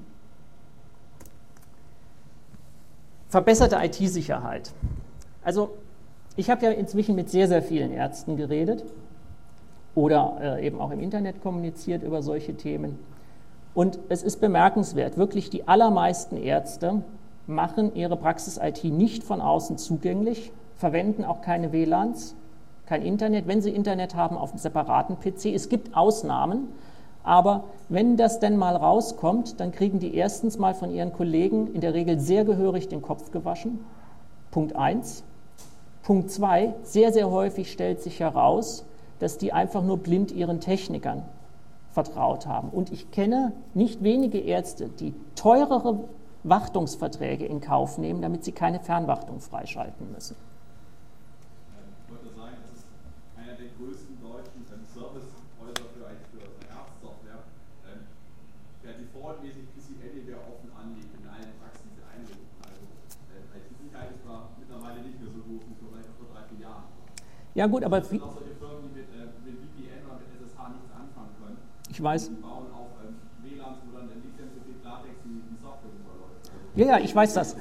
Verbesserte IT-Sicherheit. Also ich habe ja inzwischen mit sehr, sehr vielen Ärzten geredet oder eben auch im Internet kommuniziert über solche Themen. Und es ist bemerkenswert, wirklich die allermeisten Ärzte machen ihre Praxis-IT nicht von außen zugänglich, verwenden auch keine WLANs, kein Internet, wenn sie Internet haben, auf einem separaten PC. Es gibt Ausnahmen, aber wenn das denn mal rauskommt, dann kriegen die erstens mal von ihren Kollegen in der Regel sehr gehörig den Kopf gewaschen. Punkt 1. Punkt 2, sehr, sehr häufig stellt sich heraus, dass die einfach nur blind ihren Technikern vertraut haben. Und ich kenne nicht wenige Ärzte, die teurere Wartungsverträge in Kauf nehmen, damit sie keine Fernwartung freischalten müssen. Ich wollte sagen, das ist einer der größten deutschen Servicehäuser für Arztsoftware, der defaultmäßig PCI-DWR offen anlegt in allen Praxen für Einrichtungen. Also IT-Sicherheit ist da mittlerweile nicht mehr so groß wie vielleicht vor 3-4 Jahren. Ja gut, aber es sind auch solche Firmen, die mit VPN oder mit SSH nichts anfangen können. Ich weiß. Die bauen auf WLANs, wo dann liegt dann so viel Klartext die Software überläuft. Ja, ja, ich weiß das.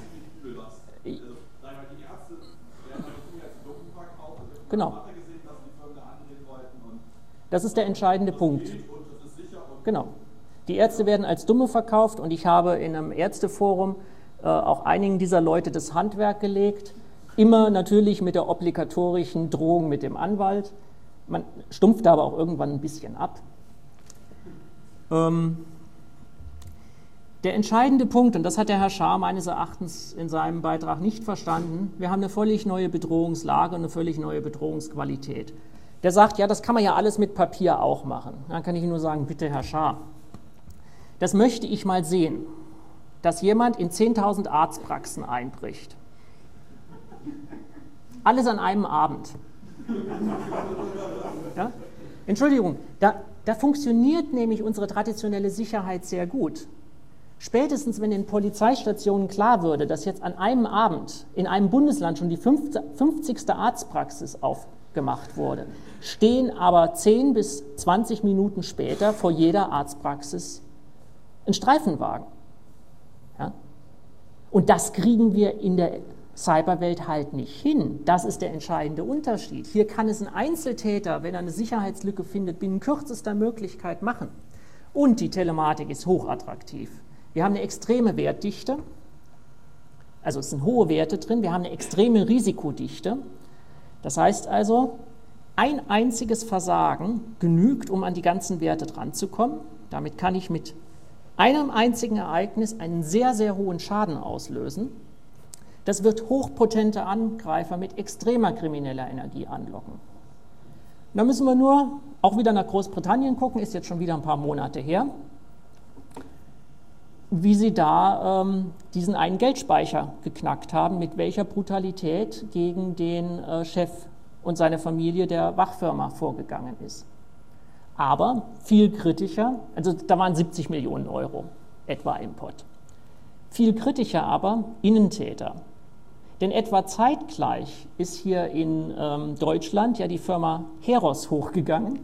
Genau. Das ist der entscheidende Punkt. Genau. Die Ärzte werden als Dumme verkauft und ich habe in einem Ärzteforum auch einigen dieser Leute das Handwerk gelegt. Immer natürlich mit der obligatorischen Drohung mit dem Anwalt. Man stumpft aber auch irgendwann ein bisschen ab. Der entscheidende Punkt, und das hat der Herr Schaar meines Erachtens in seinem Beitrag nicht verstanden, wir haben eine völlig neue Bedrohungslage und eine völlig neue Bedrohungsqualität. Der sagt, ja, das kann man ja alles mit Papier auch machen. Dann kann ich nur sagen, bitte Herr Schaar, das möchte ich mal sehen, dass jemand in 10.000 Arztpraxen einbricht. Alles an einem Abend. Ja? Entschuldigung, da funktioniert nämlich unsere traditionelle Sicherheit sehr gut. Spätestens, wenn den Polizeistationen klar würde, dass jetzt an einem Abend in einem Bundesland schon die 50. Arztpraxis aufgemacht wurde, stehen aber 10 bis 20 Minuten später vor jeder Arztpraxis ein Streifenwagen. Ja? Und das kriegen wir in der Cyberwelt halt nicht hin. Das ist der entscheidende Unterschied. Hier kann es ein Einzeltäter, wenn er eine Sicherheitslücke findet, binnen kürzester Möglichkeit machen. Und die Telematik ist hochattraktiv. Wir haben eine extreme Wertdichte, also es sind hohe Werte drin, wir haben eine extreme Risikodichte. Das heißt also, ein einziges Versagen genügt, um an die ganzen Werte dranzukommen. Damit kann ich mit einem einzigen Ereignis einen sehr, sehr hohen Schaden auslösen. Das wird hochpotente Angreifer mit extremer krimineller Energie anlocken. Da müssen wir nur auch wieder nach Großbritannien gucken, ist jetzt schon wieder ein paar Monate her, wie sie da diesen einen Geldspeicher geknackt haben, mit welcher Brutalität gegen den Chef und seine Familie der Wachfirma vorgegangen ist. Aber viel kritischer, also da waren 70 Millionen Euro etwa im Pott. Viel kritischer aber Innentäter. Denn etwa zeitgleich ist hier in Deutschland ja die Firma Heros hochgegangen,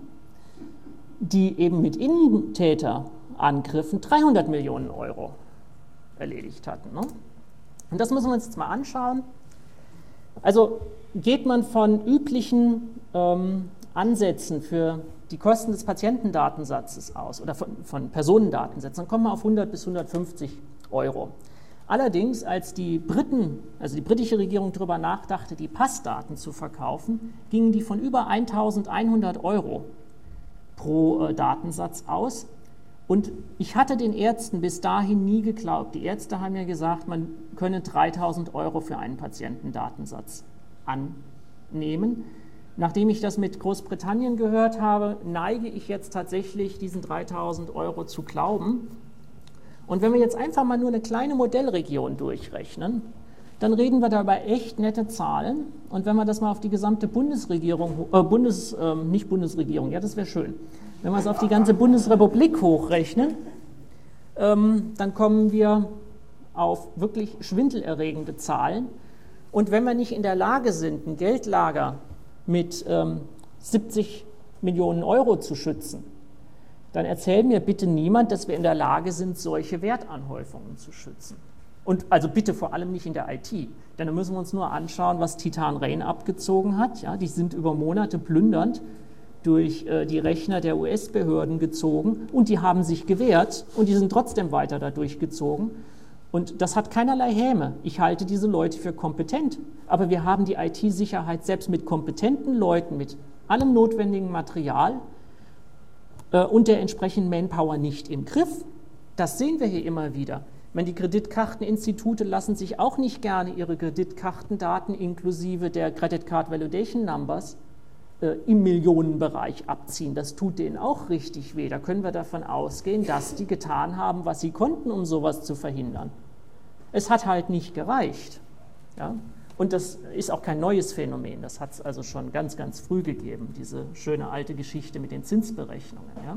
die eben mit Innentäterangriffen 300 Millionen Euro erledigt hatten. Ne? Und das müssen wir uns jetzt mal anschauen. Also geht man von üblichen Ansätzen für die Kosten des Patientendatensatzes aus oder von Personendatensätzen, dann kommen wir auf 100 bis 150 Euro. Allerdings, als die Briten, also die britische Regierung darüber nachdachte, die Passdaten zu verkaufen, gingen die von über 1.100 Euro pro Datensatz aus. Und ich hatte den Ärzten bis dahin nie geglaubt. Die Ärzte haben ja gesagt, man könne 3.000 Euro für einen Patientendatensatz annehmen. Nachdem ich das mit Großbritannien gehört habe, neige ich jetzt tatsächlich, diesen 3.000 Euro zu glauben. Und wenn wir jetzt einfach mal nur eine kleine Modellregion durchrechnen, dann reden wir da über echt nette Zahlen. Und wenn wir das mal auf die gesamte Bundesregierung, nicht Bundesregierung, ja, das wäre schön. Wenn wir es auf die ganze Bundesrepublik hochrechnen, dann kommen wir auf wirklich schwindelerregende Zahlen. Und wenn wir nicht in der Lage sind, ein Geldlager mit 70 Millionen Euro zu schützen, dann erzählt mir bitte niemand, dass wir in der Lage sind, solche Wertanhäufungen zu schützen. Und also bitte vor allem nicht in der IT. Denn dann müssen wir uns nur anschauen, was Titan Rain abgezogen hat. Ja, die sind über Monate plündernd durch die Rechner der US-Behörden gezogen und die haben sich gewehrt und die sind trotzdem weiter dadurch gezogen. Und das hat keinerlei Häme. Ich halte diese Leute für kompetent. Aber wir haben die IT-Sicherheit selbst mit kompetenten Leuten, mit allem notwendigen Material und der entsprechenden Manpower nicht im Griff. Das sehen wir hier immer wieder. Ich meine, die Kreditkarteninstitute lassen sich auch nicht gerne ihre Kreditkartendaten inklusive der Credit Card Validation Numbers im Millionenbereich abziehen. Das tut denen auch richtig weh. Da können wir davon ausgehen, dass die getan haben, was sie konnten, um sowas zu verhindern. Es hat halt nicht gereicht. Ja? Und das ist auch kein neues Phänomen, das hat es also schon ganz, ganz früh gegeben, diese schöne alte Geschichte mit den Zinsberechnungen. Ja?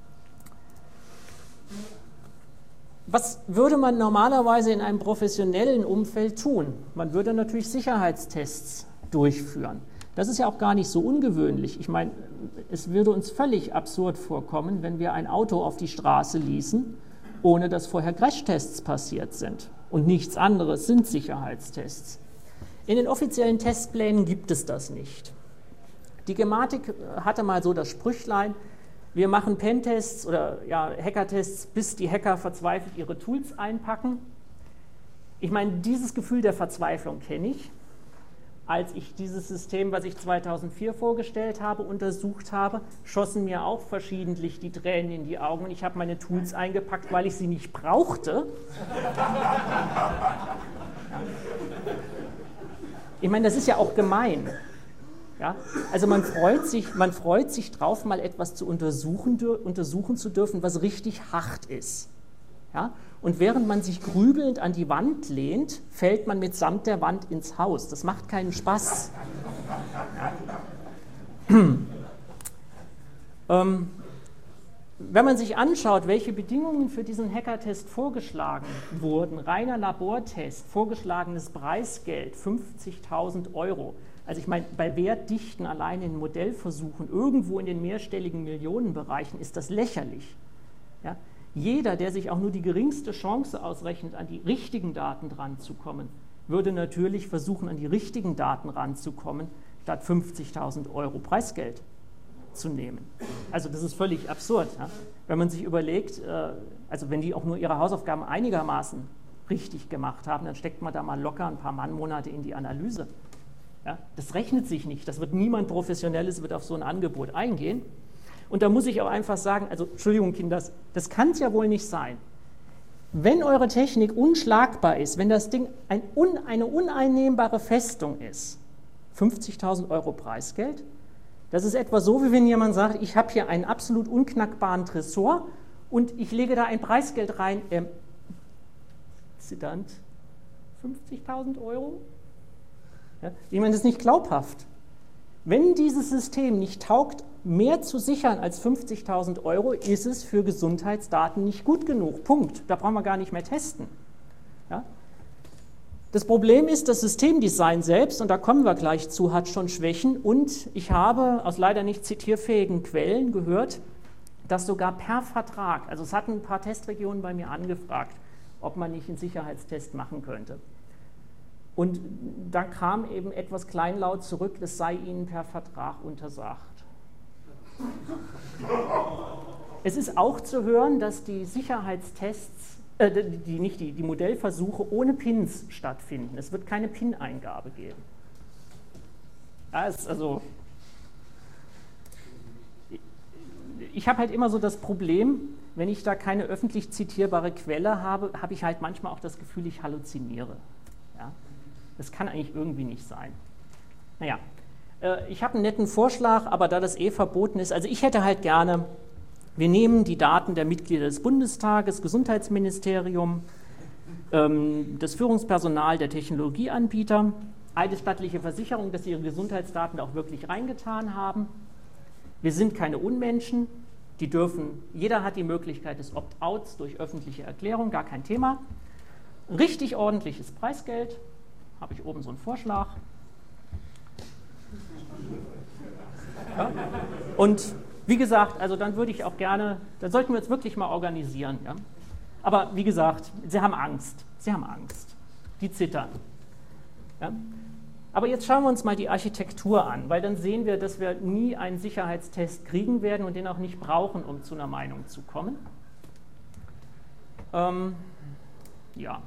Was würde man normalerweise in einem professionellen Umfeld tun? Man würde natürlich Sicherheitstests durchführen. Das ist ja auch gar nicht so ungewöhnlich. Ich meine, es würde uns völlig absurd vorkommen, wenn wir ein Auto auf die Straße ließen, ohne dass vorher Crashtests passiert sind. Und nichts anderes sind Sicherheitstests. In den offiziellen Testplänen gibt es das nicht. Die Gematik hatte mal so das Sprüchlein, wir machen Pentests oder ja, Hackertests, bis die Hacker verzweifelt ihre Tools einpacken. Ich meine, dieses Gefühl der Verzweiflung kenne ich. Als ich dieses System, was ich 2004 vorgestellt habe, untersucht habe, schossen mir auch verschiedentlich die Tränen in die Augen und ich habe meine Tools eingepackt, weil ich sie nicht brauchte. Ich meine, das ist ja auch gemein. Ja? Also man freut sich drauf, mal etwas zu untersuchen zu dürfen, was richtig hart ist. Ja? Und während man sich grübelnd an die Wand lehnt, fällt man mitsamt der Wand ins Haus. Das macht keinen Spaß. Ja. Wenn man sich anschaut, welche Bedingungen für diesen Hackertest vorgeschlagen wurden, reiner Labortest, vorgeschlagenes Preisgeld 50.000 €. Also ich meine, bei Wertdichten allein in Modellversuchen irgendwo in den mehrstelligen Millionenbereichen ist das lächerlich. Ja? Jeder, der sich auch nur die geringste Chance ausrechnet, an die richtigen Daten ranzukommen, würde natürlich versuchen, an die richtigen Daten ranzukommen, statt 50.000 € Preisgeld zu nehmen. Also das ist völlig absurd. Ja? Wenn man sich überlegt, also wenn die auch nur ihre Hausaufgaben einigermaßen richtig gemacht haben, dann steckt man da mal locker ein paar Mannmonate in die Analyse. Ja? Das rechnet sich nicht. Das wird niemand Professionelles wird auf so ein Angebot eingehen. Und da muss ich auch einfach sagen, also Entschuldigung Kinder, das kann es ja wohl nicht sein. Wenn eure Technik unschlagbar ist, wenn das Ding eine uneinnehmbare Festung ist, 50.000 € Preisgeld, das ist etwa so, wie wenn jemand sagt, ich habe hier einen absolut unknackbaren Tresor und ich lege da ein Preisgeld rein, zitternd, 50.000 €? Ja, ich meine, das ist nicht glaubhaft. Wenn dieses System nicht taugt, mehr zu sichern als 50.000 €, ist es für Gesundheitsdaten nicht gut genug. Punkt. Da brauchen wir gar nicht mehr testen. Ja? Das Problem ist, das Systemdesign selbst, und da kommen wir gleich zu, hat schon Schwächen. Und ich habe aus leider nicht zitierfähigen Quellen gehört, dass sogar per Vertrag, also es hatten ein paar Testregionen bei mir angefragt, ob man nicht einen Sicherheitstest machen könnte. Und da kam eben etwas kleinlaut zurück, das sei ihnen per Vertrag untersagt. Es ist auch zu hören, dass die Sicherheitstests, die Modellversuche ohne Pins stattfinden. Es wird keine PIN-Eingabe geben. Ja, ich habe halt immer so das Problem, wenn ich da keine öffentlich zitierbare Quelle habe, habe ich halt manchmal auch das Gefühl, ich halluziniere. Ja? Das kann eigentlich irgendwie nicht sein. Naja, ich habe einen netten Vorschlag, aber da das verboten ist, also ich hätte halt gerne, wir nehmen die Daten der Mitglieder des Bundestages, Gesundheitsministerium, das Führungspersonal der Technologieanbieter, eidesstattliche Versicherung, dass sie ihre Gesundheitsdaten auch wirklich reingetan haben. Wir sind keine Unmenschen, jeder hat die Möglichkeit des Opt-outs durch öffentliche Erklärung, gar kein Thema. Richtig ordentliches Preisgeld, habe ich oben so einen Vorschlag. Ja. Und wie gesagt, also dann würde ich auch gerne, dann sollten wir uns wirklich mal organisieren. Ja? Aber wie gesagt, sie haben Angst, die zittern. Ja? Aber jetzt schauen wir uns mal die Architektur an, weil dann sehen wir, dass wir nie einen Sicherheitstest kriegen werden und den auch nicht brauchen, um zu einer Meinung zu kommen. Ja.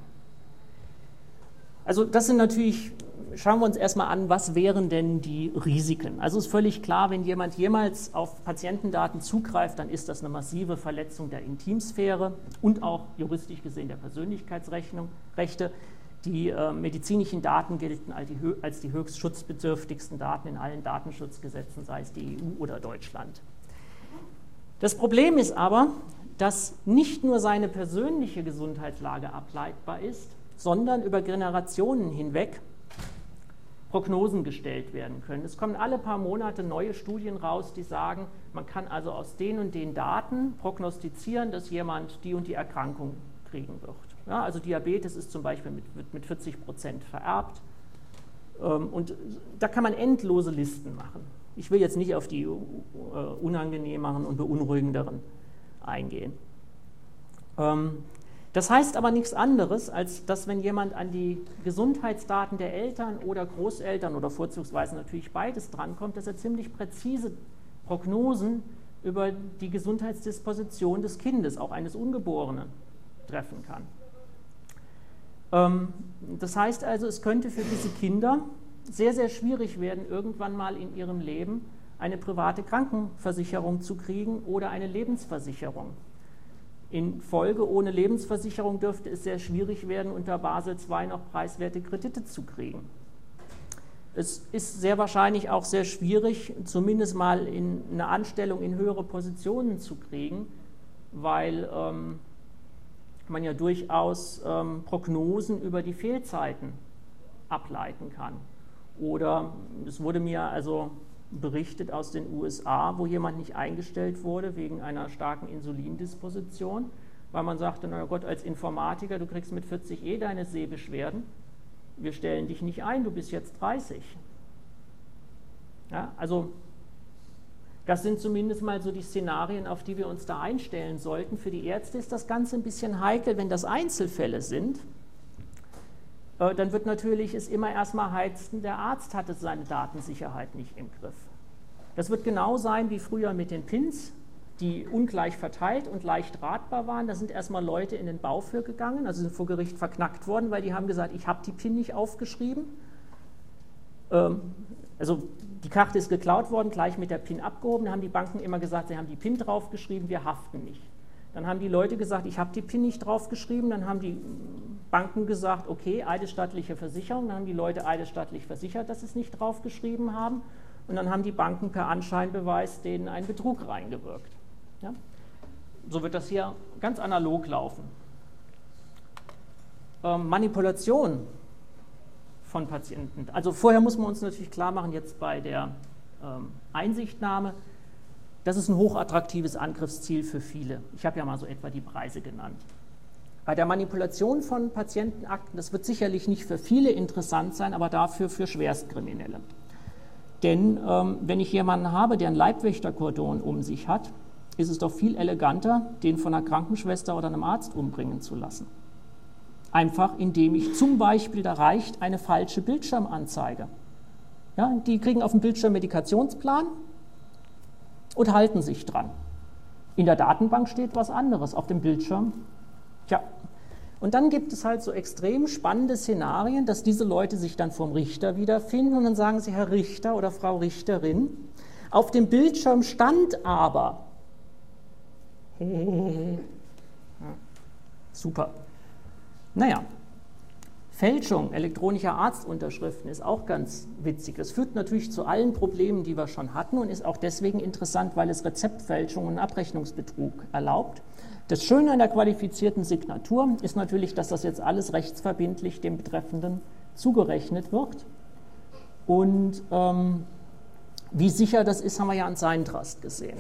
Also das sind natürlich, schauen wir uns erstmal an, was wären denn die Risiken? Also ist völlig klar, wenn jemand jemals auf Patientendaten zugreift, dann ist das eine massive Verletzung der Intimsphäre und auch juristisch gesehen der Persönlichkeitsrechte. Die medizinischen Daten gelten als die höchst schutzbedürftigsten Daten in allen Datenschutzgesetzen, sei es die EU oder Deutschland. Das Problem ist aber, dass nicht nur seine persönliche Gesundheitslage ableitbar ist, sondern über Generationen hinweg Prognosen gestellt werden können. Es kommen alle paar Monate neue Studien raus, die sagen, man kann also aus den und den Daten prognostizieren, dass jemand die und die Erkrankung kriegen wird. Ja, also Diabetes ist zum Beispiel mit 40% vererbt. Und da kann man endlose Listen machen. Ich will jetzt nicht auf die unangenehmeren und beunruhigenderen eingehen. Das heißt aber nichts anderes, als dass, wenn jemand an die Gesundheitsdaten der Eltern oder Großeltern oder vorzugsweise natürlich beides drankommt, dass er ziemlich präzise Prognosen über die Gesundheitsdisposition des Kindes, auch eines Ungeborenen, treffen kann. Das heißt also, es könnte für diese Kinder sehr, sehr schwierig werden, irgendwann mal in ihrem Leben eine private Krankenversicherung zu kriegen oder eine Lebensversicherung. In Folge, ohne Lebensversicherung dürfte es sehr schwierig werden, unter Basel II noch preiswerte Kredite zu kriegen. Es ist sehr wahrscheinlich auch sehr schwierig, zumindest mal in eine Anstellung in höhere Positionen zu kriegen, weil man ja durchaus Prognosen über die Fehlzeiten ableiten kann. Oder es wurde mir also berichtet aus den USA, wo jemand nicht eingestellt wurde wegen einer starken Insulindisposition, weil man sagte, na Gott, als Informatiker, du kriegst mit 40 deine Sehbeschwerden, wir stellen dich nicht ein, du bist jetzt 30. Ja, also das sind zumindest mal so die Szenarien, auf die wir uns da einstellen sollten. Für die Ärzte ist das Ganze ein bisschen heikel, wenn das Einzelfälle sind. Dann wird natürlich es immer erstmal heißen, der Arzt hatte seine Datensicherheit nicht im Griff. Das wird genau sein wie früher mit den Pins, die ungleich verteilt und leicht ratbar waren. Da sind erstmal Leute in den Bau für gegangen, also sind vor Gericht verknackt worden, weil die haben gesagt, ich habe die PIN nicht aufgeschrieben. Also die Karte ist geklaut worden, gleich mit der PIN abgehoben. Da haben die Banken immer gesagt, sie haben die PIN draufgeschrieben, wir haften nicht. Dann haben die Leute gesagt, ich habe die PIN nicht draufgeschrieben. Dann haben die Banken gesagt, okay, eidesstattliche Versicherung. Dann haben die Leute eidesstattlich versichert, dass sie es nicht draufgeschrieben haben. Und dann haben die Banken per Anscheinbeweis denen einen Betrug reingewirkt. Ja? So wird das hier ganz analog laufen. Manipulation von Patienten. Also vorher muss man uns natürlich klar machen, jetzt bei der Einsichtnahme, das ist ein hochattraktives Angriffsziel für viele. Ich habe ja mal so etwa die Preise genannt. Bei der Manipulation von Patientenakten, das wird sicherlich nicht für viele interessant sein, aber dafür für Schwerstkriminelle. Denn wenn ich jemanden habe, der ein Leibwächterkordon um sich hat, ist es doch viel eleganter, den von einer Krankenschwester oder einem Arzt umbringen zu lassen. Einfach indem ich zum Beispiel, da reicht eine falsche Bildschirmanzeige. Ja, die kriegen auf dem Bildschirm Medikationsplan und halten sich dran. In der Datenbank steht was anderes, auf dem Bildschirm. Tja, und dann gibt es halt so extrem spannende Szenarien, dass diese Leute sich dann vom Richter wiederfinden und dann sagen sie, Herr Richter oder Frau Richterin, auf dem Bildschirm stand aber. Super. Naja, Fälschung elektronischer Arztunterschriften ist auch ganz witzig. Das führt natürlich zu allen Problemen, die wir schon hatten und ist auch deswegen interessant, weil es Rezeptfälschung und Abrechnungsbetrug erlaubt. Das Schöne an der qualifizierten Signatur ist natürlich, dass das jetzt alles rechtsverbindlich dem Betreffenden zugerechnet wird. Und wie sicher das ist, haben wir ja an Seintrust gesehen.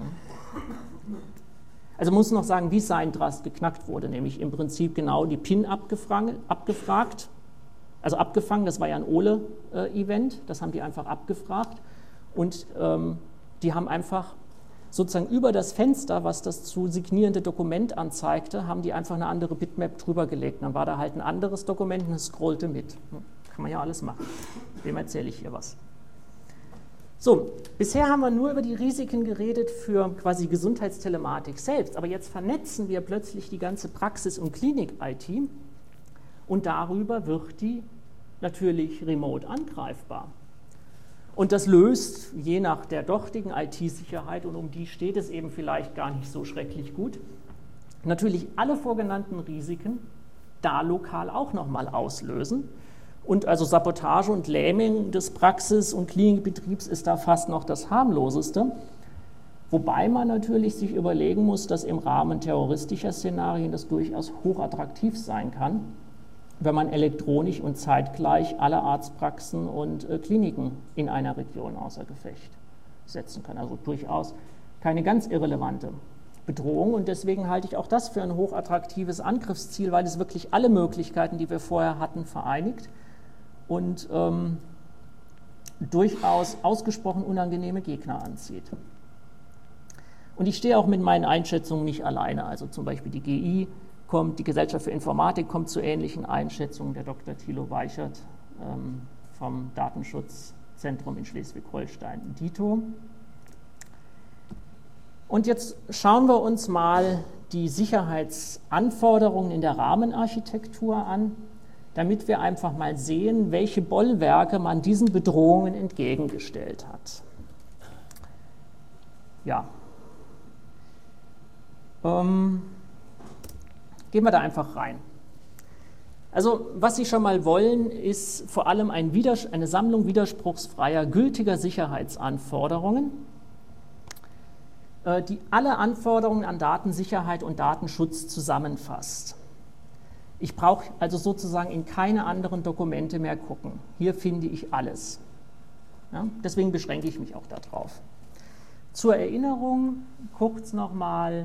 Also man muss noch sagen, wie Seintrust geknackt wurde, nämlich im Prinzip genau die PIN abgefragt, also abgefangen, das war ja ein Ole-Event, das haben die einfach abgefragt und die haben einfach sozusagen über das Fenster, was das zu signierende Dokument anzeigte, haben die einfach eine andere Bitmap drüber gelegt. Dann war da halt ein anderes Dokument und es scrollte mit. Kann man ja alles machen. Wem erzähle ich hier was? So, bisher haben wir nur über die Risiken geredet für quasi Gesundheitstelematik selbst, aber jetzt vernetzen wir plötzlich die ganze Praxis- und Klinik-IT und darüber wird die natürlich remote angreifbar. Und das löst, je nach der dortigen IT-Sicherheit, und um die steht es eben vielleicht gar nicht so schrecklich gut, natürlich alle vorgenannten Risiken da lokal auch nochmal auslösen. Und also Sabotage und Lähmung des Praxis- und Klinikbetriebs ist da fast noch das harmloseste. Wobei man natürlich sich überlegen muss, dass im Rahmen terroristischer Szenarien das durchaus hochattraktiv sein kann, wenn man elektronisch und zeitgleich alle Arztpraxen und Kliniken in einer Region außer Gefecht setzen kann. Also durchaus keine ganz irrelevante Bedrohung und deswegen halte ich auch das für ein hochattraktives Angriffsziel, weil es wirklich alle Möglichkeiten, die wir vorher hatten, vereinigt und durchaus ausgesprochen unangenehme Gegner anzieht. Und ich stehe auch mit meinen Einschätzungen nicht alleine, also zum Beispiel die GI die Gesellschaft für Informatik kommt zu ähnlichen Einschätzungen, der Dr. Thilo Weichert vom Datenschutzzentrum in Schleswig-Holstein, DITO. Und jetzt schauen wir uns mal die Sicherheitsanforderungen in der Rahmenarchitektur an, damit wir einfach mal sehen, welche Bollwerke man diesen Bedrohungen entgegengestellt hat. Ja. Gehen wir da einfach rein. Also, was Sie schon mal wollen, ist vor allem eine Sammlung widerspruchsfreier, gültiger Sicherheitsanforderungen, die alle Anforderungen an Datensicherheit und Datenschutz zusammenfasst. Ich brauche also sozusagen in keine anderen Dokumente mehr gucken. Hier finde ich alles. Ja, deswegen beschränke ich mich auch darauf. Zur Erinnerung, guckt nochmal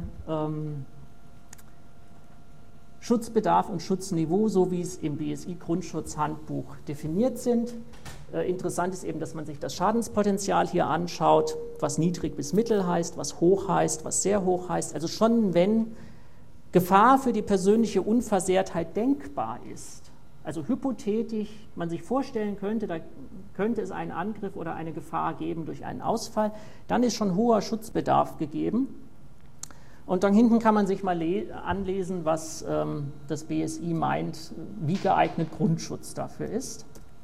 Schutzbedarf und Schutzniveau, so wie es im BSI-Grundschutzhandbuch definiert sind. Interessant ist eben, dass man sich das Schadenspotenzial hier anschaut, was niedrig bis mittel heißt, was hoch heißt, was sehr hoch heißt. Also schon wenn Gefahr für die persönliche Unversehrtheit denkbar ist, also hypothetisch man sich vorstellen könnte, da könnte es einen Angriff oder eine Gefahr geben durch einen Ausfall, dann ist schon hoher Schutzbedarf gegeben. Und dann hinten kann man sich mal anlesen, was das BSI meint, wie geeignet Grundschutz dafür ist.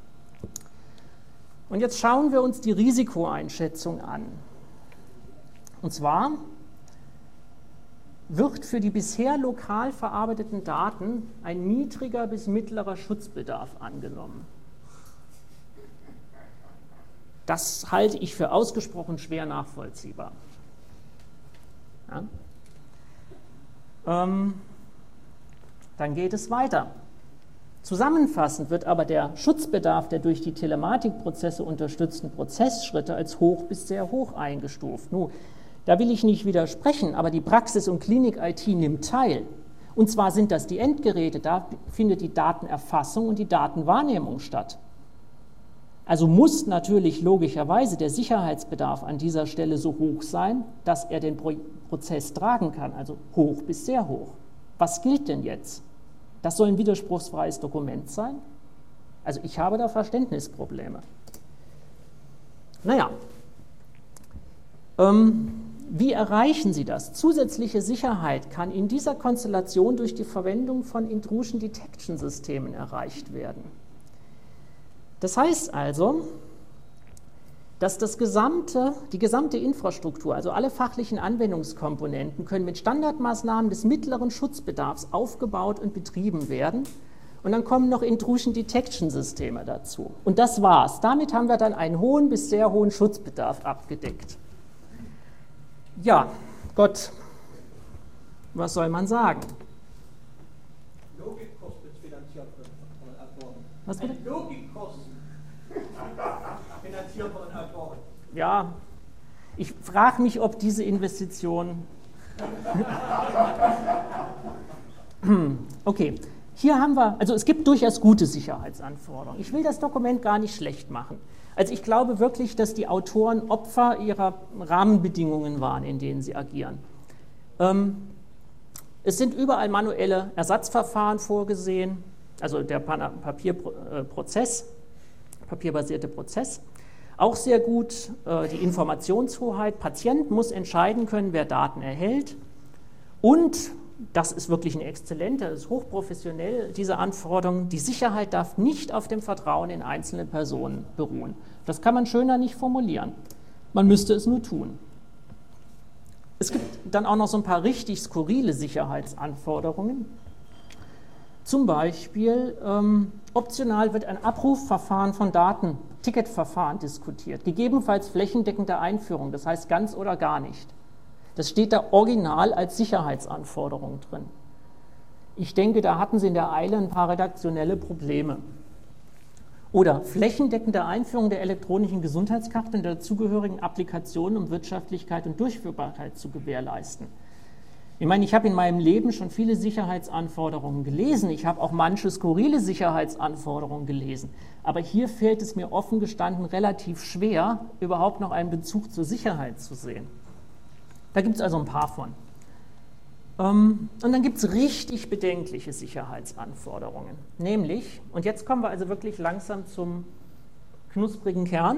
Und jetzt schauen wir uns die Risikoeinschätzung an. Und zwar wird für die bisher lokal verarbeiteten Daten ein niedriger bis mittlerer Schutzbedarf angenommen. Das halte ich für ausgesprochen schwer nachvollziehbar. Ja. Dann geht es weiter. Zusammenfassend wird aber der Schutzbedarf der durch die Telematikprozesse unterstützten Prozessschritte als hoch bis sehr hoch eingestuft. Nun, da will ich nicht widersprechen, aber die Praxis- und Klinik-IT nimmt teil. Und zwar sind das die Endgeräte, da findet die Datenerfassung und die Datenwahrnehmung statt. Also muss natürlich logischerweise der Sicherheitsbedarf an dieser Stelle so hoch sein, dass er den Prozess tragen kann, also hoch bis sehr hoch. Was gilt denn jetzt? Das soll ein widerspruchsfreies Dokument sein? Also ich habe da Verständnisprobleme. Naja, wie erreichen Sie das? Zusätzliche Sicherheit kann in dieser Konstellation durch die Verwendung von Intrusion Detection Systemen erreicht werden. Das heißt also, dass die gesamte Infrastruktur, also alle fachlichen Anwendungskomponenten, können mit Standardmaßnahmen des mittleren Schutzbedarfs aufgebaut und betrieben werden. Und dann kommen noch Intrusion Detection Systeme dazu. Und das war's. Damit haben wir dann einen hohen bis sehr hohen Schutzbedarf abgedeckt. Ja, Gott, was soll man sagen? Logikkosten finanziert von Autoren. Was bitte? Logikkosten finanziert von Autoren. Ja, ich frage mich, ob diese Investition... Okay, hier haben wir, also es gibt durchaus gute Sicherheitsanforderungen. Ich will das Dokument gar nicht schlecht machen. Also ich glaube wirklich, dass die Autoren Opfer ihrer Rahmenbedingungen waren, in denen sie agieren. Es sind überall manuelle Ersatzverfahren vorgesehen, also der papierbasierte Prozess. Auch sehr gut die Informationshoheit. Patient muss entscheiden können, wer Daten erhält. Und, das ist wirklich eine exzellente, das ist hochprofessionell, diese Anforderung, die Sicherheit darf nicht auf dem Vertrauen in einzelne Personen beruhen. Das kann man schöner nicht formulieren. Man müsste es nur tun. Es gibt dann auch noch so ein paar richtig skurrile Sicherheitsanforderungen. Zum Beispiel, optional wird ein Abrufverfahren von Daten, Ticketverfahren diskutiert, gegebenenfalls flächendeckende Einführung, das heißt ganz oder gar nicht. Das steht da original als Sicherheitsanforderung drin. Ich denke, da hatten Sie in der Eile ein paar redaktionelle Probleme. Oder flächendeckende Einführung der elektronischen Gesundheitskarte und der dazugehörigen Applikationen, um Wirtschaftlichkeit und Durchführbarkeit zu gewährleisten. Ich meine, ich habe in meinem Leben schon viele Sicherheitsanforderungen gelesen. Ich habe auch manche skurrile Sicherheitsanforderungen gelesen. Aber hier fällt es mir offen gestanden relativ schwer, überhaupt noch einen Bezug zur Sicherheit zu sehen. Da gibt es also ein paar von. Und dann gibt es richtig bedenkliche Sicherheitsanforderungen. Nämlich, und jetzt kommen wir also wirklich langsam zum knusprigen Kern,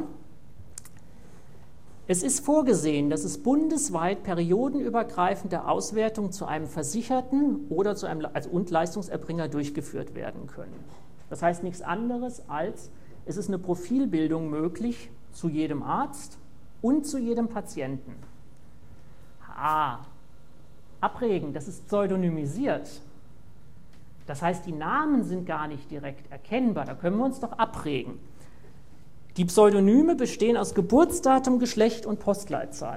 es ist vorgesehen, dass es bundesweit periodenübergreifende Auswertungen zu einem Versicherten oder zu einem und Leistungserbringer durchgeführt werden können. Das heißt nichts anderes als, es ist eine Profilbildung möglich zu jedem Arzt und zu jedem Patienten. Abregen, das ist pseudonymisiert. Das heißt, die Namen sind gar nicht direkt erkennbar, da können wir uns doch abregen. Die Pseudonyme bestehen aus Geburtsdatum, Geschlecht und Postleitzahl.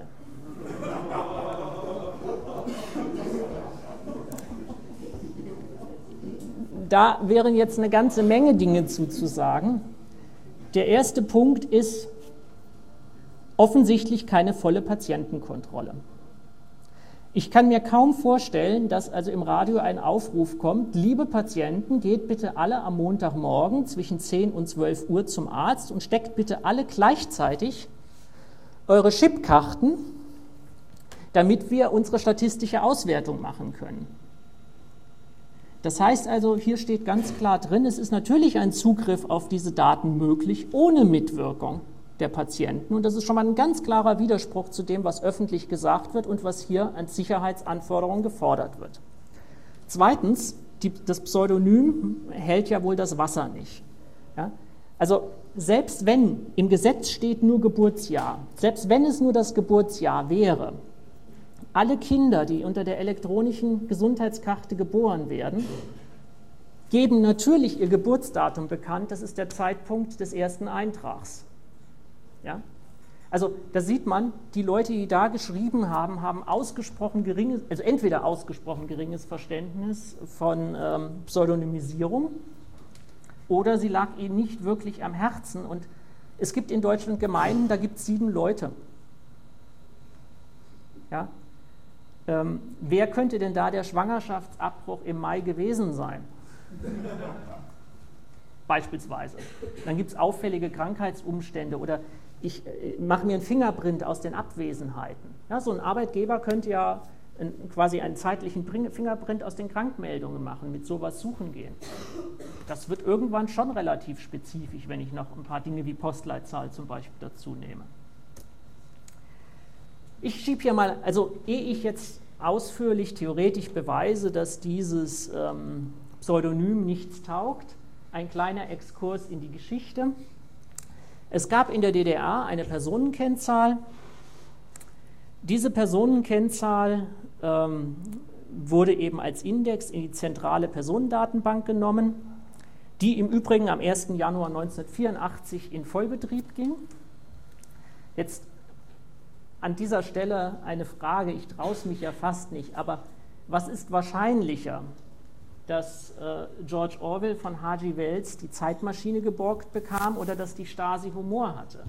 Da wären jetzt eine ganze Menge Dinge zu sagen. Der erste Punkt ist offensichtlich keine volle Patientenkontrolle. Ich kann mir kaum vorstellen, dass also im Radio ein Aufruf kommt, liebe Patienten, geht bitte alle am Montagmorgen zwischen 10 und 12 Uhr zum Arzt und steckt bitte alle gleichzeitig eure Chipkarten, damit wir unsere statistische Auswertung machen können. Das heißt also, hier steht ganz klar drin, es ist natürlich ein Zugriff auf diese Daten möglich, ohne Mitwirkung der Patienten. Und das ist schon mal ein ganz klarer Widerspruch zu dem, was öffentlich gesagt wird und was hier an Sicherheitsanforderungen gefordert wird. Zweitens, das Pseudonym hält ja wohl das Wasser nicht. Ja? Also selbst wenn im Gesetz steht nur Geburtsjahr, selbst wenn es nur das Geburtsjahr wäre, alle Kinder, die unter der elektronischen Gesundheitskarte geboren werden, geben natürlich ihr Geburtsdatum bekannt, das ist der Zeitpunkt des ersten Eintrags. Ja? Also da sieht man, die Leute, die da geschrieben haben, haben ausgesprochen geringes, also entweder ausgesprochen geringes Verständnis von Pseudonymisierung oder sie lag ihnen nicht wirklich am Herzen. Und es gibt in Deutschland Gemeinden, da gibt es 7 Leute. Ja? Wer könnte denn da der Schwangerschaftsabbruch im Mai gewesen sein? Beispielsweise. Dann gibt es auffällige Krankheitsumstände oder ich mache mir einen Fingerprint aus den Abwesenheiten. Ja, so ein Arbeitgeber könnte ja quasi einen zeitlichen Fingerprint aus den Krankmeldungen machen, mit sowas suchen gehen. Das wird irgendwann schon relativ spezifisch, wenn ich noch ein paar Dinge wie Postleitzahl zum Beispiel dazu nehme. Ich schiebe hier mal, also ehe ich jetzt ausführlich theoretisch beweise, dass dieses Pseudonym nichts taugt, ein kleiner Exkurs in die Geschichte. Es gab in der DDR eine Personenkennzahl. Diese Personenkennzahl wurde eben als Index in die zentrale Personendatenbank genommen, die im Übrigen am 1. Januar 1984 in Vollbetrieb ging. Jetzt an dieser Stelle eine Frage, ich traue es mich ja fast nicht, aber was ist wahrscheinlicher, dass George Orwell von H.G. Wells die Zeitmaschine geborgt bekam oder dass die Stasi Humor hatte?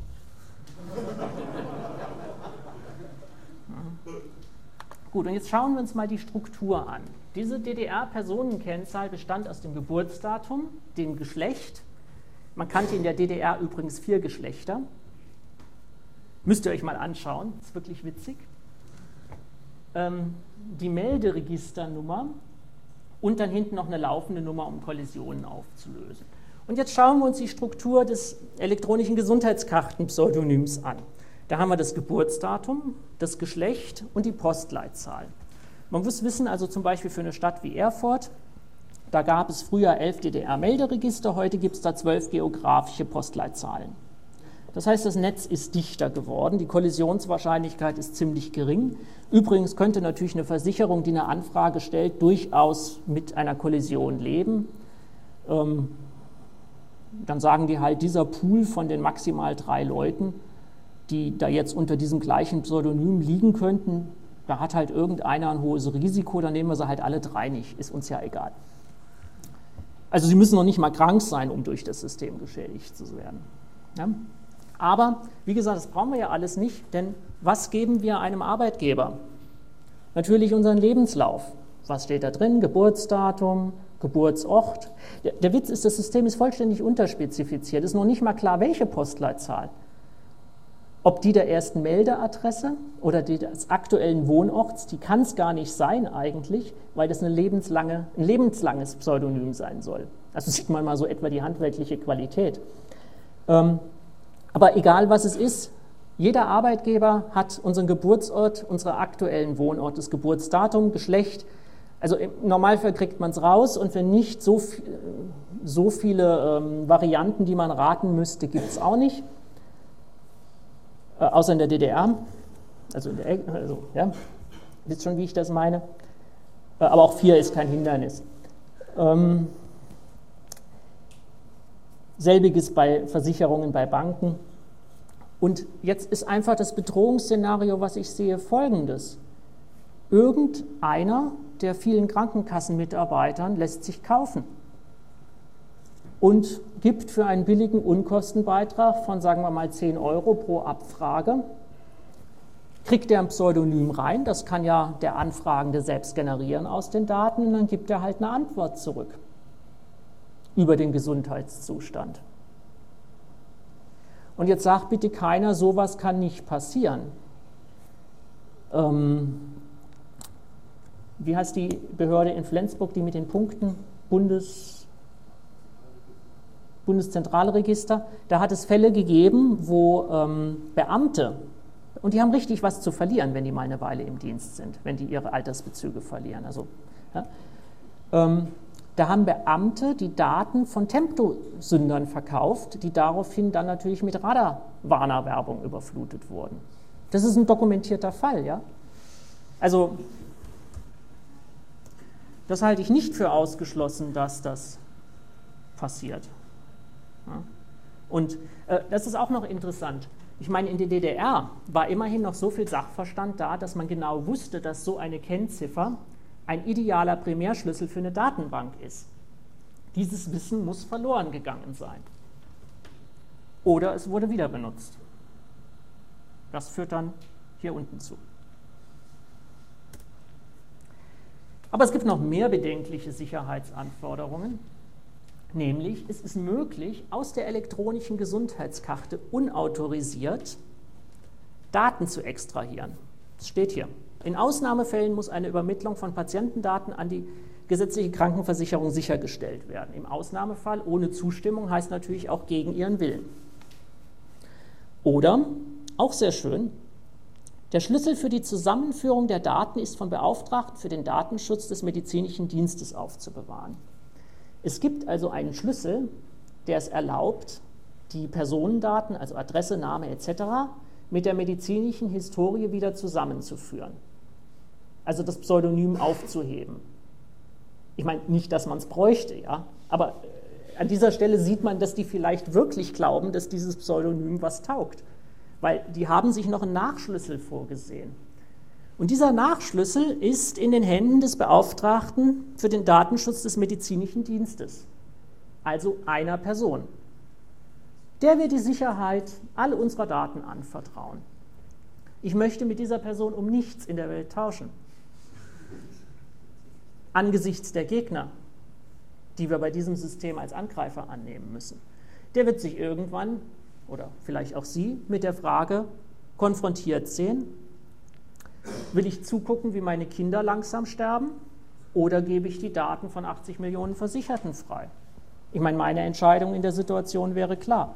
Gut, und jetzt schauen wir uns mal die Struktur an. Diese DDR-Personenkennzahl bestand aus dem Geburtsdatum, dem Geschlecht. Man kannte in der DDR übrigens 4 Geschlechter. Müsst ihr euch mal anschauen, ist wirklich witzig. Die Melderegisternummer und dann hinten noch eine laufende Nummer, um Kollisionen aufzulösen. Und jetzt schauen wir uns die Struktur des elektronischen Gesundheitskartenpseudonyms an. Da haben wir das Geburtsdatum, das Geschlecht und die Postleitzahl. Man muss wissen, also zum Beispiel für eine Stadt wie Erfurt, da gab es früher 11 DDR-Melderegister, heute gibt es da 12 geografische Postleitzahlen. Das heißt, das Netz ist dichter geworden, die Kollisionswahrscheinlichkeit ist ziemlich gering. Übrigens könnte natürlich eine Versicherung, die eine Anfrage stellt, durchaus mit einer Kollision leben. Dann sagen die halt, dieser Pool von den maximal 3 Leuten, die da jetzt unter diesem gleichen Pseudonym liegen könnten, da hat halt irgendeiner ein hohes Risiko, dann nehmen wir sie halt alle 3 nicht, ist uns ja egal. Also sie müssen noch nicht mal krank sein, um durch das System geschädigt zu werden. Ja? Aber, wie gesagt, das brauchen wir ja alles nicht, denn was geben wir einem Arbeitgeber? Natürlich unseren Lebenslauf. Was steht da drin? Geburtsdatum, Geburtsort. Der Witz ist, das System ist vollständig unterspezifiziert. Es ist noch nicht mal klar, welche Postleitzahl. Ob die der ersten Meldeadresse oder die des aktuellen Wohnorts, die kann es gar nicht sein eigentlich, weil das ein lebenslanges Pseudonym sein soll. Also sieht man mal so etwa die handwerkliche Qualität. Aber egal, was es ist, jeder Arbeitgeber hat unseren Geburtsort, unseren aktuellen Wohnort, das Geburtsdatum, Geschlecht. Also im Normalfall kriegt man es raus und wenn nicht, so viele Varianten, die man raten müsste, gibt es auch nicht. Außer in der DDR. Also ja, wisst schon, wie ich das meine. Aber auch 4 ist kein Hindernis. Selbiges bei Versicherungen, bei Banken. Und jetzt ist einfach das Bedrohungsszenario, was ich sehe, folgendes. Irgendeiner der vielen Krankenkassenmitarbeitern lässt sich kaufen und gibt für einen billigen Unkostenbeitrag von, sagen wir mal, 10 € pro Abfrage, kriegt er ein Pseudonym rein, das kann ja der Anfragende selbst generieren aus den Daten, und dann gibt er halt eine Antwort zurück über den Gesundheitszustand. Und jetzt sagt bitte keiner, sowas kann nicht passieren. Wie heißt die Behörde in Flensburg, die mit den Punkten? Bundeszentralregister. Da hat es Fälle gegeben, wo Beamte, und die haben richtig was zu verlieren, wenn die mal eine Weile im Dienst sind, wenn die ihre Altersbezüge verlieren. Also, ja, da haben Beamte die Daten von Tempelsündern verkauft, die daraufhin dann natürlich mit Radarwarnerwerbung überflutet wurden. Das ist ein dokumentierter Fall, ja. Also, das halte ich nicht für ausgeschlossen, dass das passiert. Ja. Und das ist auch noch interessant. Ich meine, in der DDR war immerhin noch so viel Sachverstand da, dass man genau wusste, dass so eine Kennziffer ein idealer Primärschlüssel für eine Datenbank ist. Dieses Wissen muss verloren gegangen sein. Oder es wurde wieder benutzt. Das führt dann hier unten zu. Aber es gibt noch mehr bedenkliche Sicherheitsanforderungen, nämlich es ist möglich, aus der elektronischen Gesundheitskarte unautorisiert Daten zu extrahieren. Das steht hier. In Ausnahmefällen muss eine Übermittlung von Patientendaten an die gesetzliche Krankenversicherung sichergestellt werden. Im Ausnahmefall ohne Zustimmung heißt natürlich auch gegen ihren Willen. Oder, auch sehr schön, der Schlüssel für die Zusammenführung der Daten ist von Beauftragten für den Datenschutz des medizinischen Dienstes aufzubewahren. Es gibt also einen Schlüssel, der es erlaubt, die Personendaten, also Adresse, Name etc., mit der medizinischen Historie wieder zusammenzuführen. Also das Pseudonym aufzuheben. Ich meine, nicht, dass man es bräuchte, ja, aber an dieser Stelle sieht man, dass die vielleicht wirklich glauben, dass dieses Pseudonym was taugt. Weil die haben sich noch einen Nachschlüssel vorgesehen. Und dieser Nachschlüssel ist in den Händen des Beauftragten für den Datenschutz des medizinischen Dienstes, also einer Person. Der wird die Sicherheit all unserer Daten anvertrauen. Ich möchte mit dieser Person um nichts in der Welt tauschen. Angesichts der Gegner, die wir bei diesem System als Angreifer annehmen müssen. Der wird sich irgendwann, oder vielleicht auch Sie, mit der Frage konfrontiert sehen: Will ich zugucken, wie meine Kinder langsam sterben, oder gebe ich die Daten von 80 Millionen Versicherten frei? Ich meine, meine Entscheidung in der Situation wäre klar.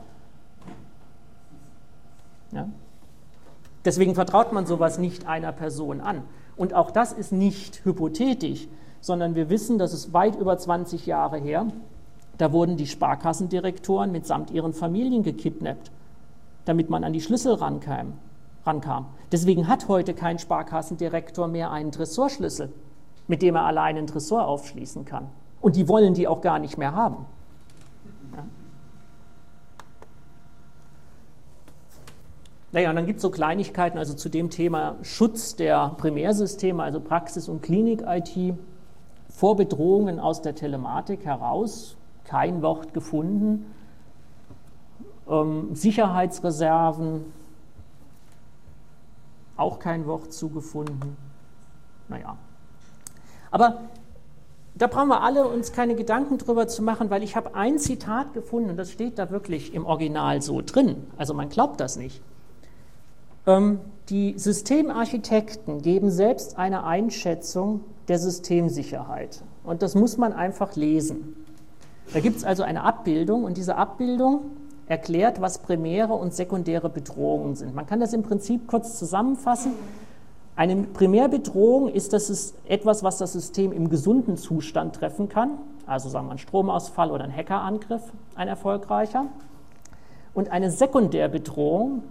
Ja? Deswegen vertraut man sowas nicht einer Person an. Und auch das ist nicht hypothetisch, sondern wir wissen, dass es weit über 20 Jahre her, da wurden die Sparkassendirektoren mitsamt ihren Familien gekidnappt, damit man an die Schlüssel rankam. Deswegen hat heute kein Sparkassendirektor mehr einen Tresorschlüssel, mit dem er allein einen Tresor aufschließen kann. Und die wollen die auch gar nicht mehr haben. Ja. Naja, und dann gibt es so Kleinigkeiten, also zu dem Thema Schutz der Primärsysteme, also Praxis- und Klinik-IT, vor Bedrohungen aus der Telematik heraus, kein Wort gefunden. Sicherheitsreserven, auch kein Wort zugefunden. Naja. Aber da brauchen wir alle uns keine Gedanken drüber zu machen, weil ich habe ein Zitat gefunden, und das steht da wirklich im Original so drin. Also man glaubt das nicht. Die Systemarchitekten geben selbst eine Einschätzung der Systemsicherheit. Und das muss man einfach lesen. Da gibt es also eine Abbildung, und diese Abbildung erklärt, was primäre und sekundäre Bedrohungen sind. Man kann das im Prinzip kurz zusammenfassen. Eine Primärbedrohung ist etwas, was das System im gesunden Zustand treffen kann, also sagen wir ein Stromausfall oder ein Hackerangriff, ein erfolgreicher. Und eine Sekundärbedrohung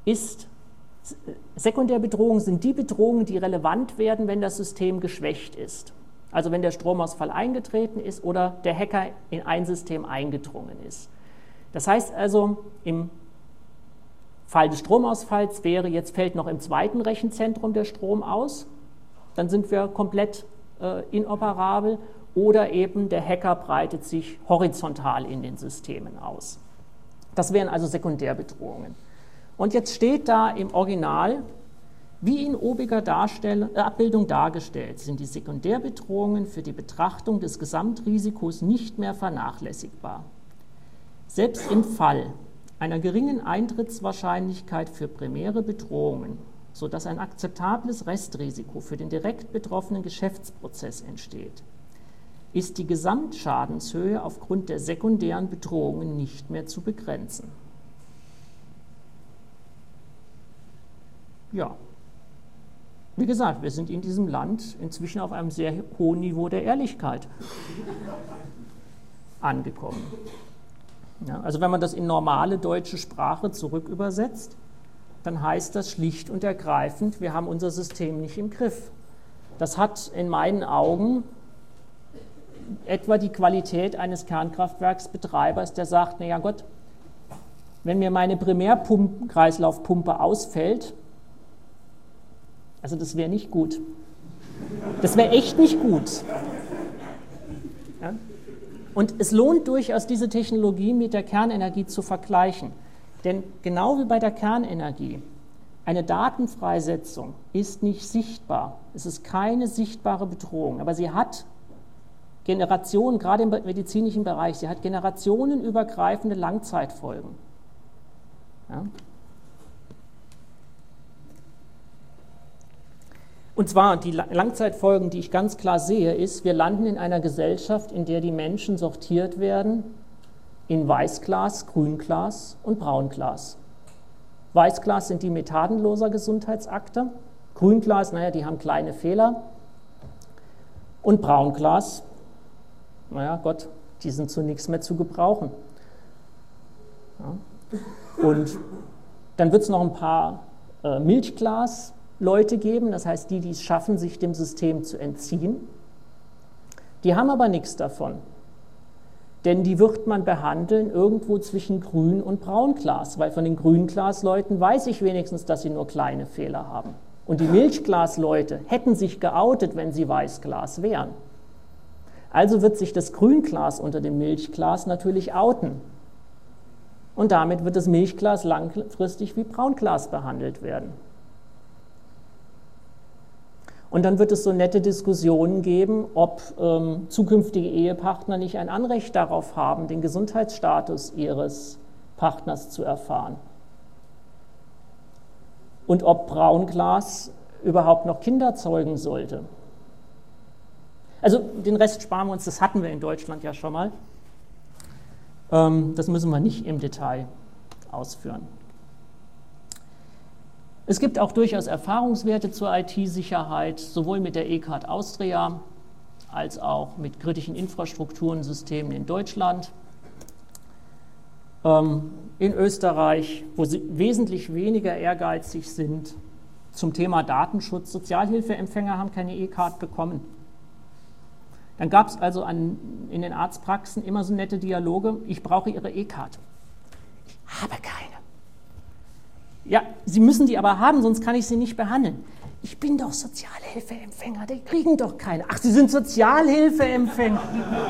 sind die Bedrohungen, die relevant werden, wenn das System geschwächt ist. Also wenn der Stromausfall eingetreten ist oder der Hacker in ein System eingedrungen ist. Das heißt also, im Fall des Stromausfalls fällt noch im zweiten Rechenzentrum der Strom aus, dann sind wir komplett inoperabel, oder eben der Hacker breitet sich horizontal in den Systemen aus. Das wären also Sekundärbedrohungen. Und jetzt steht da im Original, wie in obiger Abbildung dargestellt, sind die Sekundärbedrohungen für die Betrachtung des Gesamtrisikos nicht mehr vernachlässigbar. Selbst im Fall einer geringen Eintrittswahrscheinlichkeit für primäre Bedrohungen, sodass ein akzeptables Restrisiko für den direkt betroffenen Geschäftsprozess entsteht, ist die Gesamtschadenshöhe aufgrund der sekundären Bedrohungen nicht mehr zu begrenzen. Ja, wie gesagt, wir sind in diesem Land inzwischen auf einem sehr hohen Niveau der Ehrlichkeit angekommen. Ja, also wenn man das in normale deutsche Sprache zurückübersetzt, dann heißt das schlicht und ergreifend, wir haben unser System nicht im Griff. Das hat in meinen Augen etwa die Qualität eines Kernkraftwerksbetreibers, der sagt, naja Gott, wenn mir meine Primärkreislaufpumpe ausfällt, also das wäre nicht gut. Das wäre echt nicht gut. Ja? Und es lohnt durchaus, diese Technologie mit der Kernenergie zu vergleichen. Denn genau wie bei der Kernenergie, eine Datenfreisetzung ist nicht sichtbar. Es ist keine sichtbare Bedrohung. Aber sie hat Generationen, gerade im medizinischen Bereich, sie hat generationenübergreifende Langzeitfolgen. Ja? Und zwar die Langzeitfolgen, die ich ganz klar sehe, ist, wir landen in einer Gesellschaft, in der die Menschen sortiert werden in Weißglas, Grünglas und Braunglas. Weißglas sind die mit tadelloser Gesundheitsakte, Grünglas, naja, die haben kleine Fehler, und Braunglas, naja Gott, die sind zu nichts mehr zu gebrauchen. Ja. Und dann wird es noch ein paar Milchglas-Leute geben, das heißt die es schaffen, sich dem System zu entziehen. Die haben aber nichts davon, denn die wird man behandeln irgendwo zwischen Grün- und Braunglas, weil von den Grünglas-Leuten weiß ich wenigstens, dass sie nur kleine Fehler haben. Und die Milchglas-Leute hätten sich geoutet, wenn sie Weißglas wären. Also wird sich das Grünglas unter dem Milchglas natürlich outen. Und damit wird das Milchglas langfristig wie Braunglas behandelt werden. Und dann wird es so nette Diskussionen geben, ob zukünftige Ehepartner nicht ein Anrecht darauf haben, den Gesundheitsstatus ihres Partners zu erfahren. Und ob Braunglas überhaupt noch Kinder zeugen sollte. Also den Rest sparen wir uns, das hatten wir in Deutschland ja schon mal. Das müssen wir nicht im Detail ausführen. Es gibt auch durchaus Erfahrungswerte zur IT-Sicherheit, sowohl mit der ECAT Austria als auch mit kritischen Infrastrukturensystemen in Deutschland. In Österreich, wo sie wesentlich weniger ehrgeizig sind, zum Thema Datenschutz. Sozialhilfeempfänger haben keine ECAT bekommen. Dann gab es also in den Arztpraxen immer so nette Dialoge, ich brauche Ihre ECAT. Ich habe keine. Ja, Sie müssen die aber haben, sonst kann ich sie nicht behandeln. Ich bin doch Sozialhilfeempfänger, die kriegen doch keine. Ach, Sie sind Sozialhilfeempfänger.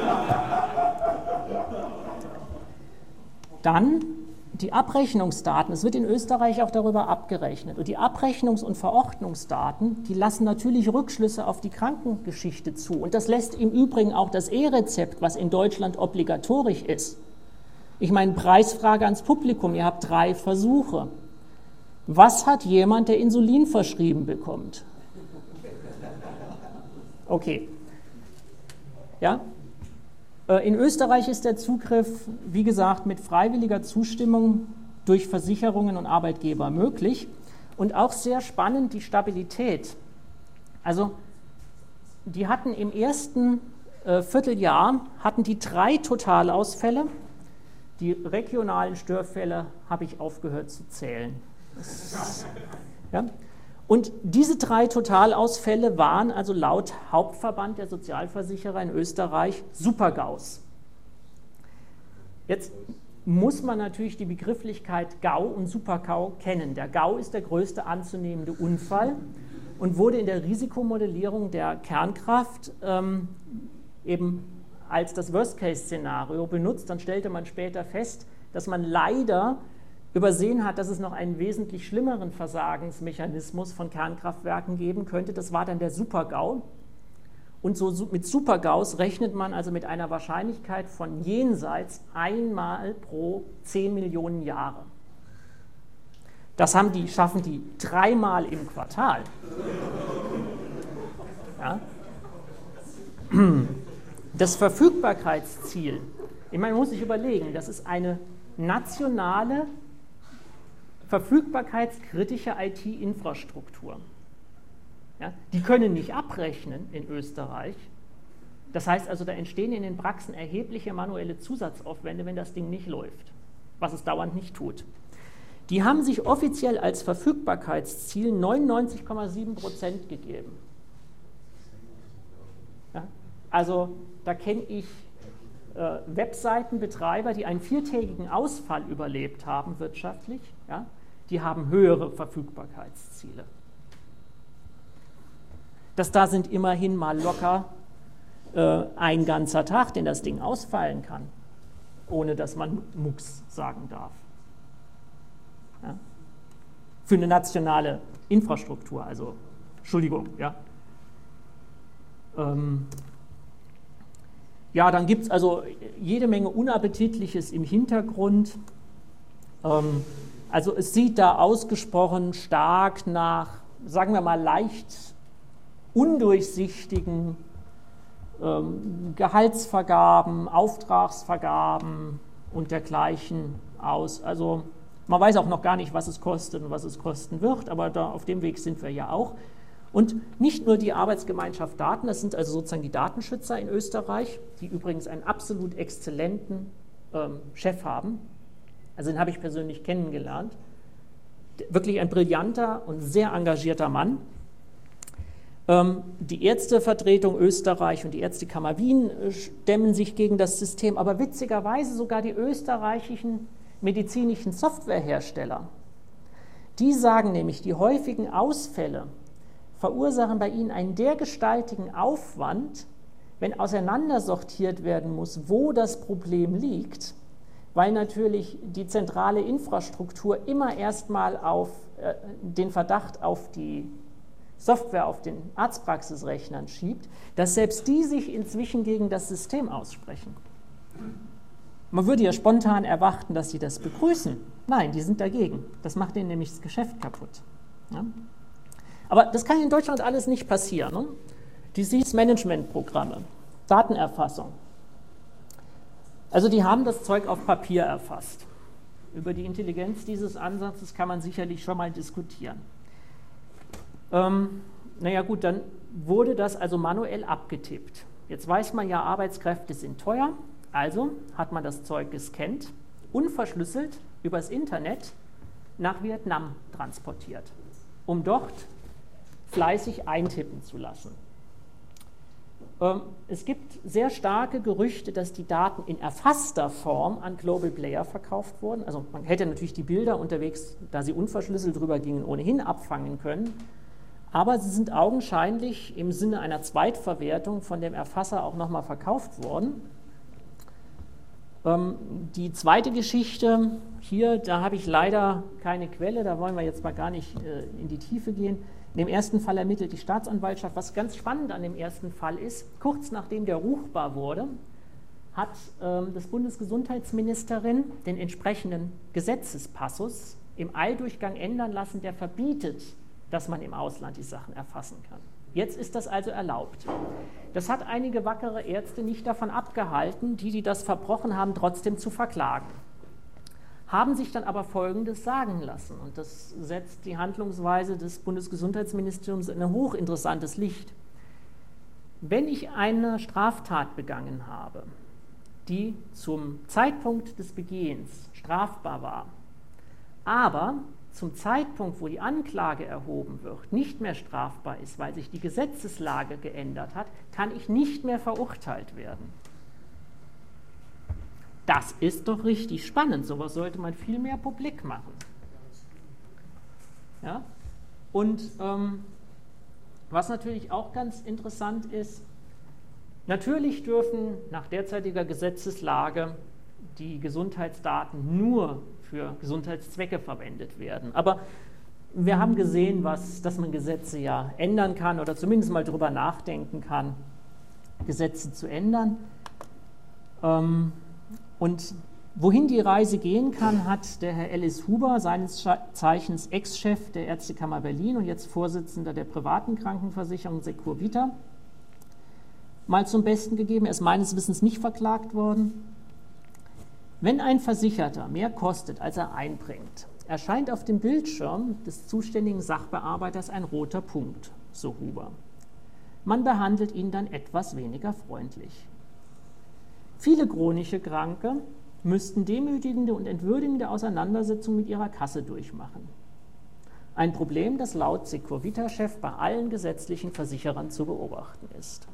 Dann die Abrechnungsdaten. Es wird in Österreich auch darüber abgerechnet. Und die Abrechnungs- und Verordnungsdaten, die lassen natürlich Rückschlüsse auf die Krankengeschichte zu. Und das lässt im Übrigen auch das E-Rezept, was in Deutschland obligatorisch ist. Ich meine, Preisfrage ans Publikum. Ihr habt 3 Versuche. Was hat jemand, der Insulin verschrieben bekommt? Okay. Ja? In Österreich ist der Zugriff, wie gesagt, mit freiwilliger Zustimmung durch Versicherungen und Arbeitgeber möglich. Und auch sehr spannend die Stabilität. Also, die hatten im ersten Vierteljahr hatten die 3 Totalausfälle. Die regionalen Störfälle habe ich aufgehört zu zählen. Ja? Und diese 3 Totalausfälle waren also laut Hauptverband der Sozialversicherer in Österreich Super-GAUs. Jetzt muss man natürlich die Begrifflichkeit GAU und Super-GAU kennen. Der GAU ist der größte anzunehmende Unfall und wurde in der Risikomodellierung der Kernkraft eben als das Worst-Case-Szenario benutzt. Dann stellte man später fest, dass man leider übersehen hat, dass es noch einen wesentlich schlimmeren Versagensmechanismus von Kernkraftwerken geben könnte. Das war dann der Super-GAU. Und so mit Super-GAUs rechnet man also mit einer Wahrscheinlichkeit von jenseits einmal pro 10 Millionen Jahre. Das schaffen die 3-mal im Quartal. Ja? Das Verfügbarkeitsziel, ich meine, man muss sich überlegen, das ist eine nationale verfügbarkeitskritische IT-Infrastruktur. Ja, die können nicht abrechnen in Österreich. Das heißt also, da entstehen in den Praxen erhebliche manuelle Zusatzaufwände, wenn das Ding nicht läuft, was es dauernd nicht tut. Die haben sich offiziell als Verfügbarkeitsziel 99,7% gegeben. Ja, also da kenne ich Webseitenbetreiber, die einen 4-tägigen Ausfall überlebt haben wirtschaftlich, ja, die haben höhere Verfügbarkeitsziele. Das da sind immerhin mal locker ein ganzer Tag, den das Ding ausfallen kann, ohne dass man Mucks sagen darf. Ja? Für eine nationale Infrastruktur, also Entschuldigung, ja. Ja, dann gibt es also jede Menge Unappetitliches im Hintergrund. Also es sieht da ausgesprochen stark nach, sagen wir mal, leicht undurchsichtigen Gehaltsvergaben, Auftragsvergaben und dergleichen aus. Also man weiß auch noch gar nicht, was es kostet und was es kosten wird, aber auf dem Weg sind wir ja auch. Und nicht nur die Arbeitsgemeinschaft Daten, das sind also sozusagen die Datenschützer in Österreich, die übrigens einen absolut exzellenten Chef haben. Also den habe ich persönlich kennengelernt. Wirklich ein brillanter und sehr engagierter Mann. Die Ärztevertretung Österreich und die Ärztekammer Wien stemmen sich gegen das System, aber witzigerweise sogar die österreichischen medizinischen Softwarehersteller. Die sagen nämlich, die häufigen Ausfälle verursachen bei ihnen einen dergestaltigen Aufwand, wenn auseinandersortiert werden muss, wo das Problem liegt, weil natürlich die zentrale Infrastruktur immer erstmal auf den Verdacht auf die Software auf den Arztpraxisrechnern schiebt, dass selbst die sich inzwischen gegen das System aussprechen. Man würde ja spontan erwarten, dass sie das begrüßen. Nein, die sind dagegen. Das macht ihnen nämlich das Geschäft kaputt. Ja? Aber das kann in Deutschland alles nicht passieren. Ne? Disease-Management-Programme, Datenerfassung. Also die haben das Zeug auf Papier erfasst. Über die Intelligenz dieses Ansatzes kann man sicherlich schon mal diskutieren. Naja gut, dann wurde das also manuell abgetippt. Jetzt weiß man ja, Arbeitskräfte sind teuer, also hat man das Zeug gescannt, unverschlüsselt übers Internet nach Vietnam transportiert, um dort fleißig eintippen zu lassen. Es gibt sehr starke Gerüchte, dass die Daten in erfasster Form an Global Player verkauft wurden. Also man hätte natürlich die Bilder unterwegs, da sie unverschlüsselt drüber gingen, ohnehin abfangen können. Aber sie sind augenscheinlich im Sinne einer Zweitverwertung von dem Erfasser auch nochmal verkauft worden. Die zweite Geschichte hier, da habe ich leider keine Quelle, da wollen wir jetzt mal gar nicht in die Tiefe gehen. In dem ersten Fall ermittelt die Staatsanwaltschaft. Was ganz spannend an dem ersten Fall ist, kurz nachdem der ruchbar wurde, hat das Bundesgesundheitsministerin den entsprechenden Gesetzespassus im Eildurchgang ändern lassen, der verbietet, dass man im Ausland die Sachen erfassen kann. Jetzt ist das also erlaubt. Das hat einige wackere Ärzte nicht davon abgehalten, die das verbrochen haben, trotzdem zu verklagen. Haben sich dann aber Folgendes sagen lassen, und das setzt die Handlungsweise des Bundesgesundheitsministeriums in ein hochinteressantes Licht. Wenn ich eine Straftat begangen habe, die zum Zeitpunkt des Begehens strafbar war, aber zum Zeitpunkt, wo die Anklage erhoben wird, nicht mehr strafbar ist, weil sich die Gesetzeslage geändert hat, kann ich nicht mehr verurteilt werden. Das ist doch richtig spannend. Sowas sollte man viel mehr publik machen. Ja? Und was natürlich auch ganz interessant ist, natürlich dürfen nach derzeitiger Gesetzeslage die Gesundheitsdaten nur für Gesundheitszwecke verwendet werden. Aber wir haben gesehen, dass man Gesetze ja ändern kann oder zumindest mal darüber nachdenken kann, Gesetze zu ändern. Und wohin die Reise gehen kann, hat der Herr Ellis Huber, seines Zeichens Ex-Chef der Ärztekammer Berlin und jetzt Vorsitzender der privaten Krankenversicherung Securvita, mal zum Besten gegeben. Er ist meines Wissens nicht verklagt worden. Wenn ein Versicherter mehr kostet, als er einbringt, erscheint auf dem Bildschirm des zuständigen Sachbearbeiters ein roter Punkt, so Huber. Man behandelt ihn dann etwas weniger freundlich. Viele chronische Kranke müssten demütigende und entwürdigende Auseinandersetzungen mit ihrer Kasse durchmachen. Ein Problem, das laut Securvita-Chef bei allen gesetzlichen Versicherern zu beobachten ist.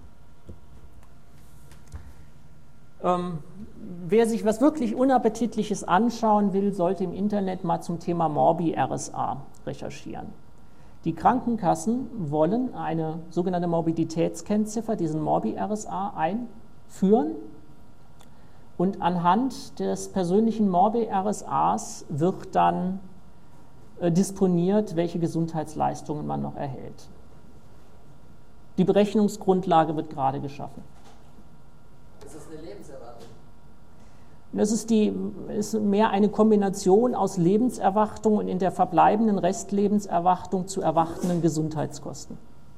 Wer sich was wirklich Unappetitliches anschauen will, sollte im Internet mal zum Thema Morbi-RSA recherchieren. Die Krankenkassen wollen eine sogenannte Morbiditätskennziffer, diesen Morbi-RSA, einführen. Und anhand des persönlichen Morbi-RSAs wird dann disponiert, welche Gesundheitsleistungen man noch erhält. Die Berechnungsgrundlage wird gerade geschaffen. Ist das eine Lebenserwartung? Das ist mehr eine Kombination aus Lebenserwartung und in der verbleibenden Restlebenserwartung zu erwartenden Gesundheitskosten.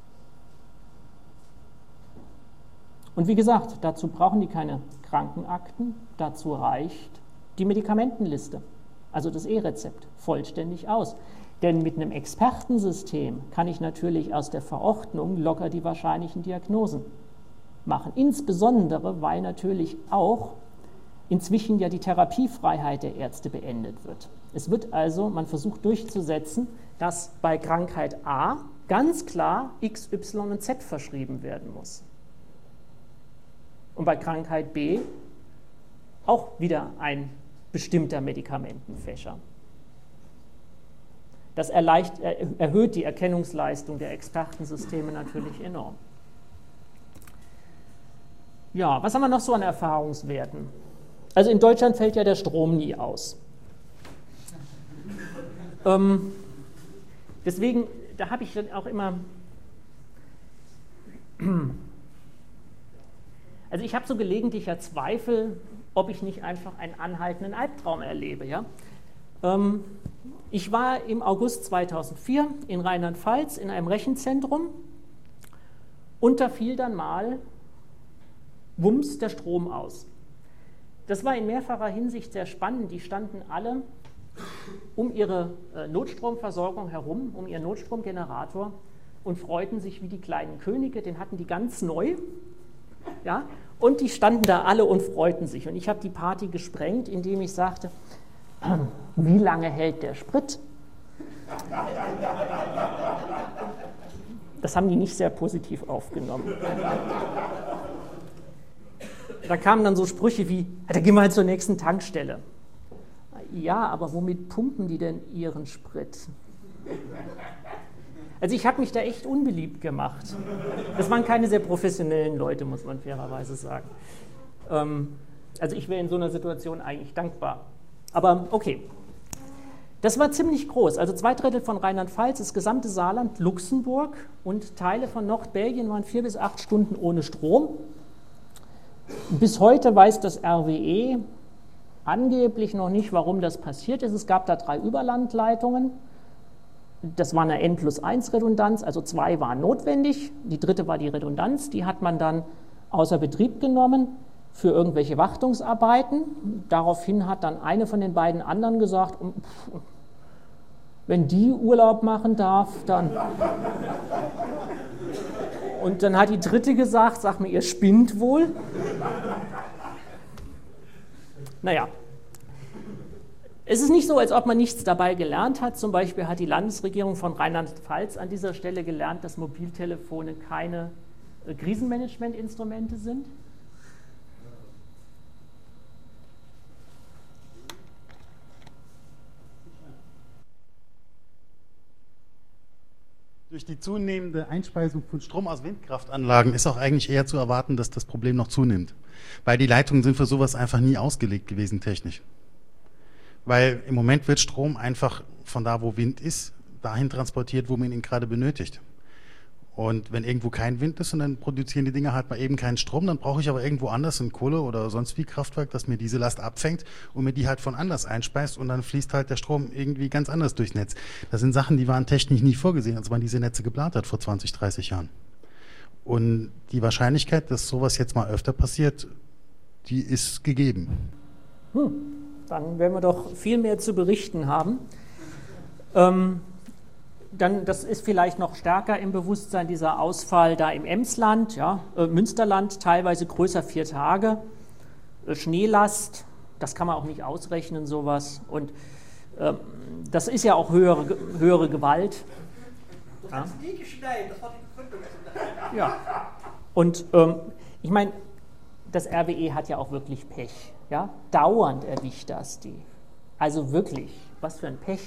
Und wie gesagt, dazu brauchen die keine Krankenakten, dazu reicht die Medikamentenliste, also das E-Rezept, vollständig aus. Denn mit einem Expertensystem kann ich natürlich aus der Verordnung locker die wahrscheinlichen Diagnosen machen. Insbesondere, weil natürlich auch inzwischen ja die Therapiefreiheit der Ärzte beendet wird. Es wird also, man versucht durchzusetzen, dass bei Krankheit A ganz klar X, Y und Z verschrieben werden muss. Und bei Krankheit B auch wieder ein bestimmter Medikamentenfächer. Das erhöht die Erkennungsleistung der Expertensysteme natürlich enorm. Ja, was haben wir noch so an Erfahrungswerten? Also in Deutschland fällt ja der Strom nie aus. Deswegen, da habe ich dann auch immer... Also ich habe so gelegentlicher Zweifel, ob ich nicht einfach einen anhaltenden Albtraum erlebe. Ja? Ich war im August 2004 in Rheinland-Pfalz in einem Rechenzentrum und da fiel dann mal, wumms, der Strom aus. Das war in mehrfacher Hinsicht sehr spannend. Die standen alle um ihre Notstromversorgung herum, um ihren Notstromgenerator und freuten sich wie die kleinen Könige. Den hatten die ganz neu. Ja? Und die standen da alle und freuten sich. Und ich habe die Party gesprengt, indem ich sagte, wie lange hält der Sprit? Das haben die nicht sehr positiv aufgenommen. Da kamen dann so Sprüche wie, da gehen wir halt zur nächsten Tankstelle. Ja, aber womit pumpen die denn ihren Sprit? Also ich habe mich da echt unbeliebt gemacht. Das waren keine sehr professionellen Leute, muss man fairerweise sagen. Also ich wäre in so einer Situation eigentlich dankbar. Aber okay. Das war ziemlich groß. Also 2/3 von Rheinland-Pfalz, das gesamte Saarland, Luxemburg und Teile von Nordbelgien waren 4 bis 8 Stunden ohne Strom. Bis heute weiß das RWE angeblich noch nicht, warum das passiert ist. Es gab da 3 Überlandleitungen. Das war eine N+1 Redundanz, also 2 waren notwendig. Die 3. war die Redundanz, die hat man dann außer Betrieb genommen für irgendwelche Wartungsarbeiten. Daraufhin hat dann eine von den beiden anderen gesagt, wenn die Urlaub machen darf, dann... Und dann hat die 3. gesagt, sag mir, ihr spinnt wohl. Naja, es ist nicht so, als ob man nichts dabei gelernt hat. Zum Beispiel hat die Landesregierung von Rheinland-Pfalz an dieser Stelle gelernt, dass Mobiltelefone keine Krisenmanagementinstrumente sind. Durch die zunehmende Einspeisung von Strom aus Windkraftanlagen ist auch eigentlich eher zu erwarten, dass das Problem noch zunimmt. Weil die Leitungen sind für sowas einfach nie ausgelegt gewesen technisch. Weil im Moment wird Strom einfach von da, wo Wind ist, dahin transportiert, wo man ihn gerade benötigt. Und wenn irgendwo kein Wind ist und dann produzieren die Dinger halt mal eben keinen Strom, dann brauche ich aber irgendwo anders ein Kohle- oder sonst wie Kraftwerk, das mir diese Last abfängt und mir die halt von anders einspeist und dann fließt halt der Strom irgendwie ganz anders durchs Netz. Das sind Sachen, die waren technisch nie vorgesehen, als man diese Netze geplant hat vor 20, 30 Jahren. Und die Wahrscheinlichkeit, dass sowas jetzt mal öfter passiert, die ist gegeben. Dann werden wir doch viel mehr zu berichten haben. Dann, das ist vielleicht noch stärker im Bewusstsein, dieser Ausfall da im Emsland, ja, Münsterland, teilweise größer 4 Tage, Schneelast, das kann man auch nicht ausrechnen, sowas. Und das ist ja auch höhere Gewalt. Das hat nie geschneit, das war die Begründung. Ja, und ich meine, das RWE hat ja auch wirklich Pech. Ja? Dauernd erwischt das die. Also wirklich, was für ein Pech.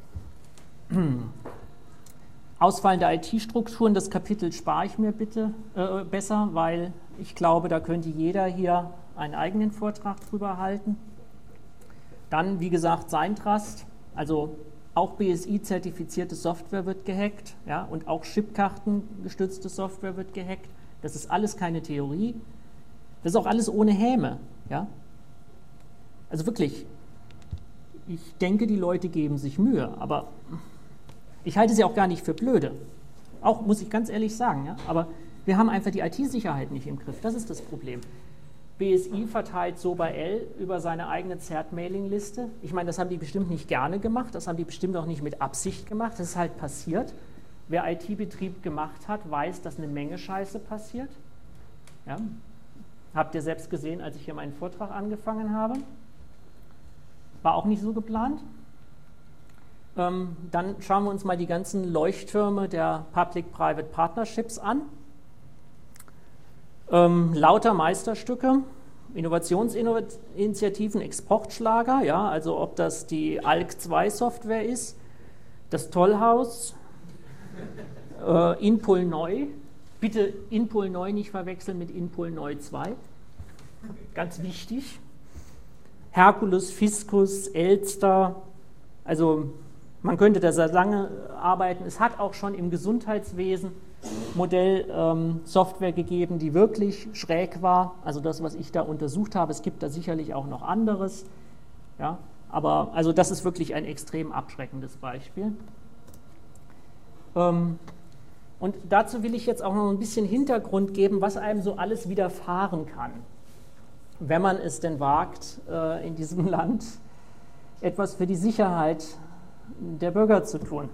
Ausfallende IT-Strukturen, das Kapitel spare ich mir bitte besser, weil ich glaube, da könnte jeder hier einen eigenen Vortrag drüber halten. Dann, wie gesagt, Seintrust, also auch BSI-zertifizierte Software wird gehackt, ja, und auch Chipkarten-gestützte Software wird gehackt. Das ist alles keine Theorie. Das ist auch alles ohne Häme. Ja? Also wirklich, ich denke, die Leute geben sich Mühe, aber ich halte sie auch gar nicht für blöde. Auch, muss ich ganz ehrlich sagen, ja? Aber wir haben einfach die IT-Sicherheit nicht im Griff. Das ist das Problem. BSI verteilt SOBA-L über seine eigene ZERT-Mailing-Liste. Ich meine, das haben die bestimmt nicht gerne gemacht, das haben die bestimmt auch nicht mit Absicht gemacht, das ist halt passiert. Wer IT-Betrieb gemacht hat, weiß, dass eine Menge Scheiße passiert. Ja? Habt ihr selbst gesehen, als ich hier meinen Vortrag angefangen habe. War auch nicht so geplant. Dann schauen wir uns mal die ganzen Leuchttürme der Public-Private Partnerships an. Lauter Meisterstücke, Innovationsinitiativen, Exportschlager, ja, also ob das die ALK2-Software ist, das Tollhaus, Inpul Neu, bitte Inpul Neu nicht verwechseln mit Inpul Neu 2, ganz wichtig, Herkules, Fiskus, Elster, also man könnte da sehr lange arbeiten. Es hat auch schon im Gesundheitswesen Modellsoftware gegeben, die wirklich schräg war. Also das, was ich da untersucht habe, es gibt da sicherlich auch noch anderes. Ja, aber also das ist wirklich ein extrem abschreckendes Beispiel. Und dazu will ich jetzt auch noch ein bisschen Hintergrund geben, was einem so alles widerfahren kann, wenn man es denn wagt, in diesem Land etwas für die Sicherheit der Bürger zu tun.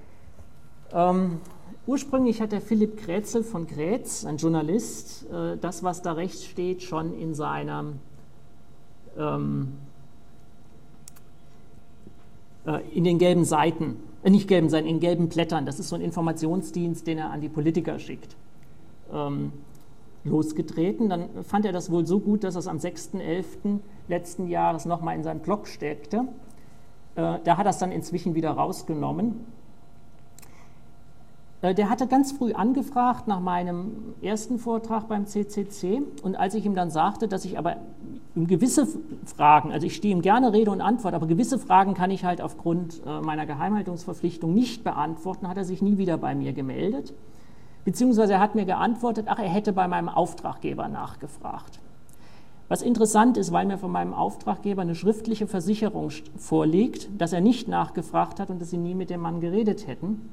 Ursprünglich hat der Philipp Krätzel von Grätz, ein Journalist, das, was da rechts steht, schon in seinem in den gelben Seiten, nicht gelben Seiten, in gelben Blättern, das ist so ein Informationsdienst, den er an die Politiker schickt, losgetreten. Dann fand er das wohl so gut, dass er es am 6.11. letzten Jahres nochmal in seinen Blog steckte. Da hat er es dann inzwischen wieder rausgenommen. Der hatte ganz früh angefragt nach meinem ersten Vortrag beim CCC und als ich ihm dann sagte, dass ich aber gewisse Fragen, also ich stehe ihm gerne Rede und Antwort, aber gewisse Fragen kann ich halt aufgrund meiner Geheimhaltungsverpflichtung nicht beantworten, hat er sich nie wieder bei mir gemeldet, beziehungsweise er hat mir geantwortet, ach, er hätte bei meinem Auftraggeber nachgefragt. Was interessant ist, weil mir von meinem Auftraggeber eine schriftliche Versicherung vorliegt, dass er nicht nachgefragt hat und dass sie nie mit dem Mann geredet hätten.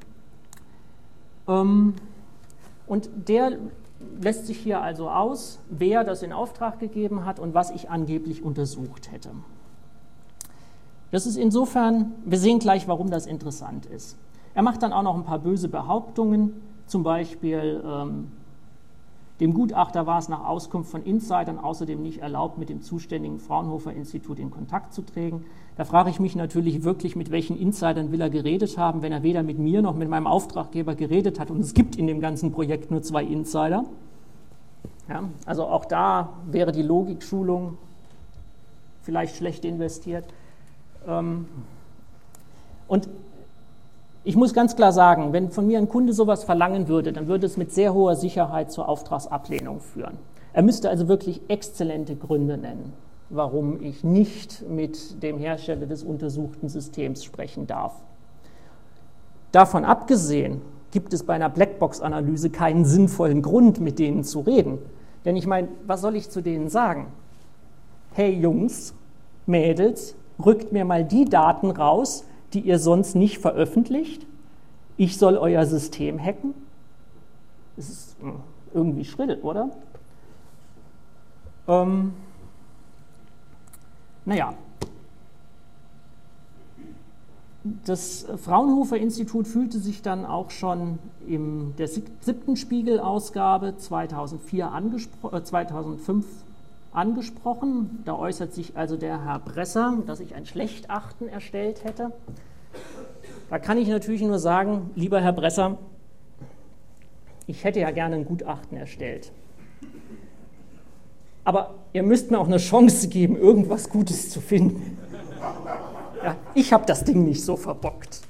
Und der lässt sich hier also aus, wer das in Auftrag gegeben hat und was ich angeblich untersucht hätte. Das ist insofern, wir sehen gleich, warum das interessant ist. Er macht dann auch noch ein paar böse Behauptungen, zum Beispiel dem Gutachter war es nach Auskunft von Insidern außerdem nicht erlaubt, mit dem zuständigen Fraunhofer-Institut in Kontakt zu treten. Da frage ich mich natürlich wirklich, mit welchen Insidern will er geredet haben, wenn er weder mit mir noch mit meinem Auftraggeber geredet hat. Und es gibt in dem ganzen Projekt nur 2 Insider. Ja, also auch da wäre die Logikschulung vielleicht schlecht investiert. Und ich muss ganz klar sagen, wenn von mir ein Kunde sowas verlangen würde, dann würde es mit sehr hoher Sicherheit zur Auftragsablehnung führen. Er müsste also wirklich exzellente Gründe nennen, warum ich nicht mit dem Hersteller des untersuchten Systems sprechen darf. Davon abgesehen gibt es bei einer Blackbox-Analyse keinen sinnvollen Grund, mit denen zu reden. Denn ich meine, was soll ich zu denen sagen? Hey Jungs, Mädels, rückt mir mal die Daten raus, die ihr sonst nicht veröffentlicht. Ich soll euer System hacken. Das ist irgendwie schrill, oder? Naja. Das Fraunhofer-Institut fühlte sich dann auch schon in der 7. Spiegel-Ausgabe 2005 angesprochen. Da äußert sich also der Herr Bresser, dass ich ein Schlechten erstellt hätte. Da kann ich natürlich nur sagen, lieber Herr Bresser, ich hätte ja gerne ein Gutachten erstellt. Aber ihr müsst mir auch eine Chance geben, irgendwas Gutes zu finden. Ja, ich habe das Ding nicht so verbockt.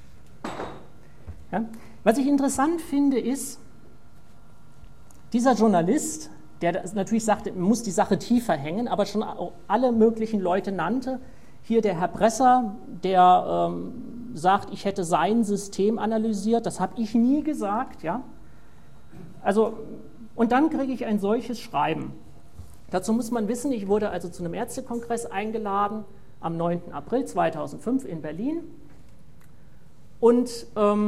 Ja, was ich interessant finde, ist, dieser Journalist, der natürlich sagte, man muss die Sache tiefer hängen, aber schon alle möglichen Leute nannte. Hier der Herr Bresser, der sagt, ich hätte sein System analysiert, das habe ich nie gesagt. Ja? Also, und dann kriege ich ein solches Schreiben. Dazu muss man wissen, ich wurde also zu einem Ärztekongress eingeladen am 9. April 2005 in Berlin. Und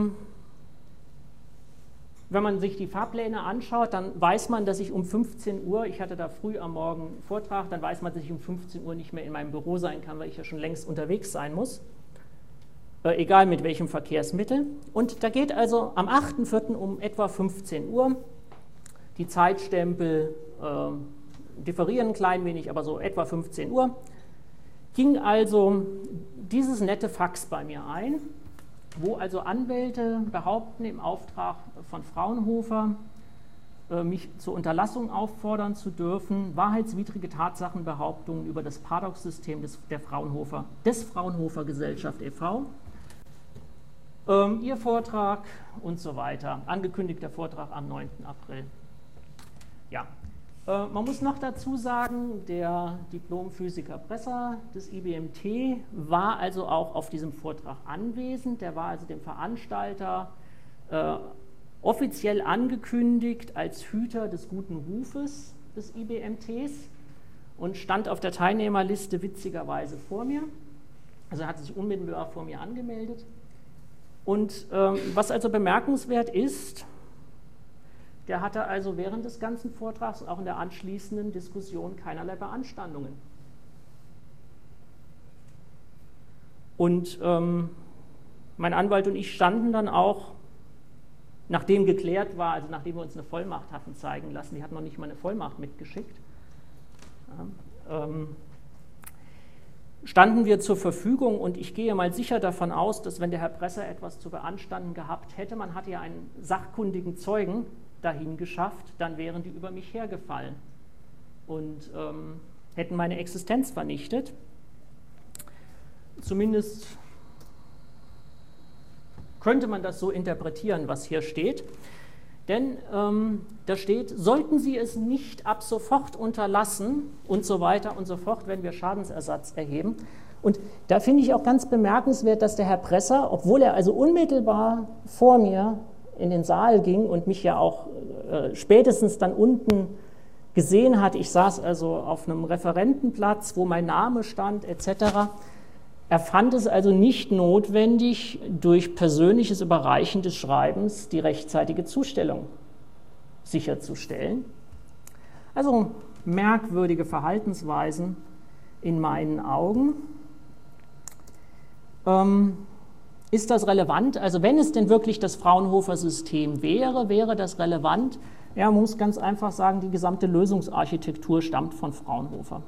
wenn man sich die Fahrpläne anschaut, dann weiß man, dass ich um 15 Uhr, ich hatte da früh am Morgen einen Vortrag, dann weiß man, dass ich um 15 Uhr nicht mehr in meinem Büro sein kann, weil ich ja schon längst unterwegs sein muss, egal mit welchem Verkehrsmittel. Und da geht also am 8.4. um etwa 15 Uhr, die Zeitstempel differieren ein klein wenig, aber so etwa 15 Uhr, ging also dieses nette Fax bei mir ein, wo also Anwälte behaupten, im Auftrag von Fraunhofer mich zur Unterlassung auffordern zu dürfen, wahrheitswidrige Tatsachenbehauptungen über das Paradox-System des Fraunhofer Gesellschaft e.V., Ihr Vortrag und so weiter, angekündigter Vortrag am 9. April. Ja. Man muss noch dazu sagen, der Diplomphysiker Bresser des IBMT war also auch auf diesem Vortrag anwesend. Der war also dem Veranstalter offiziell angekündigt als Hüter des guten Rufes des IBMTs und stand auf der Teilnehmerliste witzigerweise vor mir. Also er hat sich unmittelbar vor mir angemeldet. Und was also bemerkenswert ist, der hatte also während des ganzen Vortrags und auch in der anschließenden Diskussion keinerlei Beanstandungen. Und mein Anwalt und ich standen dann auch, nachdem geklärt war, also nachdem wir uns eine Vollmacht hatten zeigen lassen, die hatten noch nicht mal eine Vollmacht mitgeschickt, standen wir zur Verfügung und ich gehe mal sicher davon aus, dass wenn der Herr Presser etwas zu beanstanden gehabt hätte, man hatte ja einen sachkundigen Zeugen dahin geschafft, dann wären die über mich hergefallen und hätten meine Existenz vernichtet. Zumindest könnte man das so interpretieren, was hier steht. Denn da steht, sollten Sie es nicht ab sofort unterlassen und so weiter und so fort, wenn wir Schadensersatz erheben. Und da finde ich auch ganz bemerkenswert, dass der Herr Presser, obwohl er also unmittelbar vor mir in den Saal ging und mich ja auch spätestens dann unten gesehen hat, ich saß also auf einem Referentenplatz, wo mein Name stand etc., er fand es also nicht notwendig, durch persönliches Überreichen des Schreibens die rechtzeitige Zustellung sicherzustellen. Also merkwürdige Verhaltensweisen in meinen Augen. Ist das relevant? Also wenn es denn wirklich das Fraunhofer-System wäre, wäre das relevant? Ja, man muss ganz einfach sagen, die gesamte Lösungsarchitektur stammt von Fraunhofer.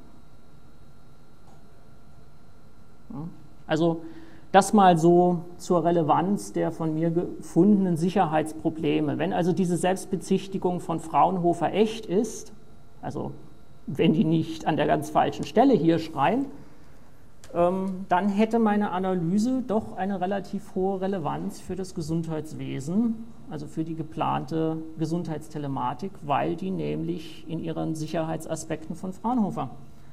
Also das mal so zur Relevanz der von mir gefundenen Sicherheitsprobleme. Wenn also diese Selbstbezichtigung von Fraunhofer echt ist, also wenn die nicht an der ganz falschen Stelle hier schreien, dann hätte meine Analyse doch eine relativ hohe Relevanz für das Gesundheitswesen, also für die geplante Gesundheitstelematik, weil die nämlich in ihren Sicherheitsaspekten von Fraunhofer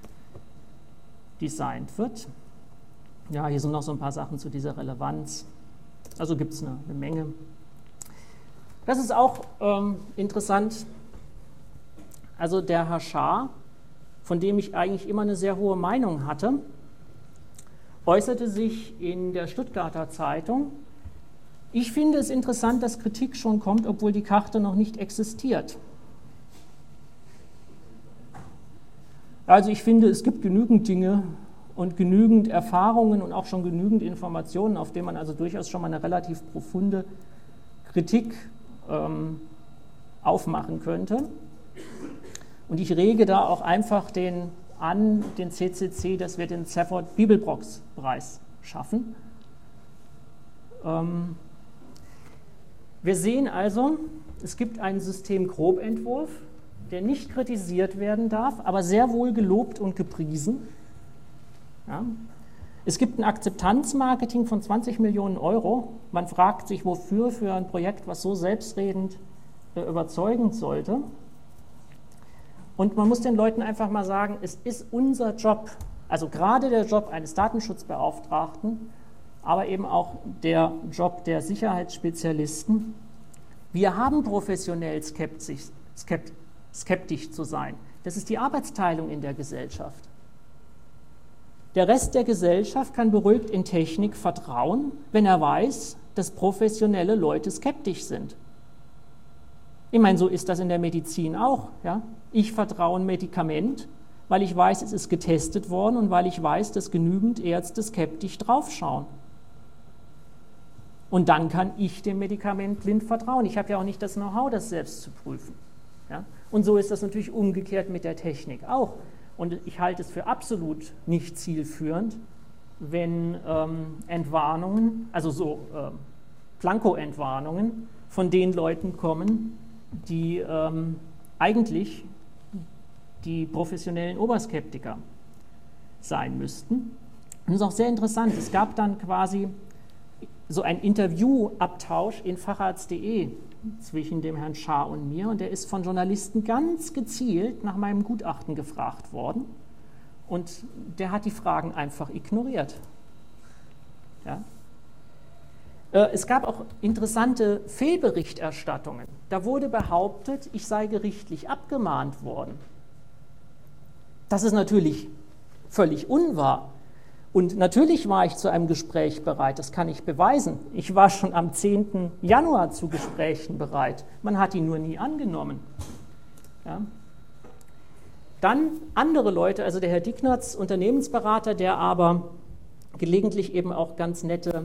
designt wird. Ja, hier sind noch so ein paar Sachen zu dieser Relevanz. Also gibt es eine Menge. Das ist auch interessant. Also der Herr Schaar, von dem ich eigentlich immer eine sehr hohe Meinung hatte, äußerte sich in der Stuttgarter Zeitung. Ich finde es interessant, dass Kritik schon kommt, obwohl die Karte noch nicht existiert. Also ich finde, es gibt genügend Dinge und genügend Erfahrungen und auch schon genügend Informationen, auf denen man also durchaus schon mal eine relativ profunde Kritik aufmachen könnte. Und ich rege da auch einfach den CCC, dass wir den Safford Bibelbrox-Preis schaffen. Wir sehen also, es gibt einen Systemgrobentwurf, der nicht kritisiert werden darf, aber sehr wohl gelobt und gepriesen. Ja. Es gibt ein Akzeptanzmarketing von 20 Millionen Euro. Man fragt sich, wofür für ein Projekt, was so selbstredend überzeugend sollte. Und man muss den Leuten einfach mal sagen, es ist unser Job, also gerade der Job eines Datenschutzbeauftragten, aber eben auch der Job der Sicherheitsspezialisten. Wir haben professionell skeptisch zu sein. Das ist die Arbeitsteilung in der Gesellschaft. Der Rest der Gesellschaft kann beruhigt in Technik vertrauen, wenn er weiß, dass professionelle Leute skeptisch sind. Ich meine, so ist das in der Medizin auch. Ja? Ich vertraue ein Medikament, weil ich weiß, es ist getestet worden und weil ich weiß, dass genügend Ärzte skeptisch draufschauen. Und dann kann ich dem Medikament blind vertrauen. Ich habe ja auch nicht das Know-how, das selbst zu prüfen. Ja? Und so ist das natürlich umgekehrt mit der Technik auch. Und ich halte es für absolut nicht zielführend, wenn Entwarnungen, also so Blanko-Entwarnungen von den Leuten kommen, die eigentlich die professionellen Oberskeptiker sein müssten. Und das ist auch sehr interessant. Es gab dann quasi so ein Interviewabtausch in facharzt.de zwischen dem Herrn Schaar und mir, und der ist von Journalisten ganz gezielt nach meinem Gutachten gefragt worden und der hat die Fragen einfach ignoriert. Ja? Es gab auch interessante Fehlberichterstattungen. Da wurde behauptet, ich sei gerichtlich abgemahnt worden. Das ist natürlich völlig unwahr. Und natürlich war ich zu einem Gespräch bereit, das kann ich beweisen. Ich war schon am 10. Januar zu Gesprächen bereit. Man hat die nur nie angenommen. Ja. Dann andere Leute, also der Herr Dicknertz, Unternehmensberater, der aber gelegentlich eben auch ganz nette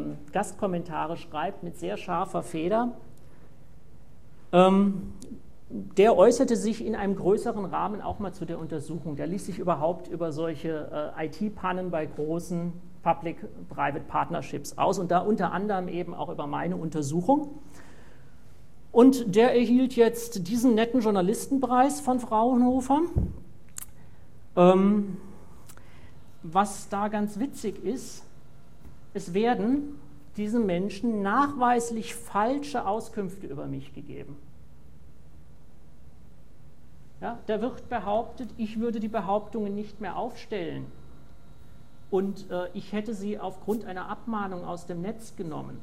Gastkommentare schreibt mit sehr scharfer Feder. der äußerte sich in einem größeren Rahmen auch mal zu der Untersuchung. Der ließ sich überhaupt über solche IT-Pannen bei großen Public-Private Partnerships aus und da unter anderem eben auch über meine Untersuchung. Und der erhielt jetzt diesen netten Journalistenpreis von Fraunhofer. Was da ganz witzig ist, es werden diesen Menschen nachweislich falsche Auskünfte über mich gegeben. Ja, da wird behauptet, ich würde die Behauptungen nicht mehr aufstellen und ich hätte sie aufgrund einer Abmahnung aus dem Netz genommen.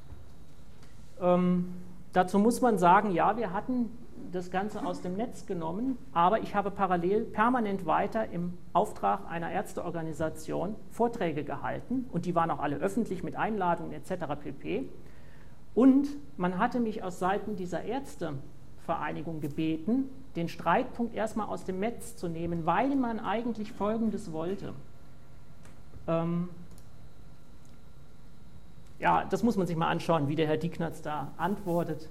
Dazu muss man sagen, ja, wir hatten das Ganze aus dem Netz genommen, aber ich habe parallel permanent weiter im Auftrag einer Ärzteorganisation Vorträge gehalten und die waren auch alle öffentlich mit Einladungen etc. pp. Und man hatte mich aus Seiten dieser Ärztevereinigung gebeten, den Streitpunkt erstmal aus dem Netz zu nehmen, weil man eigentlich Folgendes wollte. Ja, das muss man sich mal anschauen, wie der Herr Diegnatz da antwortet.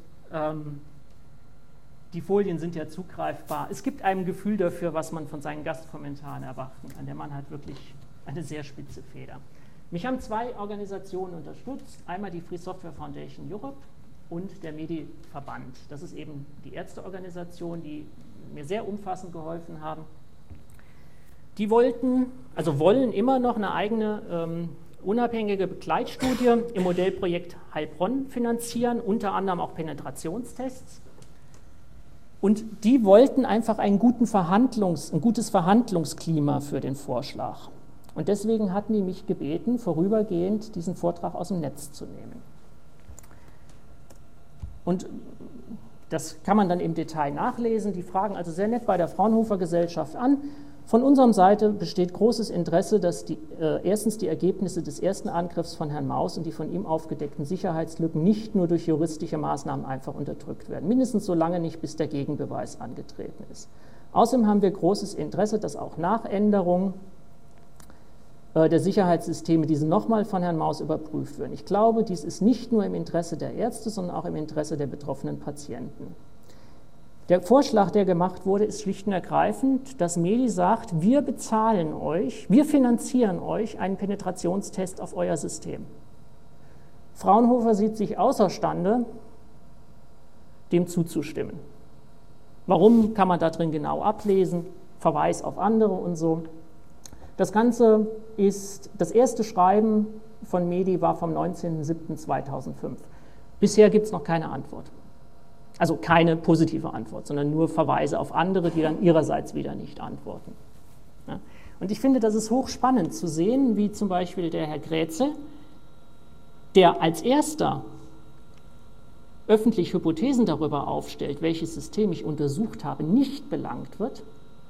Die Folien sind ja zugreifbar. Es gibt ein Gefühl dafür, was man von seinen Gastkommentaren erwarten kann. Der Mann hat wirklich eine sehr spitze Feder. Mich haben zwei Organisationen unterstützt. Einmal die Free Software Foundation Europe und der MEDI-Verband. Das ist eben die Ärzteorganisation, die mir sehr umfassend geholfen haben. Die wollen immer noch eine eigene unabhängige Begleitstudie im Modellprojekt Heilbronn finanzieren, unter anderem auch Penetrationstests. Und die wollten einfach ein gutes Verhandlungsklima für den Vorschlag. Und deswegen hatten die mich gebeten, vorübergehend diesen Vortrag aus dem Netz zu nehmen. Und das kann man dann im Detail nachlesen. Die fragen also sehr nett bei der Fraunhofer Gesellschaft an. Von unserer Seite besteht großes Interesse, dass erstens die Ergebnisse des ersten Angriffs von Herrn Maus und die von ihm aufgedeckten Sicherheitslücken nicht nur durch juristische Maßnahmen einfach unterdrückt werden, mindestens so lange nicht, bis der Gegenbeweis angetreten ist. Außerdem haben wir großes Interesse, dass auch nach Änderung der Sicherheitssysteme diese nochmal von Herrn Maus überprüft werden. Ich glaube, dies ist nicht nur im Interesse der Ärzte, sondern auch im Interesse der betroffenen Patienten. Der Vorschlag, der gemacht wurde, ist schlicht und ergreifend, dass MEDI sagt, wir bezahlen euch, wir finanzieren euch einen Penetrationstest auf euer System. Fraunhofer sieht sich außerstande, dem zuzustimmen. Warum, kann man da drin genau ablesen, Verweis auf andere und so. Das Ganze ist, das erste Schreiben von MEDI war vom 19.07.2005. Bisher gibt es noch keine Antwort. Also keine positive Antwort, sondern nur Verweise auf andere, die dann ihrerseits wieder nicht antworten. Ja. Und ich finde, das ist hochspannend zu sehen, wie zum Beispiel der Herr Grätzel, der als erster öffentlich Hypothesen darüber aufstellt, welches System ich untersucht habe, nicht belangt wird,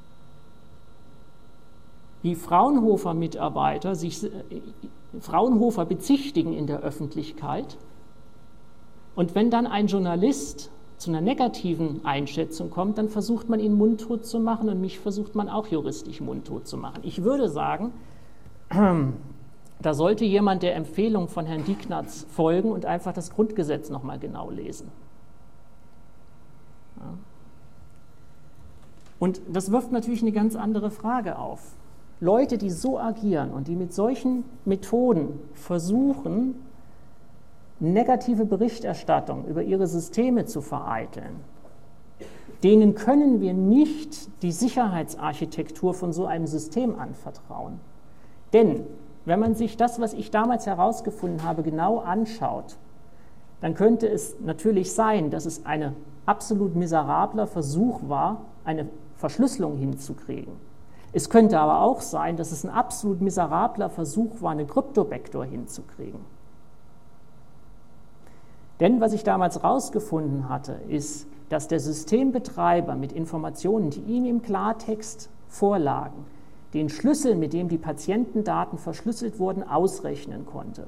wie Fraunhofer-Mitarbeiter sich Fraunhofer bezichtigen in der Öffentlichkeit und wenn dann ein Journalist zu einer negativen Einschätzung kommt, dann versucht man ihn mundtot zu machen und mich versucht man auch juristisch mundtot zu machen. Ich würde sagen, da sollte jemand der Empfehlung von Herrn Diegnatz folgen und einfach das Grundgesetz nochmal genau lesen. Ja. Und das wirft natürlich eine ganz andere Frage auf. Leute, die so agieren und die mit solchen Methoden versuchen, negative Berichterstattung über ihre Systeme zu vereiteln, denen können wir nicht die Sicherheitsarchitektur von so einem System anvertrauen. Denn wenn man sich das, was ich damals herausgefunden habe, genau anschaut, dann könnte es natürlich sein, dass es ein absolut miserabler Versuch war, eine Verschlüsselung hinzukriegen. Es könnte aber auch sein, dass es ein absolut miserabler Versuch war, eine Kryptobektor hinzukriegen. Denn was ich damals herausgefunden hatte, ist, dass der Systembetreiber mit Informationen, die ihm im Klartext vorlagen, den Schlüssel, mit dem die Patientendaten verschlüsselt wurden, ausrechnen konnte.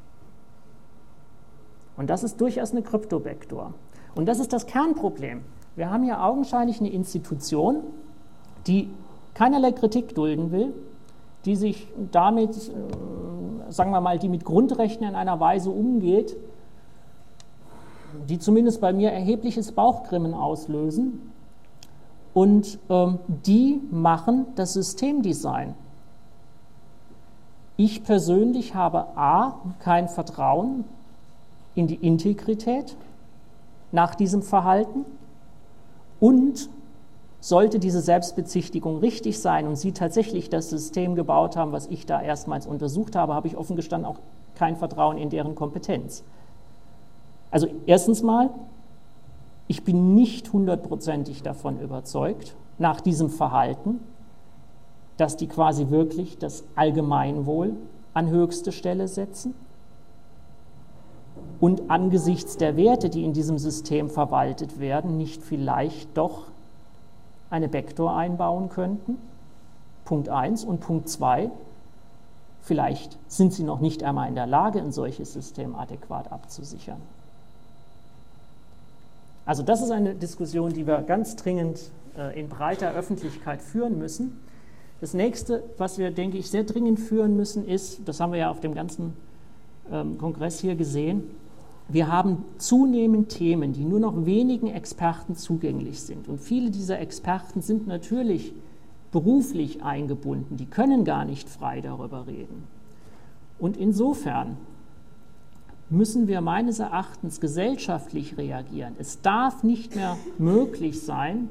Und das ist durchaus eine Kryptobektor. Und das ist das Kernproblem. Wir haben hier augenscheinlich eine Institution, die keinerlei Kritik dulden will, die sich damit, sagen wir mal, die mit Grundrechten in einer Weise umgeht, die zumindest bei mir erhebliches Bauchgrimmen auslösen. Und die machen das Systemdesign. Ich persönlich habe a. kein Vertrauen in die Integrität nach diesem Verhalten und sollte diese Selbstbezichtigung richtig sein und Sie tatsächlich das System gebaut haben, was ich da erstmals untersucht habe, habe ich offen gestanden auch kein Vertrauen in deren Kompetenz. Also erstens mal, ich bin nicht hundertprozentig davon überzeugt, nach diesem Verhalten, dass die quasi wirklich das Allgemeinwohl an höchste Stelle setzen und angesichts der Werte, die in diesem System verwaltet werden, nicht vielleicht doch eine Backdoor einbauen könnten. Punkt 1 und Punkt 2, vielleicht sind sie noch nicht einmal in der Lage, ein solches System adäquat abzusichern. Also das ist eine Diskussion, die wir ganz dringend in breiter Öffentlichkeit führen müssen. Das nächste, was wir, denke ich, sehr dringend führen müssen, ist, das haben wir ja auf dem ganzen Kongress hier gesehen, wir haben zunehmend Themen, die nur noch wenigen Experten zugänglich sind. Und viele dieser Experten sind natürlich beruflich eingebunden, die können gar nicht frei darüber reden. Und insofern müssen wir meines Erachtens gesellschaftlich reagieren. Es darf nicht mehr möglich sein,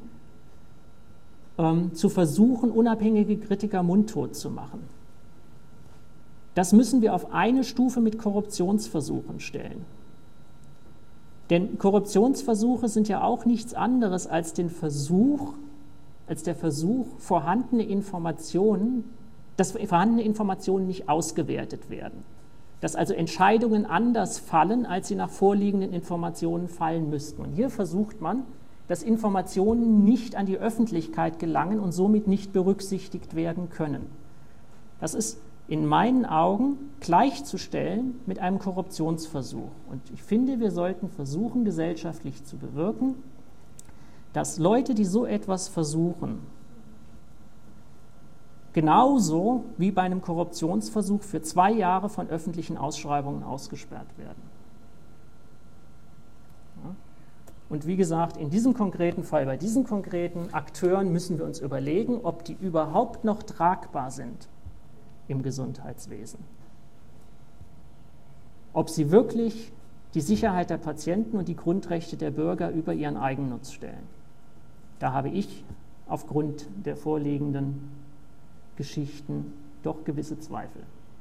zu versuchen, unabhängige Kritiker mundtot zu machen. Das müssen wir auf eine Stufe mit Korruptionsversuchen stellen. Denn Korruptionsversuche sind ja auch nichts anderes als der Versuch, vorhandene Informationen, dass vorhandene Informationen nicht ausgewertet werden. Dass also Entscheidungen anders fallen, als sie nach vorliegenden Informationen fallen müssten. Und hier versucht man, dass Informationen nicht an die Öffentlichkeit gelangen und somit nicht berücksichtigt werden können. Das ist in meinen Augen gleichzustellen mit einem Korruptionsversuch. Und ich finde, wir sollten versuchen, gesellschaftlich zu bewirken, dass Leute, die so etwas versuchen, genauso wie bei einem Korruptionsversuch für 2 Jahre von öffentlichen Ausschreibungen ausgesperrt werden. Ja. Und wie gesagt, in diesem konkreten Fall, bei diesen konkreten Akteuren müssen wir uns überlegen, ob die überhaupt noch tragbar sind im Gesundheitswesen. Ob sie wirklich die Sicherheit der Patienten und die Grundrechte der Bürger über ihren Eigennutz stellen. Da habe ich aufgrund der vorliegenden Geschichten doch gewisse Zweifel.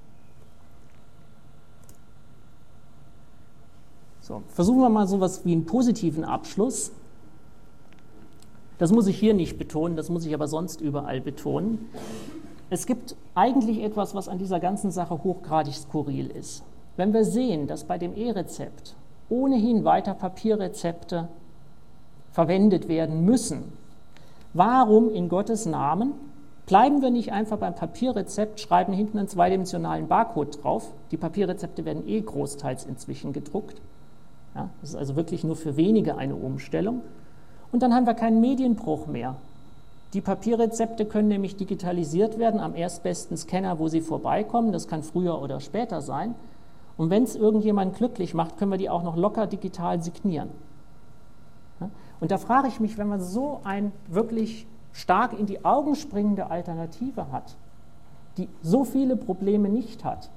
So, versuchen wir mal so etwas wie einen positiven Abschluss. Das muss ich hier nicht betonen, das muss ich aber sonst überall betonen. Es gibt eigentlich etwas, was an dieser ganzen Sache hochgradig skurril ist. Wenn wir sehen, dass bei dem E-Rezept ohnehin weiter Papierrezepte verwendet werden müssen, warum in Gottes Namen bleiben wir nicht einfach beim Papierrezept, schreiben hinten einen zweidimensionalen Barcode drauf? Die Papierrezepte werden großteils inzwischen gedruckt. Ja, das ist also wirklich nur für wenige eine Umstellung. Und dann haben wir keinen Medienbruch mehr. Die Papierrezepte können nämlich digitalisiert werden am erstbesten Scanner, wo sie vorbeikommen. Das kann früher oder später sein. Und wenn es irgendjemand glücklich macht, können wir die auch noch locker digital signieren. Ja? Und da frage ich mich, wenn man so ein wirklich stark in die Augen springende Alternative hat, die so viele Probleme nicht hat,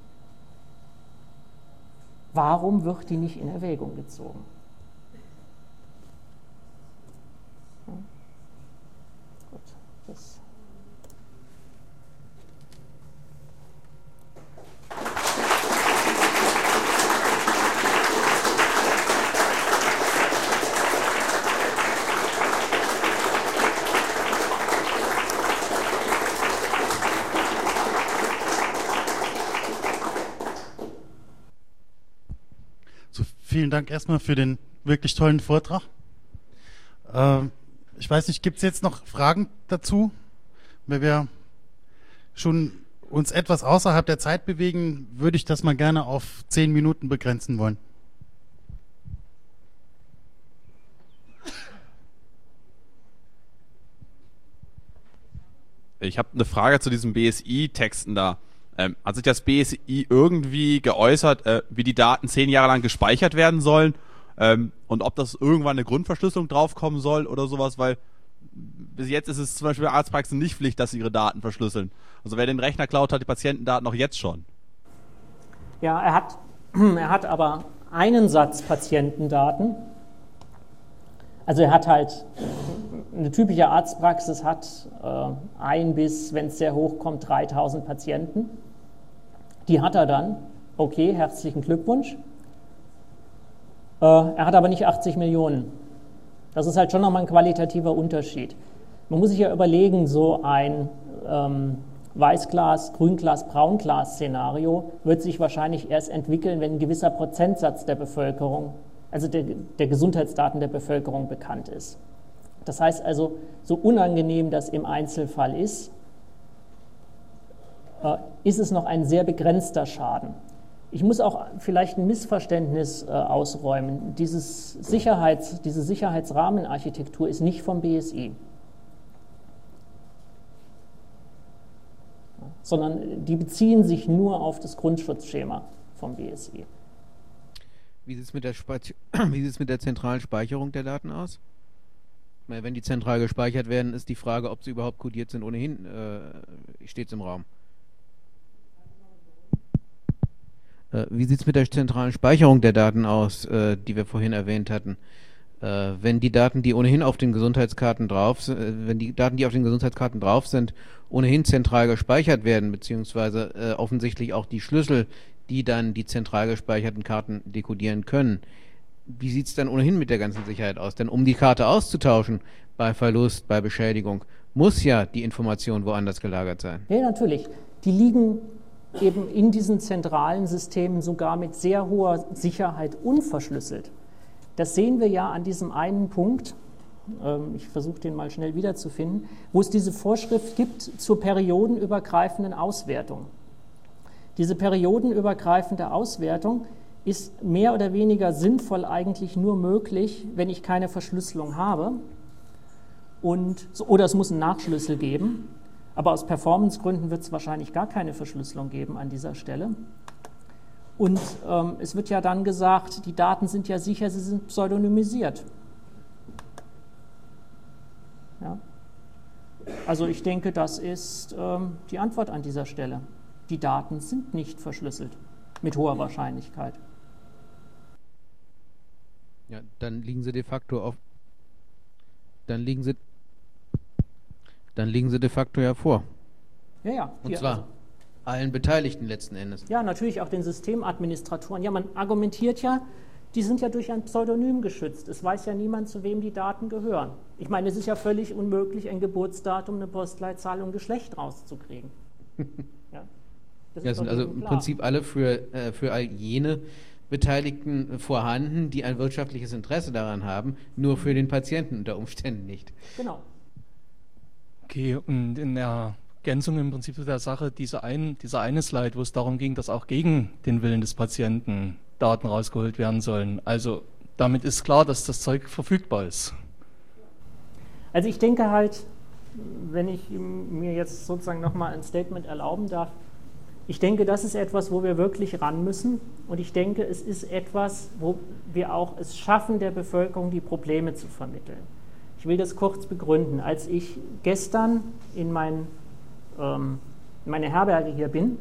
warum wird die nicht in Erwägung gezogen? Ja. Gut, das. Vielen Dank erstmal für den wirklich tollen Vortrag. Ich weiß nicht, gibt es jetzt noch Fragen dazu? Weil wir schon uns etwas außerhalb der Zeit bewegen, würde ich das mal gerne auf 10 Minuten begrenzen wollen. Ich habe eine Frage zu diesen BSI-Texten da. Hat sich das BSI irgendwie geäußert, wie die Daten 10 Jahre lang gespeichert werden sollen? Und ob das irgendwann eine Grundverschlüsselung draufkommen soll oder sowas, weil bis jetzt ist es zum Beispiel bei Arztpraxen nicht Pflicht, dass sie ihre Daten verschlüsseln. Also wer den Rechner klaut, hat die Patientendaten auch jetzt schon. Ja, er hat aber einen Satz Patientendaten. Also er hat halt, eine typische Arztpraxis hat 1 bis, wenn es sehr hoch kommt, 3000 Patienten. Die hat er dann. Okay, herzlichen Glückwunsch. Er hat aber nicht 80 Millionen. Das ist halt schon nochmal ein qualitativer Unterschied. Man muss sich ja überlegen, so ein Weißglas, Grünglas, Braunglas-Szenario wird sich wahrscheinlich erst entwickeln, wenn ein gewisser Prozentsatz der Bevölkerung, also der Gesundheitsdaten der Bevölkerung bekannt ist. Das heißt also, so unangenehm das im Einzelfall ist es noch ein sehr begrenzter Schaden. Ich muss auch vielleicht ein Missverständnis ausräumen. Diese Sicherheitsrahmenarchitektur ist nicht vom BSI, sondern die beziehen sich nur auf das Grundschutzschema vom BSI. Wie sieht es mit der zentralen Speicherung der Daten aus? Wenn die zentral gespeichert werden, ist die Frage, ob sie überhaupt kodiert sind, ohnehin steht es im Raum. Wie sieht es mit der zentralen Speicherung der Daten aus, die wir vorhin erwähnt hatten? Wenn die Daten, die ohnehin auf den Gesundheitskarten drauf sind, wenn die Daten, die auf den Gesundheitskarten drauf sind, ohnehin zentral gespeichert werden, beziehungsweise offensichtlich auch die Schlüssel, die dann die zentral gespeicherten Karten dekodieren können. Wie sieht es dann ohnehin mit der ganzen Sicherheit aus? Denn um die Karte auszutauschen bei Verlust, bei Beschädigung, muss ja die Information woanders gelagert sein. Ja, natürlich. Die liegen eben in diesen zentralen Systemen sogar mit sehr hoher Sicherheit unverschlüsselt. Das sehen wir ja an diesem einen Punkt, ich versuche den mal schnell wiederzufinden, wo es diese Vorschrift gibt zur periodenübergreifenden Auswertung. Diese periodenübergreifende Auswertung ist mehr oder weniger sinnvoll eigentlich nur möglich, wenn ich keine Verschlüsselung habe oder es muss einen Nachschlüssel geben. Aber aus Performancegründen wird es wahrscheinlich gar keine Verschlüsselung geben an dieser Stelle. Und es wird ja dann gesagt, die Daten sind ja sicher, sie sind pseudonymisiert. Ja. Also ich denke, das ist die Antwort an dieser Stelle. Die Daten sind nicht verschlüsselt, mit hoher Wahrscheinlichkeit. Ja, dann liegen sie de facto auf. Dann liegen sie de facto ja vor. Ja, ja. Und zwar allen Beteiligten letzten Endes. Ja, natürlich auch den Systemadministratoren. Ja, man argumentiert ja, die sind ja durch ein Pseudonym geschützt. Es weiß ja niemand, zu wem die Daten gehören. Ich meine, es ist ja völlig unmöglich, ein Geburtsdatum, eine Postleitzahl und Geschlecht rauszukriegen. Ja, das sind also im Prinzip alle für all jene Beteiligten vorhanden, die ein wirtschaftliches Interesse daran haben, nur für den Patienten unter Umständen nicht. Genau. Okay, und in der Ergänzung im Prinzip zu der Sache, dieser eine Slide, wo es darum ging, dass auch gegen den Willen des Patienten Daten rausgeholt werden sollen. Also damit ist klar, dass das Zeug verfügbar ist. Also ich denke halt, wenn ich mir jetzt sozusagen nochmal ein Statement erlauben darf, ich denke, das ist etwas, wo wir wirklich ran müssen. Und ich denke, es ist etwas, wo wir auch es schaffen, der Bevölkerung die Probleme zu vermitteln. Ich will das kurz begründen. Als ich gestern in meine Herberge hier bin,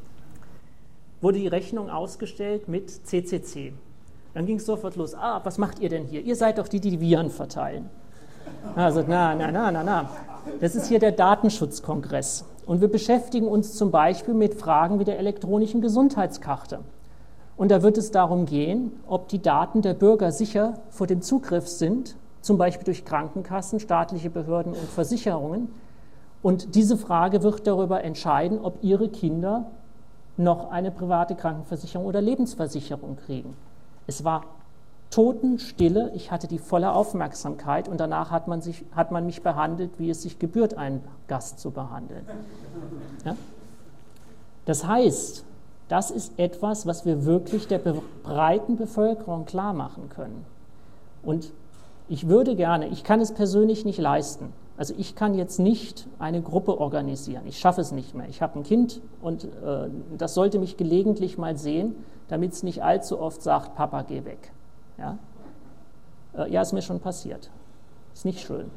wurde die Rechnung ausgestellt mit CCC. Dann ging es sofort los. Was macht ihr denn hier? Ihr seid doch die, die Viren verteilen. Also, na. Das ist hier der Datenschutzkongress. Und wir beschäftigen uns zum Beispiel mit Fragen wie der elektronischen Gesundheitskarte. Und da wird es darum gehen, ob die Daten der Bürger sicher vor dem Zugriff sind, zum Beispiel durch Krankenkassen, staatliche Behörden und Versicherungen. Und diese Frage wird darüber entscheiden, ob ihre Kinder noch eine private Krankenversicherung oder Lebensversicherung kriegen. Es war Totenstille, ich hatte die volle Aufmerksamkeit und danach hat man mich behandelt, wie es sich gebührt, einen Gast zu behandeln. Ja? Das heißt, das ist etwas, was wir wirklich der breiten Bevölkerung klar machen können. Und ich würde gerne, ich kann es persönlich nicht leisten, also ich kann jetzt nicht eine Gruppe organisieren, ich schaffe es nicht mehr. Ich habe ein Kind und das sollte mich gelegentlich mal sehen, damit es nicht allzu oft sagt, Papa, geh weg. Ja? Ja, ist mir schon passiert. Ist nicht schön.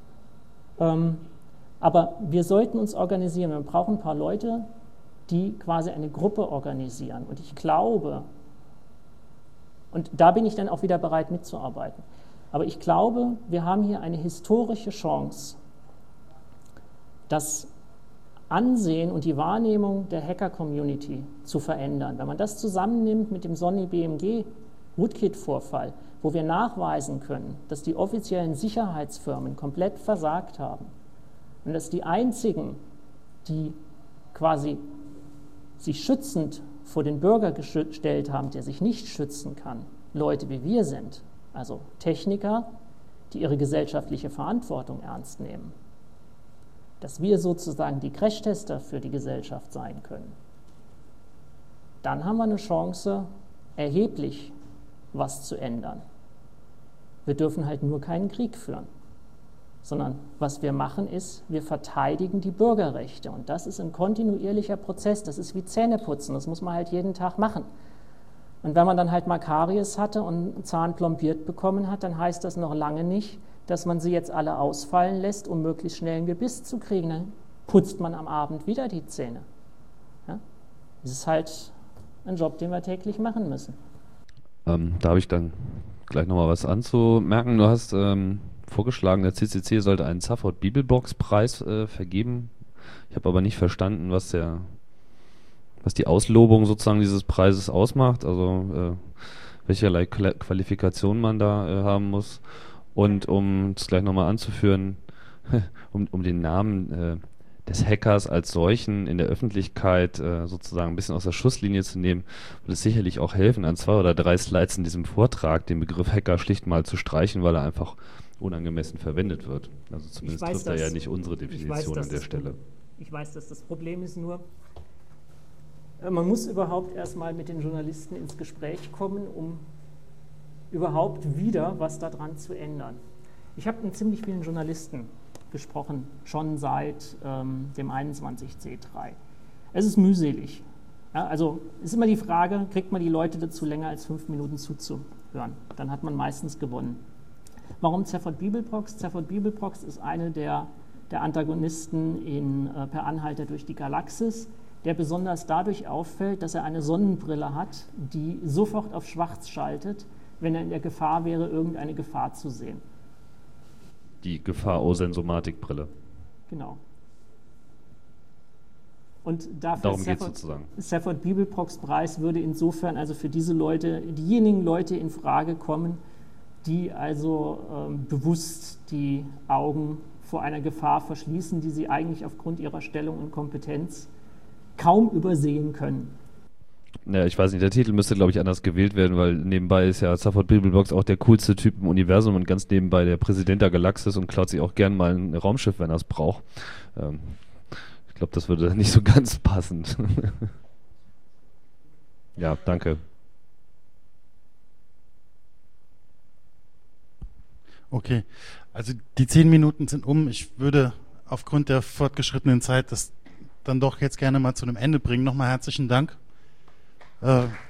Aber wir sollten uns organisieren. Wir brauchen ein paar Leute, die quasi eine Gruppe organisieren. Und ich glaube, und da bin ich dann auch wieder bereit mitzuarbeiten, aber ich glaube, wir haben hier eine historische Chance, das Ansehen und die Wahrnehmung der Hacker-Community zu verändern. Wenn man das zusammennimmt mit dem Sony BMG Rootkit-Vorfall, wo wir nachweisen können, dass die offiziellen Sicherheitsfirmen komplett versagt haben und dass die einzigen, die quasi sich schützend vor den Bürger gestellt haben, der sich nicht schützen kann, Leute wie wir sind, also Techniker, die ihre gesellschaftliche Verantwortung ernst nehmen, dass wir sozusagen die Crashtester für die Gesellschaft sein können, dann haben wir eine Chance, erheblich was zu ändern. Wir dürfen halt nur keinen Krieg führen, sondern was wir machen ist, wir verteidigen die Bürgerrechte und das ist ein kontinuierlicher Prozess, das ist wie Zähneputzen, das muss man halt jeden Tag machen. Und wenn man dann halt mal Karies hatte und einen Zahn plombiert bekommen hat, dann heißt das noch lange nicht, dass man sie jetzt alle ausfallen lässt, um möglichst schnell ein Gebiss zu kriegen. Dann putzt man am Abend wieder die Zähne. Ja? Das ist halt ein Job, den wir täglich machen müssen. Da habe ich dann gleich nochmal was anzumerken. Du hast vorgeschlagen, der CCC sollte einen Zaphod Bibelbox-Preis vergeben. Ich habe aber nicht verstanden, was die Auslobung sozusagen dieses Preises ausmacht, also welcherlei Qualifikation man da haben muss. Und um es gleich nochmal anzuführen, um den Namen des Hackers als solchen in der Öffentlichkeit sozusagen ein bisschen aus der Schusslinie zu nehmen, würde es sicherlich auch helfen, an 2 oder 3 Slides in diesem Vortrag den Begriff Hacker schlicht mal zu streichen, weil er einfach unangemessen verwendet wird. Also zumindest trifft er ja nicht unsere Definition an der Stelle. Ich weiß, dass das Problem ist nur, man muss überhaupt erstmal mit den Journalisten ins Gespräch kommen, um überhaupt wieder was daran zu ändern. Ich habe mit ziemlich vielen Journalisten gesprochen, schon seit dem 21C3. Es ist mühselig. Ja, also ist immer die Frage, kriegt man die Leute dazu, länger als 5 Minuten zuzuhören? Dann hat man meistens gewonnen. Warum Zaphod Bibelbox? Zaphod Bibelbox ist eine der Antagonisten in Per Anhalter durch die Galaxis, der besonders dadurch auffällt, dass er eine Sonnenbrille hat, die sofort auf schwarz schaltet, wenn er in der Gefahr wäre, irgendeine Gefahr zu sehen. Die Gefahr-O-Sensomatik-Brille. Genau. Und dafür darum geht es sozusagen. Zaphod Bibelbox Preis würde insofern also für diese Leute, diejenigen Leute in Frage kommen, die also bewusst die Augen vor einer Gefahr verschließen, die sie eigentlich aufgrund ihrer Stellung und Kompetenz kaum übersehen können. Ja, ich weiß nicht, der Titel müsste, glaube ich, anders gewählt werden, weil nebenbei ist ja Zaphod Bibelbox auch der coolste Typ im Universum und ganz nebenbei der Präsident der Galaxis und klaut sich auch gern mal ein Raumschiff, wenn er es braucht. Ich glaube, das würde nicht so ganz passen. Ja, danke. Okay, also die 10 Minuten sind um. Ich würde aufgrund der fortgeschrittenen Zeit das dann doch jetzt gerne mal zu einem Ende bringen. Nochmal herzlichen Dank.